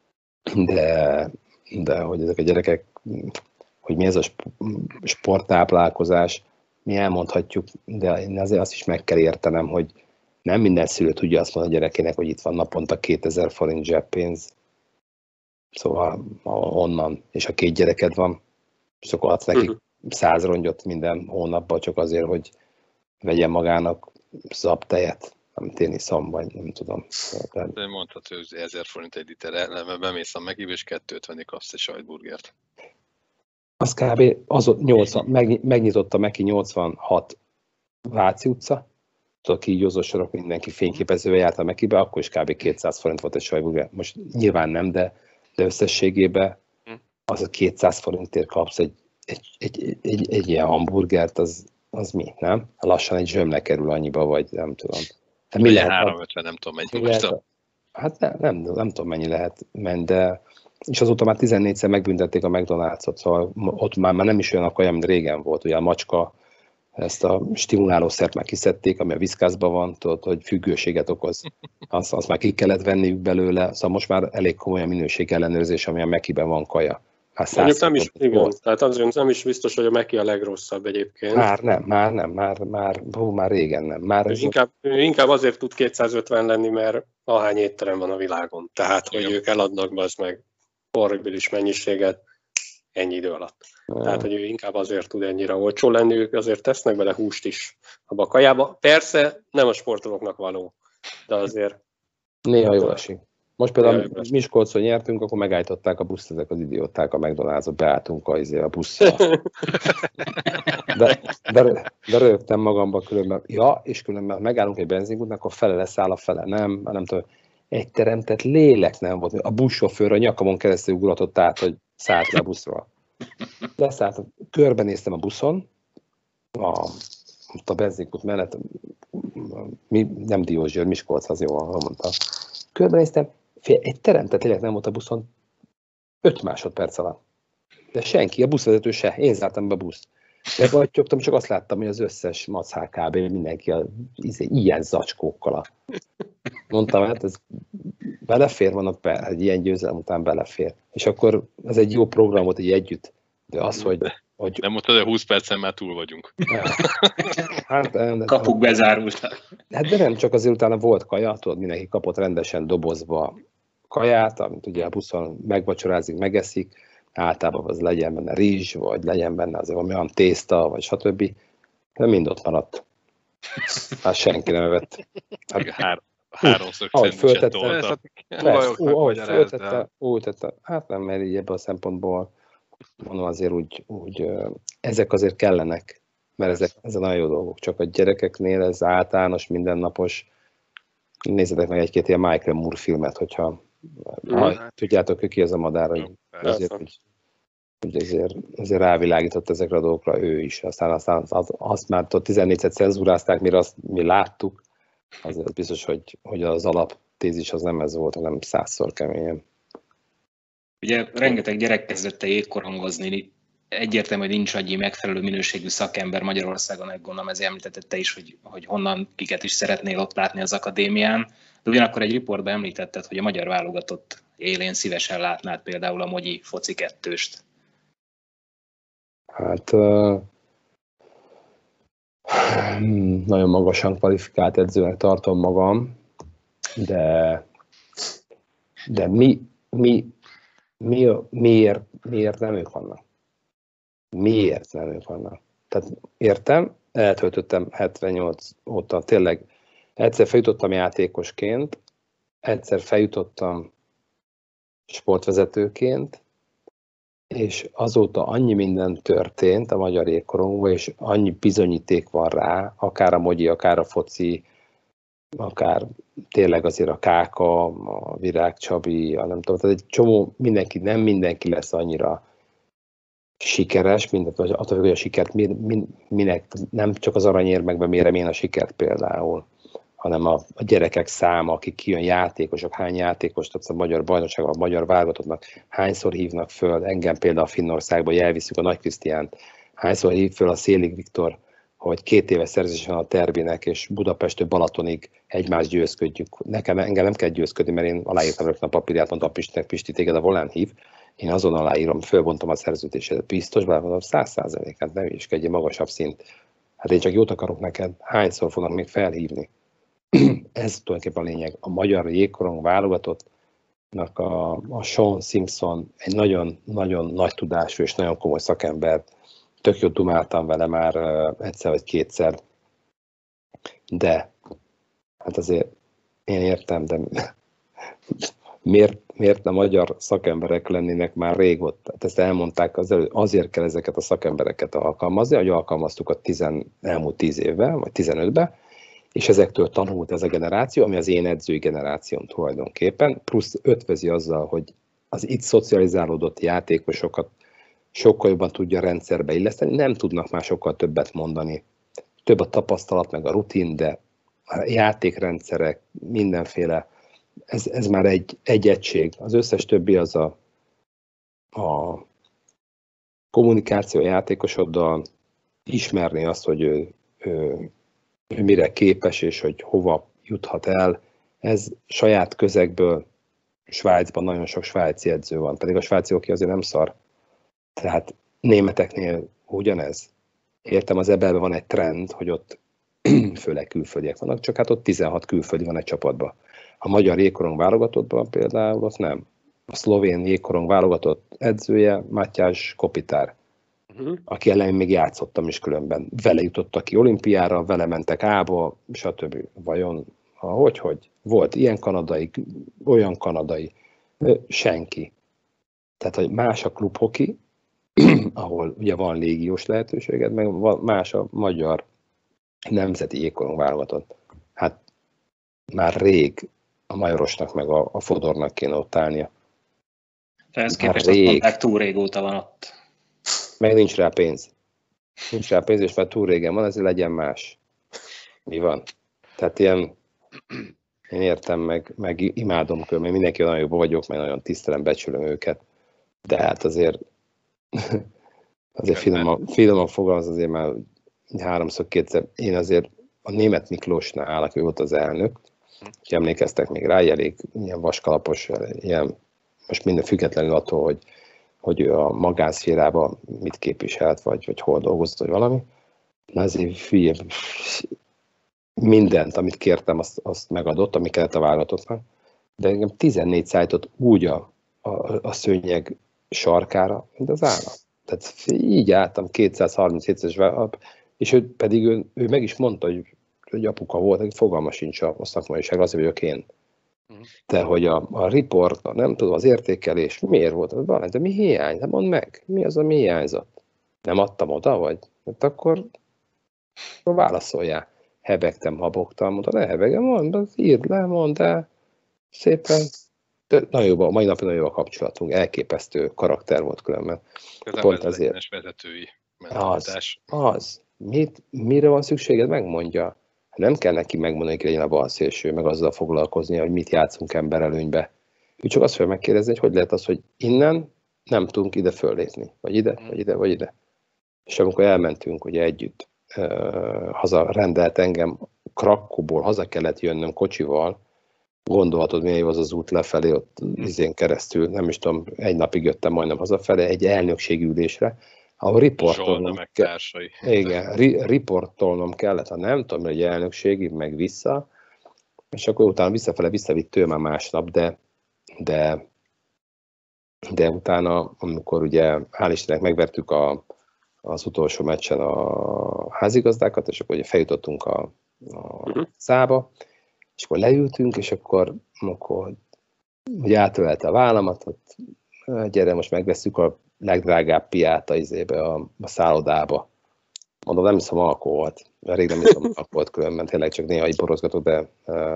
de, de hogy ezek a gyerekek, hogy mi ez a sporttáplálkozás, mi elmondhatjuk, de én azért azt is meg kell értenem, hogy nem minden szülő tudja azt mondani a gyerekének, hogy itt van naponta kétezer forint zseppénz. Szóval onnan, és a két gyereked van, és akkor adsz nekik száz rongyot minden hónapban, csak azért, hogy vegyen magának zabtejet, amit én iszom, vagy nem tudom. De mondhatod, hogy ezer forint egy liter, mert bemész a Megibe, és kettő ötvenig kapsz egy sajtburgert. Az kb. Az nyolcvan, meg, megnyitott a Meki nyolcvanhat Váci utca, tudod, kígyózó sorok, mindenki fényképezővel járt a Mekibe, akkor is kb. kétszáz forint volt egy sajtburger. Most nyilván nem, de, de összességében az a kétszáz forintért kapsz egy, egy, egy, egy, egy ilyen hamburgert, az, az mi, nem? Lassan egy zsömle kerül annyiba, vagy nem tudom. Hát mi lehet? háromszázötven, nem tudom, mennyi most a... Hát nem, nem, nem tudom, mennyi lehet menni, de és azóta már tizennégyszer megbüntették a McDonald's-ot, szóval ott már, már nem is olyan a kaja, mint régen volt. Ugye a macska, ezt a stimulálószert már kiszedték, ami a viszkászban van, tudod, hogy függőséget okoz. Azt, azt már ki kellett venniük belőle, szóval most már elég komoly a minőség ellenőrzés, ami a Mekiben van kaja. Mondjuk nem is, igen, tehát azért nem is biztos, hogy a Meki a legrosszabb egyébként. Már nem, már nem, már, már, hú, már régen nem. Már ez inkább, inkább azért tud kétszázötven lenni, mert ahány étterem van a világon. Tehát, hogy igen, ők eladnak be az meg horribilis mennyiséget ennyi idő alatt. Ja. Tehát, hogy ő inkább azért tud ennyire olcsó lenni, ők azért tesznek bele húst is abba a kajába. Persze nem a sportolóknak való, de azért... Néha jól esik. Most például Miskolcon nyertünk, akkor megállították a buszt, ezek az idióták a McDonald's-ot, beálltunk a, a busszal. De, de, de rögtem magamba különben. Ja, és különben megállunk egy benzinkútnak, akkor fele leszáll, a fele nem, nem tudom. Egy teremtett lélek nem volt. A buszsofőr a nyakamon keresztül ugratott át, hogy szállt le a buszról. Leszállt, körbenéztem a buszon, a, a benzinkút mellett, mi, nem Diósgyőr, Miskolc, az jól mondta. Körbenéztem, fél, egy teremtett lélek nem volt a buszon öt másodperc alatt. De senki, a buszvezető se, én zártam be a buszt. De vagyoktam, csak azt láttam, hogy az összes macák kb. Mindenki a, ilyen zacskókkal. A... Mondtam, hát ez belefér, vannak be, egy ilyen győzelem után belefér. És akkor ez egy jó program volt, így együtt. De az, hogy... hogy... Nem mondtad, hogy húsz percen már túl vagyunk. Hát, de, kapuk bezárultak. Hát de nem, csak azért utána volt kaja, tudod, mindenki kapott rendesen dobozba kaját, amit ugye a buszon megvacsorázik, megeszik. Általában az legyen benne rizs, vagy legyen benne azért olyan tészta, vagy stb. De mind ott maradt. Hát senki nem evett. Hát, Hár, háromszor szendvicset tolta. Ahogy föltette, úgy tette. Hát nem, mert így ebből a szempontból mondom azért úgy, úgy ezek azért kellenek, mert ezek, ezek nagyon jó dolgok. Csak a gyerekeknél ez általános, mindennapos. Nézzetek meg egy-két ilyen Michael Moore filmet, hogyha ha, tudjátok, hogy ki az a madár, hogy azért, hogy, hogy azért, azért rávilágított ezekre a dolgokra ő is. Aztán, aztán az, azt már tizennégyszer cenzúrázták, mire azt mi láttuk, azért biztos, hogy, hogy az alaptézis az nem ez volt, hanem százszor keményen. Ugye rengeteg gyerek kezdett el jégkorongozni, egyértelmű, hogy nincs annyi megfelelő minőségű szakember Magyarországon, gondolom ezért említetted te is, hogy, hogy honnan, kiket is szeretnél ott látni az akadémián. De ugyanakkor egy riportban említetted, hogy a magyar válogatott élén szívesen látnád például a Mogyi foci kettőst. Hát uh, nagyon magasan kvalifikált edzőnek tartom magam, de, de mi, mi, mi, miért, miért nem ők vannak? Miért nem ők vannak? Tehát értem, eltöltöttem hetvennyolc óta, tényleg egyszer feljutottam játékosként, egyszer feljutottam sportvezetőként, és azóta annyi minden történt a magyar jégkorongban, és annyi bizonyíték van rá, akár a Mogyi, akár a foci, akár tényleg azért a Káka, a Virág Csabi, a nem tudom, tehát egy csomó mindenki, nem mindenki lesz annyira sikeres, mindent, attól, hogy a sikert minek, nem csak az aranyérmekben mérem én a sikert például, hanem a, a gyerekek száma, akik kijön játékosok, hány játékos, tehát a magyar bajnokságban, a magyar válogatottnak hányszor hívnak föl, engem például a Finnországba, hogy elviszük a Nagy Krisztiánt, hányszor hív föl a Szélig Viktor, hogy két éves szerzés van a Terbinek, és Budapestől Balatonig egymást győzködjük. Nekem engem nem kell győzködni, mert én aláírtam rögtön a papírját, mondtam Pistinek, Pisti, téged a volán hív, én azon aláírom, fölbontom a szerződését, biztos, bár mondom, száz százalékát, nem is egy magasabb szint. Hát én csak jót akarok neked, hányszor fognak még felhívni? Ez tulajdonképpen a lényeg. A magyar jégkorong válogatottnak a, a Sean Simpson egy nagyon-nagyon nagy tudású és nagyon komoly szakember. Tök jót dumáltam vele már egyszer vagy kétszer. De, hát azért én értem, de miért, miért nem magyar szakemberek lennének már régóta? Hát ezt elmondták az elő, azért kell ezeket a szakembereket alkalmazni, hogy alkalmaztuk a tizen, elmúlt tíz évben, vagy tizenötben, és ezektől tanult ez a generáció, ami az én edzői generációm tulajdonképpen, plusz ötvözi azzal, hogy az itt szocializálódott játékosokat sokkal jobban tudja a rendszerbe illeszteni, nem tudnak már sokkal többet mondani. Több a tapasztalat, meg a rutin, de a játékrendszerek, mindenféle, ez, ez már egy, egy egység. Az összes többi az a, a kommunikáció a játékosoddal, ismerni azt, hogy ő, ő ő mire képes, és hogy hova juthat el. Ez saját közegből, Svájcban nagyon sok svájci edző van, pedig a svájci oké azért nem szar. Tehát németeknél ugyanez. Értem, az ebben van egy trend, hogy ott főleg külföldiek vannak, csak hát ott tizenhat külföldi van egy csapatban. A magyar jégkorong válogatottban például ott nem. A szlovén jégkorong válogatott edzője Mátyás Kopitár, uh-huh. aki ellen még játszottam is különben. Vele jutottak ki olimpiára, vele mentek A-ba, stb. Vajon, hogy, hogy? Volt ilyen kanadai, olyan kanadai, senki. Tehát, hogy más a klubhoki, ahol ugye van légiós lehetőséged, meg más a magyar nemzeti jégkorong válogatott. Hát már rég a Majorosnak meg a, a Fodornak kéne ott állnia. Ehhez képest azt mondták, túl régóta van ott. Meg nincs rá pénz. Nincs rá pénz, és már túl régen van, ezért legyen más. Mi van? Tehát ilyen, én értem, meg, meg imádom kül, mert mindenki nagyon jó vagyok, meg nagyon tisztelem, becsülöm őket. De hát azért, azért finoman, finoman fogalmaz, azért már háromszor, kétszer. Én azért a Németh Miklósnál állok, ő volt az elnök, és emlékeztek még rá, elég ilyen vaskalapos, ilyen, most minden függetlenül attól, hogy hogy ő a magánszférában mit képviselt, vagy, vagy hol dolgozott, vagy valami. Na azért fie, mindent, amit kértem, azt, azt megadott, ami kellett a válogatottnak, de engem tizennégy szállított úgy a, a, a szőnyeg sarkára, mint az állam. Tehát így álltam kétszázharminc-hétszáz, és ő pedig ő, ő meg is mondta, hogy, hogy apuka volt, hogy fogalma sincs a szakmaiság, azért vagyok én. De hogy a, a report, nem tudom, az értékelés, miért volt az valami, de mi hiány? De mondd meg, mi az, ami hiányzott? Nem adtam oda, vagy? Hát akkor, akkor válaszoljál. Hebegtem, habogtam, mondta, ne hebegem, mondd, írd le, mondd el, szépen. De nagyon jó, a mai napon nagyon jó a kapcsolatunk, elképesztő karakter volt különben. Közben pont ezért. Vezetői mentalitás. Az, az. Mit, mire van szükséged, megmondja. Nem kell neki megmondani, hogy legyen a balszélső, meg azzal foglalkozni, hogy mit játszunk emberelőnybe. Ő csak azt fogja megkérdezni, hogy hogy lehet az, hogy innen nem tudunk ide föllépni. Vagy ide, vagy ide, vagy ide. És amikor elmentünk ugye együtt, uh, haza rendelt engem Krakóból, haza kellett jönnöm kocsival, gondolhatod, milyen jó az az út lefelé, ott izén keresztül, nem is tudom, egy napig jöttem majdnem hazafele, egy elnökségi ülésre, ahol riportolnom, ke- igen, ri- riportolnom kellett, ha nem tudom, hogy elnökségig, meg vissza, és akkor utána visszafele visszavitt tőle már másnap, de, de, de utána, amikor ugye hál' Istennek megvertük a, az utolsó meccsen a házigazdákat, és akkor ugye feljutottunk a, a szába, és akkor leültünk, és akkor, akkor ugye átölelte a vállamat, hogy gyere, most megveszünk a legdrágább piát a izébe, a, a szállodába. Mondom, nem hiszem, alkohol volt. Rég nem hiszem, alkohol volt különben, tényleg csak néha így borozgatok, de,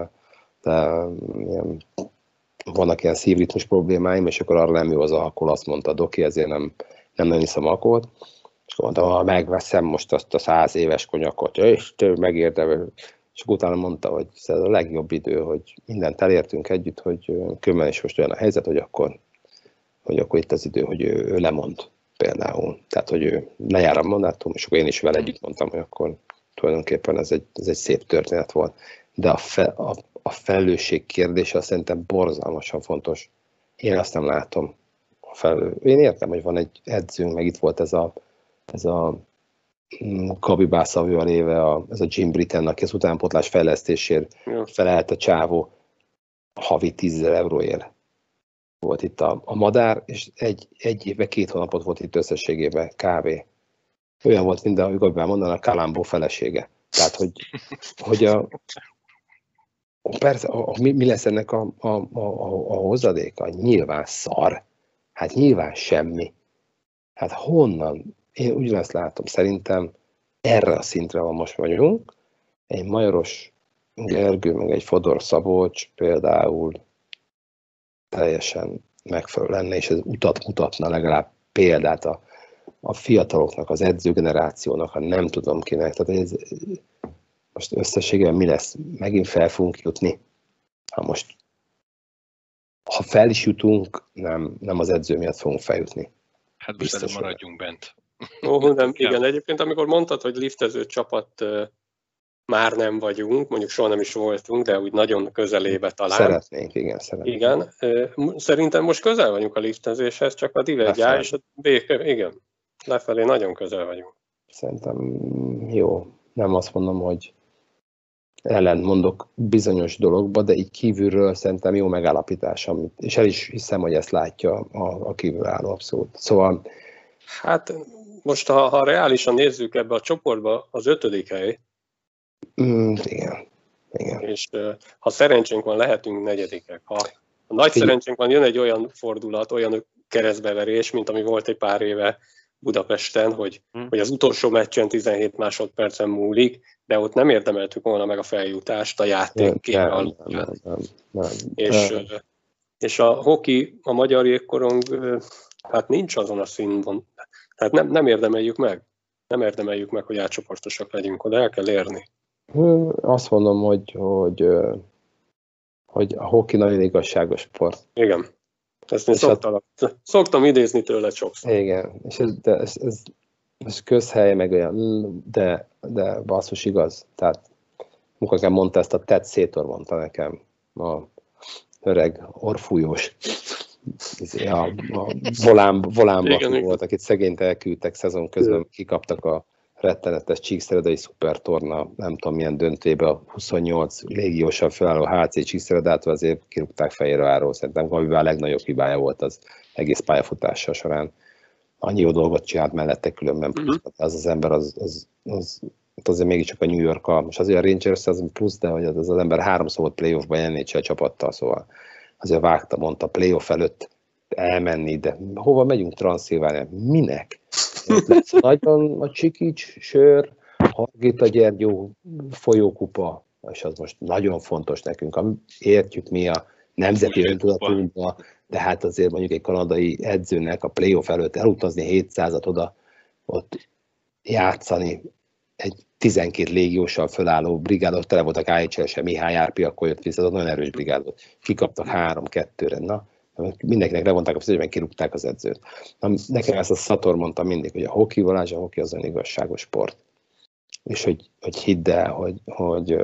de ilyen, vannak ilyen szívritmus problémáim, és akkor arra nem jó az alkohol, azt mondta a doki, ezért nem, nem nagyon iszom alkoholt, és mondtam, ha megveszem most azt a száz éves konyakot, és több megérdemel, és utána mondta, hogy ez a legjobb idő, hogy mindent elértünk együtt, hogy különben is most olyan a helyzet, hogy akkor, hogy akkor itt az idő, hogy ő, ő lemond például. Tehát, hogy ő lejár a mandátum, és akkor én is vele együtt mondtam, hogy akkor tulajdonképpen ez egy, ez egy szép történet volt. De a, fe, a, a felelősség kérdése szerintem borzalmasan fontos. Én azt nem látom. A felelő. Én értem, hogy van egy edzőnk, meg itt volt ez a, ez a Gabi Bászavővel éve, a, ez a Jim Britton, aki az utánpótlás fejlesztésért felelt a csávó havi tízezer euróért. Volt itt a, a madár, és egy, egy évben, két hónapot volt itt összességében kávé. Olyan volt, mint ahogy Gabi mondaná, a Kalambó felesége. Tehát, hogy, hogy a, persze, a, mi, mi lesz ennek a, a, a, a hozadéka? Nyilván szar. Hát nyilván semmi. Hát honnan? Én ugyanezt látom. Szerintem erre a szintre van most vagyunk. Egy Majoros Gergő, meg egy Fodor Szabolcs például teljesen megfelelő lenne, és ez utat mutatna legalább példát a, a fiataloknak, az edzőgenerációnak, ha nem tudom kinek. Tehát ez, most összességében mi lesz? Megint fel fogunk jutni. Ha most, ha fel is jutunk, nem, nem az edző miatt fogunk feljutni. Hát most előbb maradjunk bent. Ó, nem, igen, egyébként amikor mondtad, hogy liftező csapat uh, már nem vagyunk, mondjuk soha nem is voltunk, de úgy nagyon közelébe talán. Szeretnénk, igen, szeretnénk. Igen, uh, szerintem most közel vagyunk a liftezéshez, csak a div egy á és a bé ká, igen, lefelé nagyon közel vagyunk. Szerintem jó, nem azt mondom, hogy ellent mondok bizonyos dologba, de így kívülről szerintem jó megállapítás, amit, és el is hiszem, hogy ezt látja a, a kívülálló abszolút. Szóval... Hát most, ha, ha reálisan nézzük ebbe a csoportba, az ötödik hely. Mm, igen, igen. És uh, ha szerencsénk van, lehetünk negyedikek. Ha, ha nagy szerencsénk van, jön egy olyan fordulat, olyan keresztbeverés, mint ami volt egy pár éve Budapesten, hogy, hmm. hogy az utolsó meccsen tizenhét másodpercen múlik, de ott nem érdemeltük volna meg a feljutást a játékképpen alapján. És, és a hoki, a magyar jégkorong, hát nincs azon a színvon. Tehát nem, nem érdemeljük meg. Nem érdemeljük meg, hogy átcsoportosak legyünk, oda el kell érni. Azt mondom, hogy, hogy, hogy a hoki nagyon igazságos sport. Igen. Ezt én szoktam, a... szoktam idézni tőle sokszor. Igen, és ez, de ez, ez, ez közhely, meg olyan, de, de basszus igaz. Tehát, amikor mondta ezt, a Ted Szétor mondta nekem, a öreg orfújós, a, a volán, volánba volt, akit szegényt elküldtek szezon közben, kikaptak a rettenetes Csíkszeredai szupertorna, nem tudom milyen döntőbe, a huszonnyolc légiósan felálló há cé Csíkszeredától azért kirúgták fejére áról. Szerintem Gabival a legnagyobb hibája volt az egész pályafutása során. Annyi jó dolgot csinált mellette különben plusz. Mm-hmm. Az az ember az, az, az, az azért mégiscsak a New York-a, és azért a Rangers az plusz, de hogy az, az ember háromszor volt playoffban en há el csapattal, szóval azért vágta, mondta playoff előtt elmenni, de hova megyünk Transzilvánia? Minek? Lesz nagyon a Csikics, sör, Hargita Gyergyó folyókupa, és az most nagyon fontos nekünk. Értjük mi a nemzeti öntudatunkba, de hát azért mondjuk egy kanadai edzőnek a playoff előtt elutazni hétszázat oda, ott játszani egy tizenkét légióssal fölálló brigádot, tele voltak á há el-se, Mihály Árpi akkor jött vissza, az nagyon erős brigádot. Kikaptak három-kettőre, na. Mindenkinek levonták a fizetésben, kirúgták az edzőt. Na, nekem ezt a Szator mondta mindig, hogy a hoki Balázs, a hoki az olyan igazságos sport. És hogy, hogy hidd el, hogy, hogy,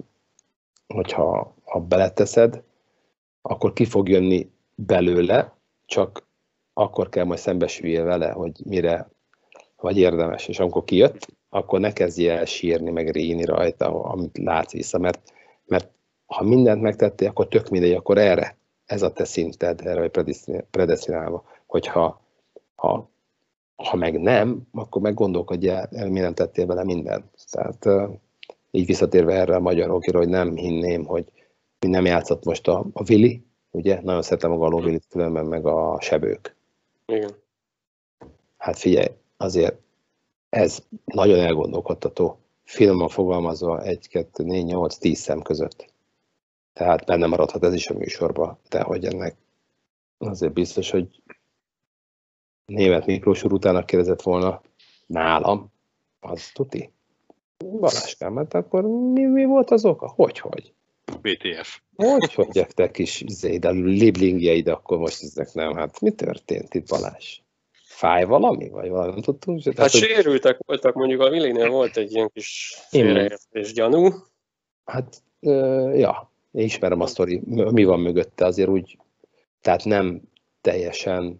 hogyha ha beleteszed, akkor ki fog jönni belőle, csak akkor kell majd szembesüljél vele, hogy mire vagy érdemes. És amikor kijött, akkor ne kezdj el sírni, meg réni rajta, amit látsz vissza, mert, mert ha mindent megtettél, akkor tök mindegy, akkor erre. Ez a te szinted, erre vagy predestinálva. Hogyha ha, ha meg nem, akkor meg gondolkodj el, mi nem tettél vele mindent. Tehát így visszatérve erre a magyar hokira, hogy nem hinném, hogy nem játszott most a, a Vili, ugye? Nagyon szeretem a Galó Vilit, különben meg a Sebők. Igen. Hát figyelj, azért ez nagyon elgondolkodtató. Finoman fogalmazva egy, kettő, négy, nyolc, tíz szem között. Tehát benne maradhat ez is a műsorban, de hogy ennek azért biztos, hogy Németh Miklós úr utána kérdezett volna nálam, az tuti. Balázskám, hát akkor mi, mi volt az oka? Hogy-hogy? bé té ef. Hogy-hogy jöttek kis ide, liblingjeid, akkor most ezek nem. Hát mi történt itt, Balázs? Fáj valami? Vagy valami nem tudtunk? Hát Tehát, sérültek voltak, mondjuk a Willinél volt egy ilyen kis félreértés gyanú. Hát, uh, ja, én ismerem a sztori, mi van mögötte, azért úgy, tehát nem teljesen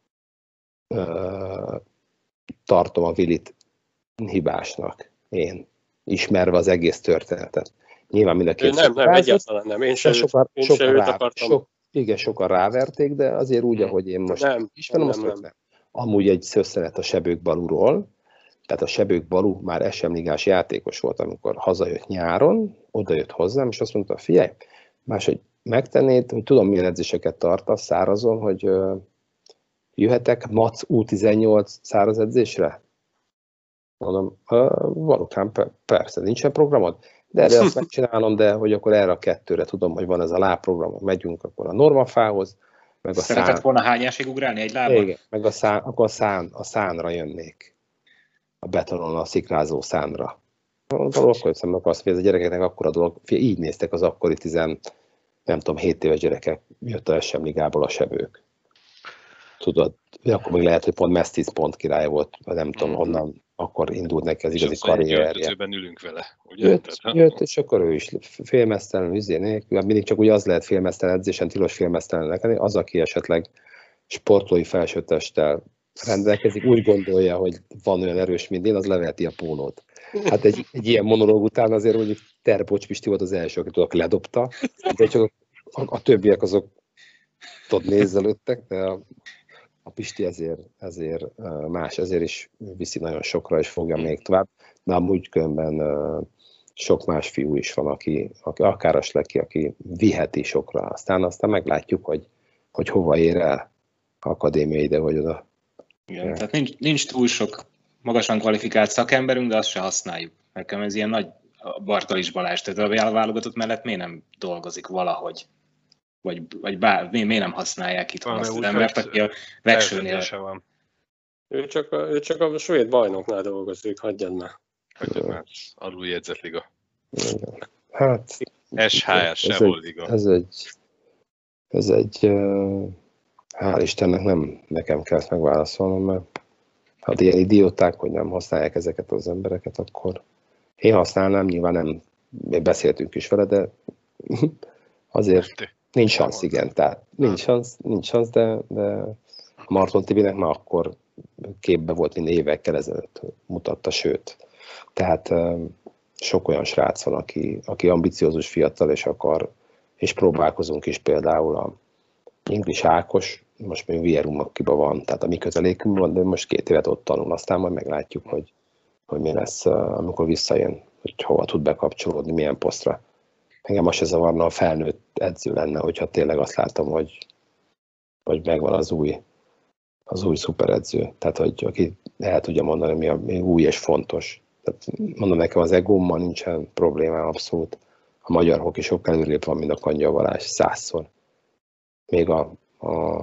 uh, tartom a Willit hibásnak, én, ismerve az egész történetet. Nyilván mind a két Nem, nem, egyáltalán nem, én se, sokan, én sokan se őt rá, akartam. sok, igen, sokan ráverték, de azért úgy, ahogy én most nem, ismerem, nem, azt nem. nem. Amúgy egy szösszenet a Sebők Balúról, tehát a Sebők Balú már es em ligás játékos volt, amikor hazajött nyáron, oda jött hozzám, és azt mondta, figyelj, máshogy megtennéd, hogy tudom, milyen edzéseket tartasz szárazon, hogy uh, jöhetek Mac U tizennyolc száraz edzésre? Mondom, uh, valókán persze, nincsen programod? De erre azt megcsinálom, de hogy akkor erre a kettőre tudom, hogy van ez a lábprogram, megyünk akkor a normafához, meg a Szeretett szán... volna hányásig ugrálni egy lábon? Igen, meg a szán, akkor a, szán, a szánra jönnék. A betonon, a szikrázó szánra. Való akkor hiszem, azt, hogy ez a gyerekeknek akkora dolog, így néztek az akkori tizen, nem tudom, hét éves gyerekek, jött a es em ligából a Sebők. Tudod, akkor még lehet, hogy pont Mestis pont király volt, nem tudom, honnan akkor indult neki az igazi karrierje. És akkor ülünk vele, ugye? Jött, jött, és akkor ő is félmeztelen, üzé nélkül, mindig csak úgy az lehet félmeztelen edzésen, tilos félmeztelen lenni, az, aki esetleg sportolói felsőtesttel rendelkezik, úgy gondolja, hogy van olyan erős, mint én, az leveheti a pólót. Hát egy, egy ilyen monológ után azért mondjuk Terbocs Pisti volt az első, aki tudok ledobta, de csak a, a, a többiek azok tudod nézzelődtek, de a, a Pisti ezért, ezért más, ezért is viszi nagyon sokra, és fogja még tovább. De amúgy különben sok más fiú is van, aki, aki akár a Sleki, aki viheti sokra. Aztán, aztán meglátjuk, hogy, hogy hova ér el akadémia ide vagy oda. Igen, tehát nincs, nincs túl sok magasan kvalifikált szakemberünk, de azt se használjuk. Nekem ez ilyen nagy Bartalis Balázs, tehát a válogatott mellett miért nem dolgozik valahogy? Vagy, vagy bár, miért nem használják itt azt az embert, aki a vegsőnél van. Ő csak, a, ő csak a svéd bajnoknál dolgozik, hagyjad már. Hagyjad már, alul jegyzett liga. Hát, es há es, sehol liga. Ez egy, ez egy, hál' Istennek nem nekem kell megválaszolnom, mert ha ilyen idióták, hogy nem használják ezeket az embereket, akkor én használnám, nyilván nem, beszéltünk is vele, de azért nincs szansz, igen, tehát nincs szansz, nincs szansz, de, de Marton Tibinek már akkor képbe volt, mint évekkel ezelőtt mutatta, sőt. Tehát sok olyan srác van, aki, aki ambiciózus fiatal, és akar, és próbálkozunk is például a Inglis Ákos, most még Vierumakiban van, tehát a mi közelékünkben van, de most két évet ott tanul, aztán majd meglátjuk, hogy, hogy mi lesz, amikor visszajön, hogy hova tud bekapcsolódni, milyen posztra. Engem azt se zavarna, a felnőtt edző lenne, hogyha tényleg azt látom, hogy, hogy megvan az új, az új szuperedző. Tehát, hogy aki el tudja mondani, mi, a, mi új és fontos. Tehát mondom, nekem az egómmal nincsen problémám abszolút. A magyar hoki sokkal előrébb van, mint a Kangyal Balázs, százszor. Még a, a,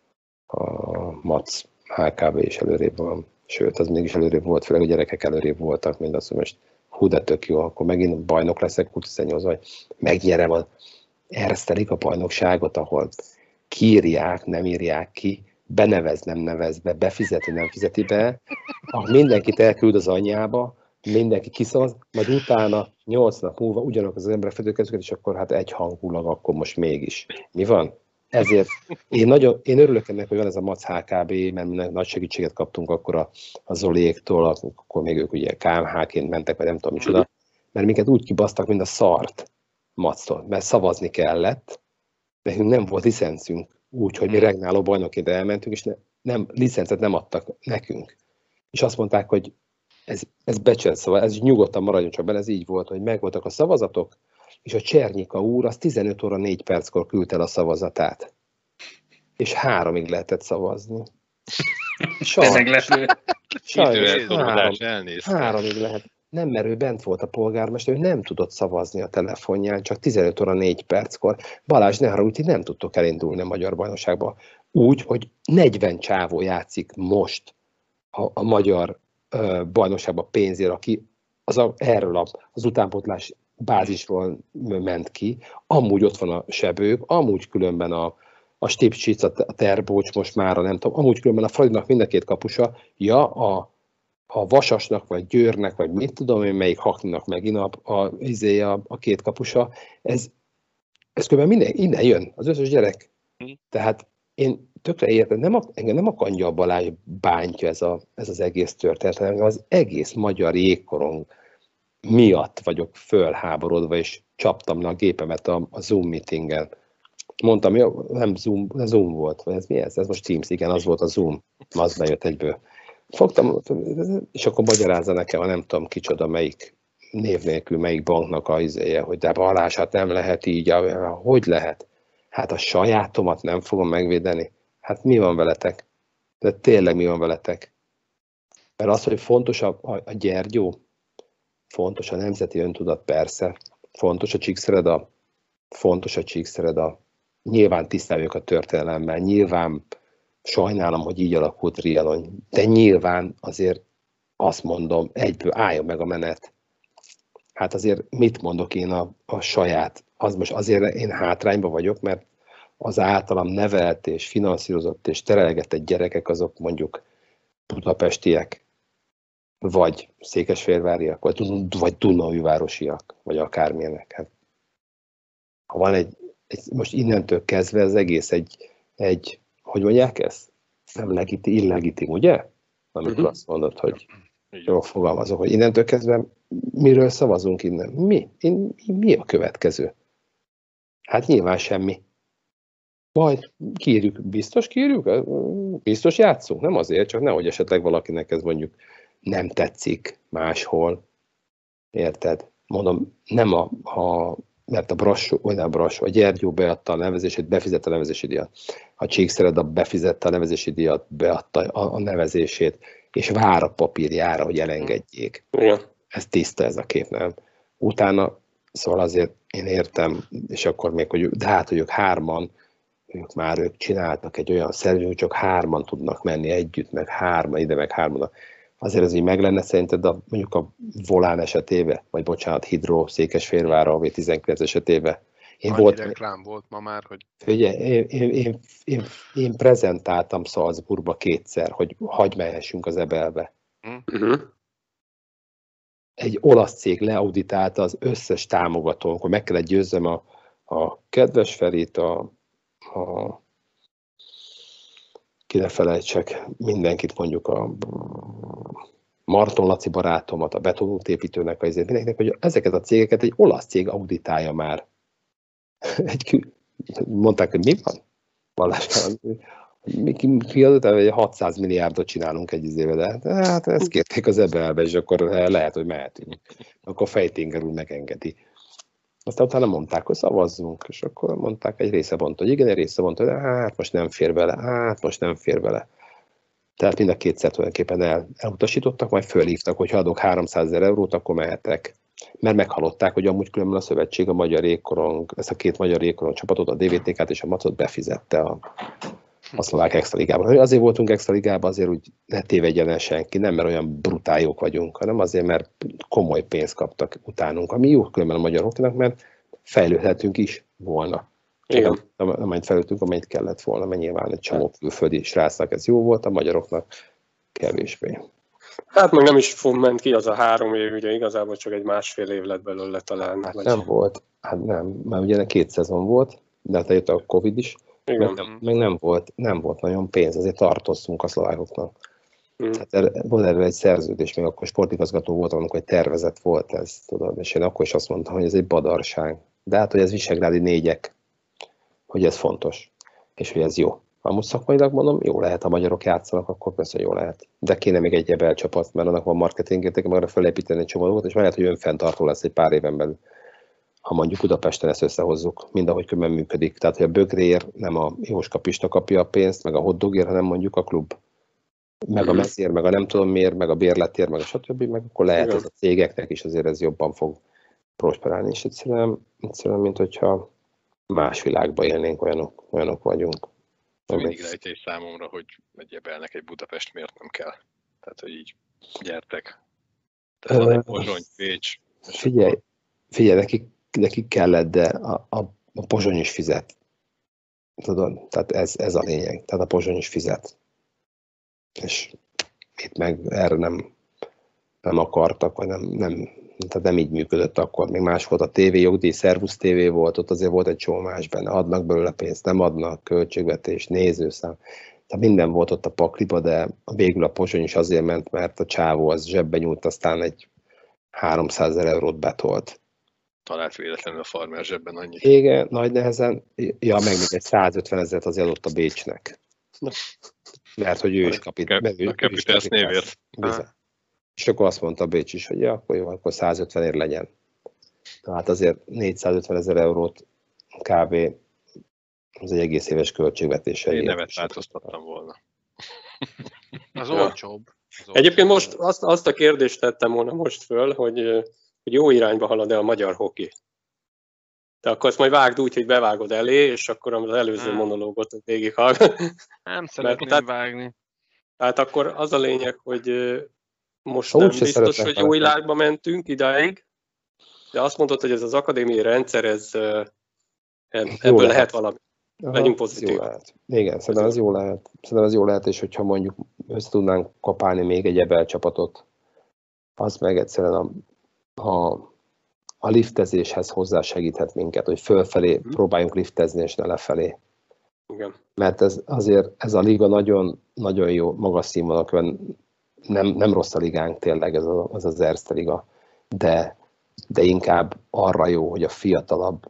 a Mac há ká bé is előrébb van. Sőt, az mégis előrébb volt, főleg a gyerekek előrébb voltak, mint azt, hogy most hú, de tök jó, akkor megint bajnok leszek, U tizennyolc, vagy megnyerem az Erste Liga bajnokságot, ahol kiírják, nem írják ki, benevez, nem nevez be, befizeti, nem fizeti be, ahol mindenkit elküld az anyjába, mindenki kiszavaz, majd utána nyolc nap múlva ugyanok az emberek fedőkezőket, és akkor hát egyhangulag, akkor most mégis. Mi van? Ezért én, nagyon, én örülök ennek, hogy van ez a Mac há ká bé, mert mi nagy segítséget kaptunk akkor a, a Zoliéktól, akkor még ők ugye ká em há-ként mentek, vagy nem tudom micsoda, mert minket úgy kibasztak, mint a szart Mactól, mert szavazni kellett, nekünk nem volt licencünk, úgy, hogy mi regnáló bajnokként elmentünk, és ne, nem, licencet nem adtak nekünk. És azt mondták, hogy ez, ez becsett szava, ez nyugodtan maradjon csak benne, ez így volt, hogy megvoltak a szavazatok, és a Csernyika úr az tizenöt óra négy perckor küldte el a szavazatát. És háromig lehetett szavazni. Sajnos. Sajnos. Három, Háromig lehet. Nem, mert ő bent volt a polgármester, ő nem tudott szavazni a telefonján, csak tizenöt óra négy perckor. Balázs, ne haragudj, ti nem tudtok elindulni a Magyar Bajnokságba. Úgy, hogy negyven csávó játszik most a, a Magyar uh, Bajnokságba pénzért, aki az a, erről a, az utánpótlás bázisról ment ki. Amúgy ott van a Sebők, amúgy különben a, a Stipcsic, a Terbócs most már, nem tudom, amúgy különben a Fradinak mind a két kapusa, ja, a a Vasasnak, vagy Győrnek, vagy mit tudom én, melyik Hakninak megint a, a, a, a két kapusa, ez, ez kb. Minden, innen jön, az összes gyerek. Tehát én tökre értem, nem a, engem nem a Kangyal Balázs bántja ez, a, ez az egész történet, hanem az egész magyar jégkorong miatt vagyok fölháborodva, és csaptam le a gépemet a, a Zoom meetingen. Mondtam, jó, nem Zoom, Zoom volt, vagy ez mi ez? Ez most Teams, igen, az volt a Zoom, az bejött egyből. Fogtam, és akkor magyarázza nekem, ha nem tudom kicsoda, melyik név nélkül, melyik banknak a izéje, hogy de Balázs, hát nem lehet így, hogy lehet? Hát a sajátomat nem fogom megvédeni. Hát mi van veletek? De tényleg mi van veletek? Mert az, hogy fontos a, a, a Gyergyó, fontos a nemzeti öntudat, persze, fontos a Csíkszereda, fontos a Csíkszereda, nyilván tisztáljuk a történelemmel, nyilván sajnálom, hogy így alakult Trianon, de nyilván azért azt mondom, egyből álljon meg a menet. Hát azért mit mondok én a, a saját, az most azért én hátrányban vagyok, mert az általam nevelt és finanszírozott és terelgetett gyerekek azok mondjuk budapestiek, vagy székesfehérváriak, vagy, vagy dunaújvárosiak, vagy akármilyenek. Hát, ha van egy, egy, most innentől kezdve az egész egy, egy hogy mondják ezt? Nem legitim, illegitim, ugye? Amikor uh-huh. azt mondod, hogy jól fogalmazok, hogy innentől kezdve miről szavazunk innen? Mi? Én, mi a következő? Hát nyilván semmi. Majd kiírjuk, biztos kiírjuk? Biztos játszunk? Nem azért, csak nehogy esetleg valakinek ez mondjuk nem tetszik máshol. Érted? Mondom, nem a, a mert a Brassó, vagy nem Brassó, a Gyergyó beadta a nevezését, befizette a nevezési díjat. A Csíkszereda befizette a nevezési díjat, beadta a, a nevezését, és vár a papírjára, hogy elengedjék. Igen. Ez tiszta, ez a kép, nem? Utána, szóval azért én értem, és akkor még, hogy de hát, hogy ők hárman, ők már ők csináltak egy olyan szervezet, hogy csak hárman tudnak menni együtt, meg hárman, ide meg hárman. Azért ez így meg lenne szerinted a, mondjuk a Volán esetében, vagy bocsánat, Hidró, Székesfehérvár, a vé tizenkilenc esetében. Én Annyi volt, reklám volt ma már, hogy... Ugye, én, én, én, én, én prezentáltam Salzburgba kétszer, hogy hagyj mehessünk az Ebelbe. Uh-huh. Egy olasz cég leauditálta az összes támogatónk, hogy meg kellett győzzem a, a kedves Ferit, a, a ki ne felejtsek mindenkit, mondjuk a Marton Laci barátomat, a betonútépítőnek, a izért, mindenkinek, hogy ezeket a cégeket egy olasz cég auditálja már. Egy, mondták, hogy mi van? Balázs, mi, ki az, hogy hatszáz milliárdot csinálunk egy izébe, de hát ezt kérték az Ebelbe, és akkor lehet, hogy mehetünk. Akkor Fejtinger úr megengedi. Aztán utána mondták, hogy szavazzunk, és akkor mondták, egy része mondta, hogy igen, egy része mondta, hogy hát most nem fér bele, hát most nem fér bele. Tehát mind a kétszer tulajdonképpen el, elutasítottak, majd fölhívtak, hogy ha adok háromszázezer eurót, akkor mehetek. Mert meghallották, hogy amúgy különben a szövetség a magyar jégkorong, ezt a két magyar jégkorong csapatot, a dé vé té ká-t és a macot befizette a, a szlovák extraligában. Azért voltunk extraligában, azért úgy ne tévedjen el senki, nem mert olyan brutáljok vagyunk, hanem azért, mert komoly pénzt kaptak utánunk, ami jó különben a magyar hokinak, mert fejlődhetünk is volna. Igen. Nem, nem annyit fejlődtünk, amennyit kellett volna, mert nyilván egy csomó külföldi srácnak ez jó volt, a magyaroknak kevésbé. Hát meg nem is ment ki az a három év, ugye igazából csak egy másfél év lett belőle talán. Hát vagy... nem volt, hát nem, mert ugye két szezon volt, de hát jött a Covid is, meg, meg nem, volt, nem volt nagyon pénz, azért tartoztunk a szlovákoknak. Mm. Tehát volt erről egy szerződés, még akkor sportigazgató voltam, amikor egy tervezet volt ez, tudod, és én akkor is azt mondtam, hogy ez egy badarság. De hát, hogy ez visegrádi négyek, hogy ez fontos, és hogy ez jó. Amúgy szakmailag mondom, jó lehet, ha magyarok játszanak, akkor persze jó lehet. De kéne még egy Ebel csapat, mert annak van marketing értéke, meg arra felépíteni egy csomó dolgot, és lehet, hogy önfenntartó lesz egy pár éven belül, ha mondjuk Budapesten ezt összehozzuk, mindahogy különben működik. Tehát, hogy a bögréért nem a Jóska Pista kapja a pénzt, meg a hotdogért, hanem mondjuk a klub. meg a mezér, meg a nem tudom miért, meg a bérletér, meg a stb., meg akkor lehet Igen. ez a cégeknek is azért ez jobban fog prosperálni, és egyszerűen, egyszerűen mint hogyha más világban élnénk, olyanok, olyanok vagyunk. Ez mindig rejtés számomra, hogy egy ebelnek egy Budapest miért nem kell. Tehát, hogy így gyertek. Tehát van egy Pozsony, Pécs. Figyelj, akkor... figyelj nekik, nekik kellett, de a, a, a Pozsony is fizet. Tudod? Tehát ez, ez a lényeg. Tehát a Pozsony is fizet. És itt meg erre nem, nem akartak, vagy nem, nem, tehát nem így működött akkor. Még más volt a tévé, jogdíj, Szervusz tévé volt, ott azért volt egy csomó más benne. Adnak belőle pénzt, nem adnak, költségvetés, nézőszám. Tehát minden volt ott a pakliba, de végül a Pozsony is azért ment, mert a csávó az zsebbe nyújt, aztán egy háromszázezer eurót betolt. Talált véletlenül a farmer zsebben annyit. Igen, nagy nehezen, ja, meg még egy százötven ezeret azért adott a Bécsnek. Mert hogy ő is kapit. A Capitals névért. És akkor azt mondta a Bécs is, hogy ja, akkor jó, akkor százötvenért legyen. Tehát azért négyszázötven ezer eurót kb. Az egy egész éves költségvetése. Én nevet változtattam volna. Az olcsóbb. Egyébként most azt, azt a kérdést tettem volna most föl, hogy, hogy jó irányba halad-e a magyar hoki. De akkor azt majd vágd úgy, hogy bevágod elé, és akkor az előző nem. monológot végighallgat. Nem szeretném tehát, vágni. Tehát akkor az a lényeg, hogy most nem biztos, hogy jó irányba mentünk idáig, de azt mondod, hogy ez az akadémiai rendszer, ez, ebből jó lehet. lehet valami. Aha, legyünk pozitív. Igen, szerintem ez jó lehet. Szerintem ez jó lehet, és hogyha mondjuk össze tudnánk kapálni még egy ebel csapatot, az meg egyszerűen a, a, a liftezéshez hozzá segíthet minket, hogy fölfelé hmm. próbáljunk liftezni, és ne lefelé. Igen. Mert ez, azért ez a liga nagyon, nagyon jó, magas színvonalon, nem, nem rossz a ligánk tényleg, ez, a, ez az Erste liga, de, de inkább arra jó, hogy a fiatalabb,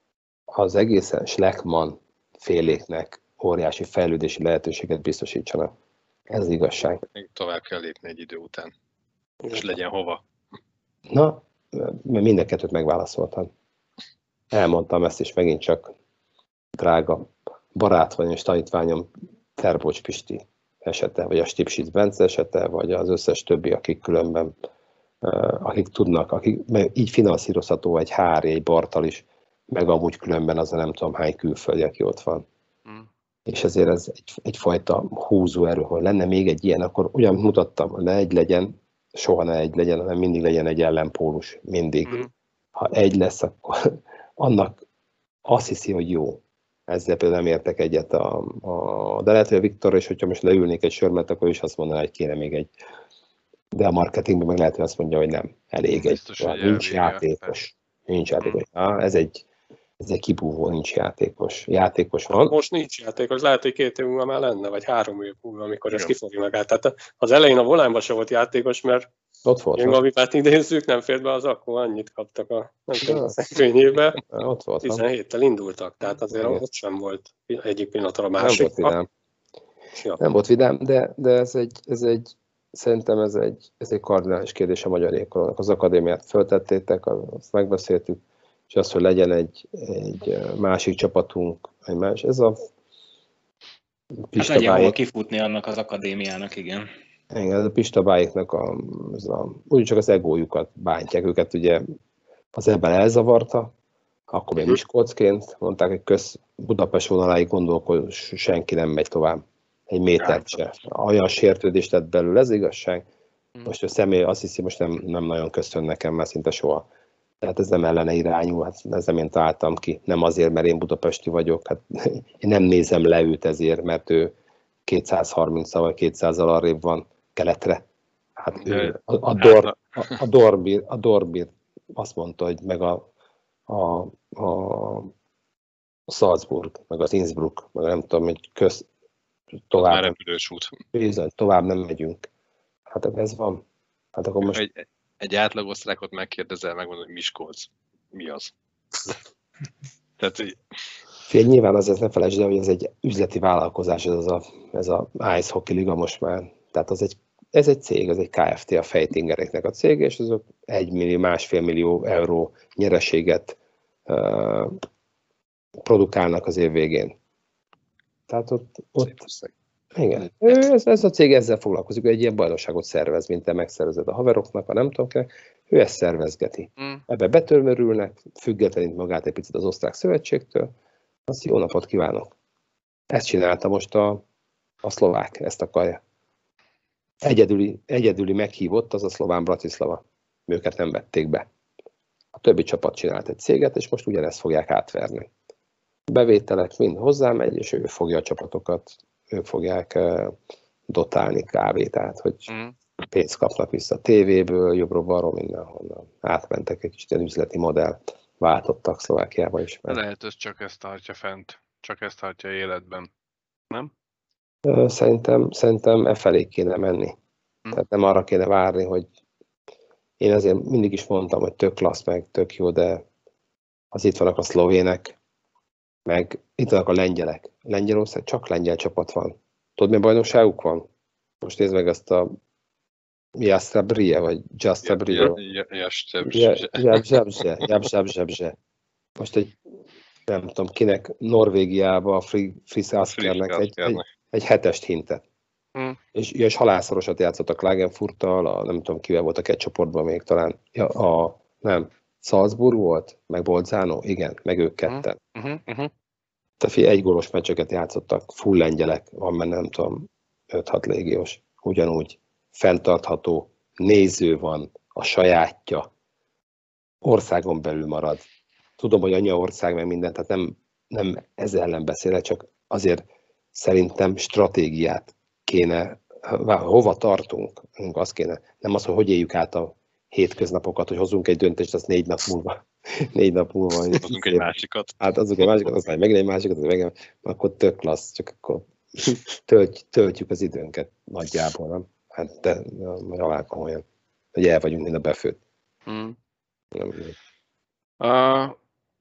az egészen Schleckmann féléknek óriási fejlődési lehetőséget biztosítsanak. Ez az igazság. Még tovább kell lépni egy idő után, és legyen hova. Na, mind a kettőt megválaszoltam. Elmondtam ezt is megint csak, drága barátom és tanítványom Terbocs Pisti esete, vagy a Stipsic Bence esete, vagy az összes többi, akik különben, akik tudnak, akik így finanszírozható egy Hári, egy Bartal is, meg amúgy különben az a nem tudom hány külföldi, aki ott van. Mm. És ezért ez egy, egyfajta húzó erő, hogy lenne még egy ilyen, akkor ugyan mutattam, ne egy legyen, soha ne egy legyen, hanem mindig legyen egy ellenpólus, mindig. Mm. Ha egy lesz, akkor annak azt hiszi, hogy jó. Ezzel például nem értek egyet a, a de lehet, hogy a Viktor, és hogyha most leülnék egy sörmet, akkor is azt mondaná, hogy kéne még egy. De a marketingben meg lehet, hogy azt mondja, hogy nem, elég biztos, egy. Nincs játékos. Nincs játékos. Ha, ez egy Ez egy kibúvó, nincs játékos. Játékos van. Most nincs játékos, lehet, hogy két év múlva már lenne, vagy három év múlva, amikor ez kifogja magát. Tehát az elején a Volánban se volt játékos, mert ott volt. Én Gabipát idézzük, nem fért be az, akkor annyit kaptak a, nem tudom, a szekvényébe. Ott volt. tizenhéttel indultak, tehát azért ott sem volt egyik pillanatra a másik. Nem volt vidám. Ja. Nem volt vidám, de, de ez egy, ez egy, szerintem ez egy, ez egy kardinális kérdés a magyar jégkorongnak. Az akadémiát föltettétek, azt megbeszéltük, és az, hogy legyen egy, egy másik csapatunk, egy más, ez a hát legyen hol kifutni annak az akadémiának, igen. Igen, ez a pistabáiknak a, ez a, úgyis az egójukat bántják, őket ugye az ebben elzavarta, akkor még Miskolcként mondták, hogy köz Budapest vonaláig gondolkod, senki nem megy tovább, egy métert se. Olyan sértődést lett belül, ez igazság. Most a személy azt hiszi, most nem, nem nagyon köszön nekem, mert szinte soha. Tehát ez nem ellene irányul, hát ez nem én találtam ki. Nem azért, mert én budapesti vagyok, hát én nem nézem le őt ezért, mert ő kétszázharminccal vagy kétszázzal arrébb van keletre. Hát ő, a, a, Dor, a, a, Dorbir, a Dorbir azt mondta, hogy meg a, a, a Salzburg, meg az Innsbruck, meg nem tudom, hogy köz tovább. Már repülős út. Bizony, tovább nem megyünk. Hát ez van. Hát akkor most... Egy, egy átlag osztrákot megkérdezel, megmondod, hogy Miskolc. Mi az? Tehát, hogy... Fél, nyilván azért ne felejtsd el, hogy ez egy üzleti vállalkozás, ez, az a, ez a Ice Hockey Liga most már. Tehát az egy, ez egy cég, ez egy Kft. A Fejtingereknek a cég, és azok egy millió, másfél millió euró nyereséget uh, produkálnak az év végén. Tehát ott, ott Igen. Ő, ez, ez a cég ezzel foglalkozik, hogy egy ilyen bajnokságot szervez, mint te megszervezed a haveroknak, a nem tudom kinek. Ő ezt szervezgeti. Mm. Ebbe betörmörülnek, függetlenít magát egy picit az osztrák szövetségtől. Azt jó napot kívánok. Ezt csinálta most a, a szlovák, ezt akarja. Egyedüli, egyedüli meghívott az a szlován Bratislava. Őket nem vették be. A többi csapat csinált egy céget, és most ugyanezt fogják átverni. Bevételek mind hozzámegy, és ő fogja a csapatokat, ők fogják uh, dotálni kávét, tehát hogy mm. pénzt kapnak vissza a tévéből, jobbról-balról mindenhonnan. Átmentek egy kicsit üzleti modellt, váltottak Szlovákiába is. Mert... Lehet, ez csak ezt tartja fent, csak ezt tartja életben, nem? Uh, szerintem, szerintem e felé kéne menni. Mm. Tehát nem arra kéne várni, hogy én azért mindig is mondtam, hogy tök klassz, meg tök jó, de az itt vannak a szlovének, meg itt vannak a lengyelek. Lengyelország csak lengyel csapat van. Tudod, milyen bajnokságuk van? Most nézd meg ezt a Jastrzębie, vagy Jastrzębie. Jastrzębie. Most egy, nem tudom kinek, Norvégiába a Friszáskernek egy, egy, egy hetest hintet. Hmm. És, és halászorosat játszottak Klagenfurttal, a, nem tudom kivel voltak egy csoportban még talán. Ja, a, nem, Salzburg volt, meg Bolzano, igen, meg ők ketten. Uh-huh, uh-huh. Tehát egy gólos meccseket játszottak, full lengyelek, van benne nem tudom, öt-hat légiós, ugyanúgy fenntartható, néző van, a sajátja, országon belül marad. Tudom, hogy annyi ország meg minden, tehát nem, nem ezzel ellen beszélek, csak azért szerintem stratégiát kéne, hova tartunk, azt kéne, nem az, hogy hogy éljük át a hétköznapokat, hogy hozzunk egy döntést, az négy nap múlva. Négy nap múlva. Hozzunk egy másikat. Hát hozzunk egy másikat, aztán megint egy másikat, aztán megint, akkor tök klassz, csak akkor tölt, töltjük az időnket nagyjából, nem? Hát de majd alá komolyan, hogy el vagyunk, mint a befőtt. Hmm. Uh,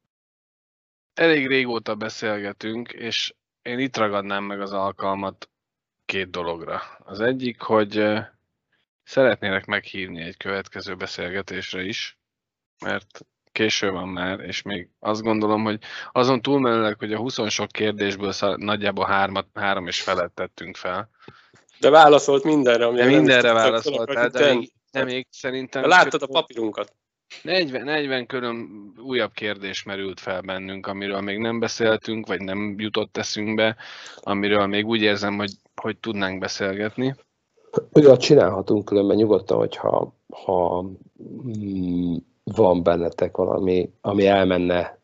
elég régóta beszélgetünk, és én itt ragadnám meg az alkalmat két dologra. Az egyik, hogy uh, szeretnélek meghívni egy következő beszélgetésre is, mert késő van már, és még azt gondolom, hogy azon túlmenőleg, hogy a húsz sok kérdésből nagyjából hármat, három és felett tettünk fel. De válaszolt mindenre, ami de mindenre válaszoltál, de, de, még, de még szerintem... De láttad a papírunkat. negyven, negyven körül újabb kérdés merült fel bennünk, amiről még nem beszéltünk, vagy nem jutott eszünkbe, amiről még úgy érzem, hogy, hogy tudnánk beszélgetni. Olyat csinálhatunk különben nyugodtan, hogyha ha, mm, van bennetek valami, ami elmenne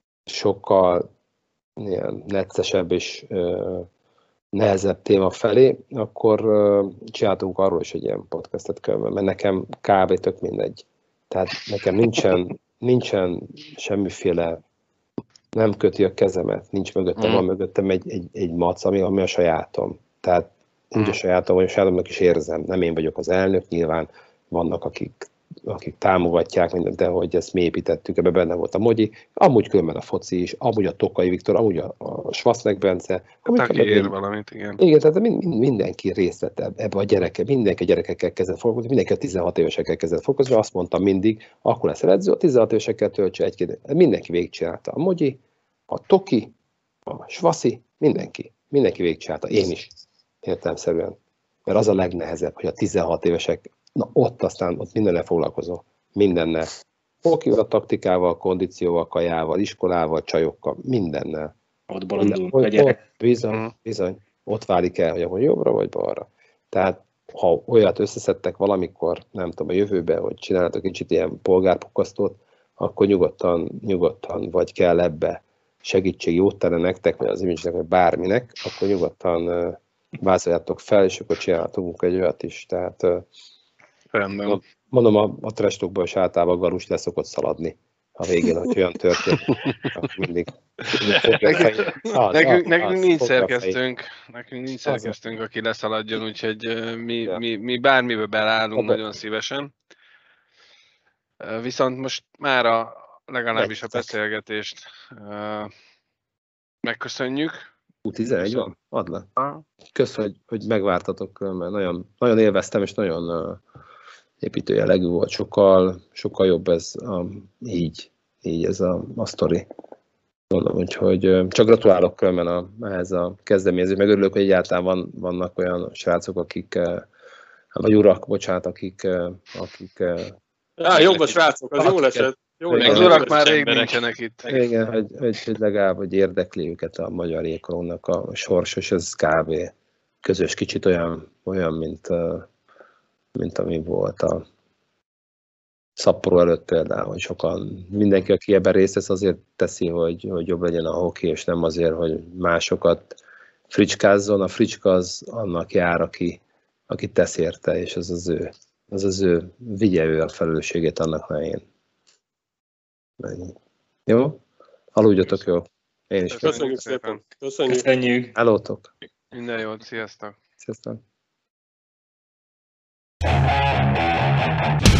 sokkal ilyen neccesebb és uh, nehezebb téma felé, akkor uh, csináltunk arról is egy ilyen podcastet különben, mert nekem kb. Tök mindegy. Tehát nekem nincsen, nincsen semmiféle, nem köti a kezemet, nincs mögöttem, mm. van mögöttem egy, egy, egy mac, ami, ami a sajátom. Tehát úgy a sajátom, hogy a sajátomnak is érzem. Nem én vagyok az elnök, nyilván vannak, akik, akik támogatják mindent, de hogy ezt mi építettük, ebben benne volt a Mogyi, amúgy különben a foci is, amúgy a Tokai Viktor, amúgy a, a Schwarznek Bence. Aki ér valamit, igen. Igen, tehát mind, mind, mindenki részt vett ebbe a gyereke, mindenki a gyerekekkel kezdett foglalkozni, mindenki a tizenhat évesekkel kezdett foglalkozni, azt mondtam mindig, akkor lesz edző, a tizenhat évesekkel töltse egy-két, mindenki végigcsinálta. A Mogyi, a Toki, a Schwarzi, mindenki, mindenki végigcsinálta, én is. Értelemszerűen. Mert az a legnehezebb, hogy a tizenhat évesek, na ott aztán ott mindennel foglalkozol. Mindennel. Okival, taktikával, kondícióval, kajával, iskolával, csajokkal, mindennel. Ott bolondulunk a gyerek. Bizony, bizony. Ott válik el, hogy jobbra vagy balra. Tehát, ha olyat összeszedtek valamikor, nem tudom, a jövőben, hogy csináltok kicsit ilyen polgárpukasztót, akkor nyugodtan, nyugodtan, vagy kell ebbe segítség, jót tenne nektek, vagy az image-nek, vagy bárminek, akkor nyugodtan vázoljátok fel, és akkor csinálhatunk egy olyat is. Tehát rendben. Mondom, a, a trestokban is általában Garus le szokott szaladni a végén, hogy olyan történik, akkor mindig. Nekünk, nekünk nincs szerkesztőnk, nekünk nincs szerkesztőnk, aki leszaladjon, úgyhogy mi, ja. mi, mi bármibe belállunk nagyon szívesen. Viszont most mára legalábbis a beszélgetést megköszönjük. U tizenegy van? Add le. Kösz, hogy, hogy megvártatok különben. Nagyon, nagyon élveztem, és nagyon uh, építő jellegű volt. Sokkal, sokkal jobb ez um, így, így ez a, a sztori. Mondom, úgyhogy csak gratulálok különben a, ehhez a kezdeményezés, meg örülök, hogy egyáltalán van, vannak olyan srácok, akik, vagy urak, bocsánat, akik... akik Á, jobb a srácok, az jól esett. Jó, az urak már rég nincsenek itt. Igen, hogy, hogy, hogy legalább hogy érdekli őket a magyar jégkorongnak a sorsos, ez kb. Közös kicsit olyan, olyan mint, mint ami volt a Szapporo előtt például, hogy sokan, mindenki, aki ebben részt vesz, azért teszi, hogy, hogy jobb legyen a hoki, és nem azért, hogy másokat fricskázzon. A fricska az annak jár, aki, aki tesz érte, és az az ő, az az ő, vigye ő a felelősségét annak, ne én. Ennyi. Jó? Aludjatok jó. Én is. Köszönjük szépen. Köszönjük. Köszönjük. Hellótok. Minden jót, sziasztok! Sziasztok.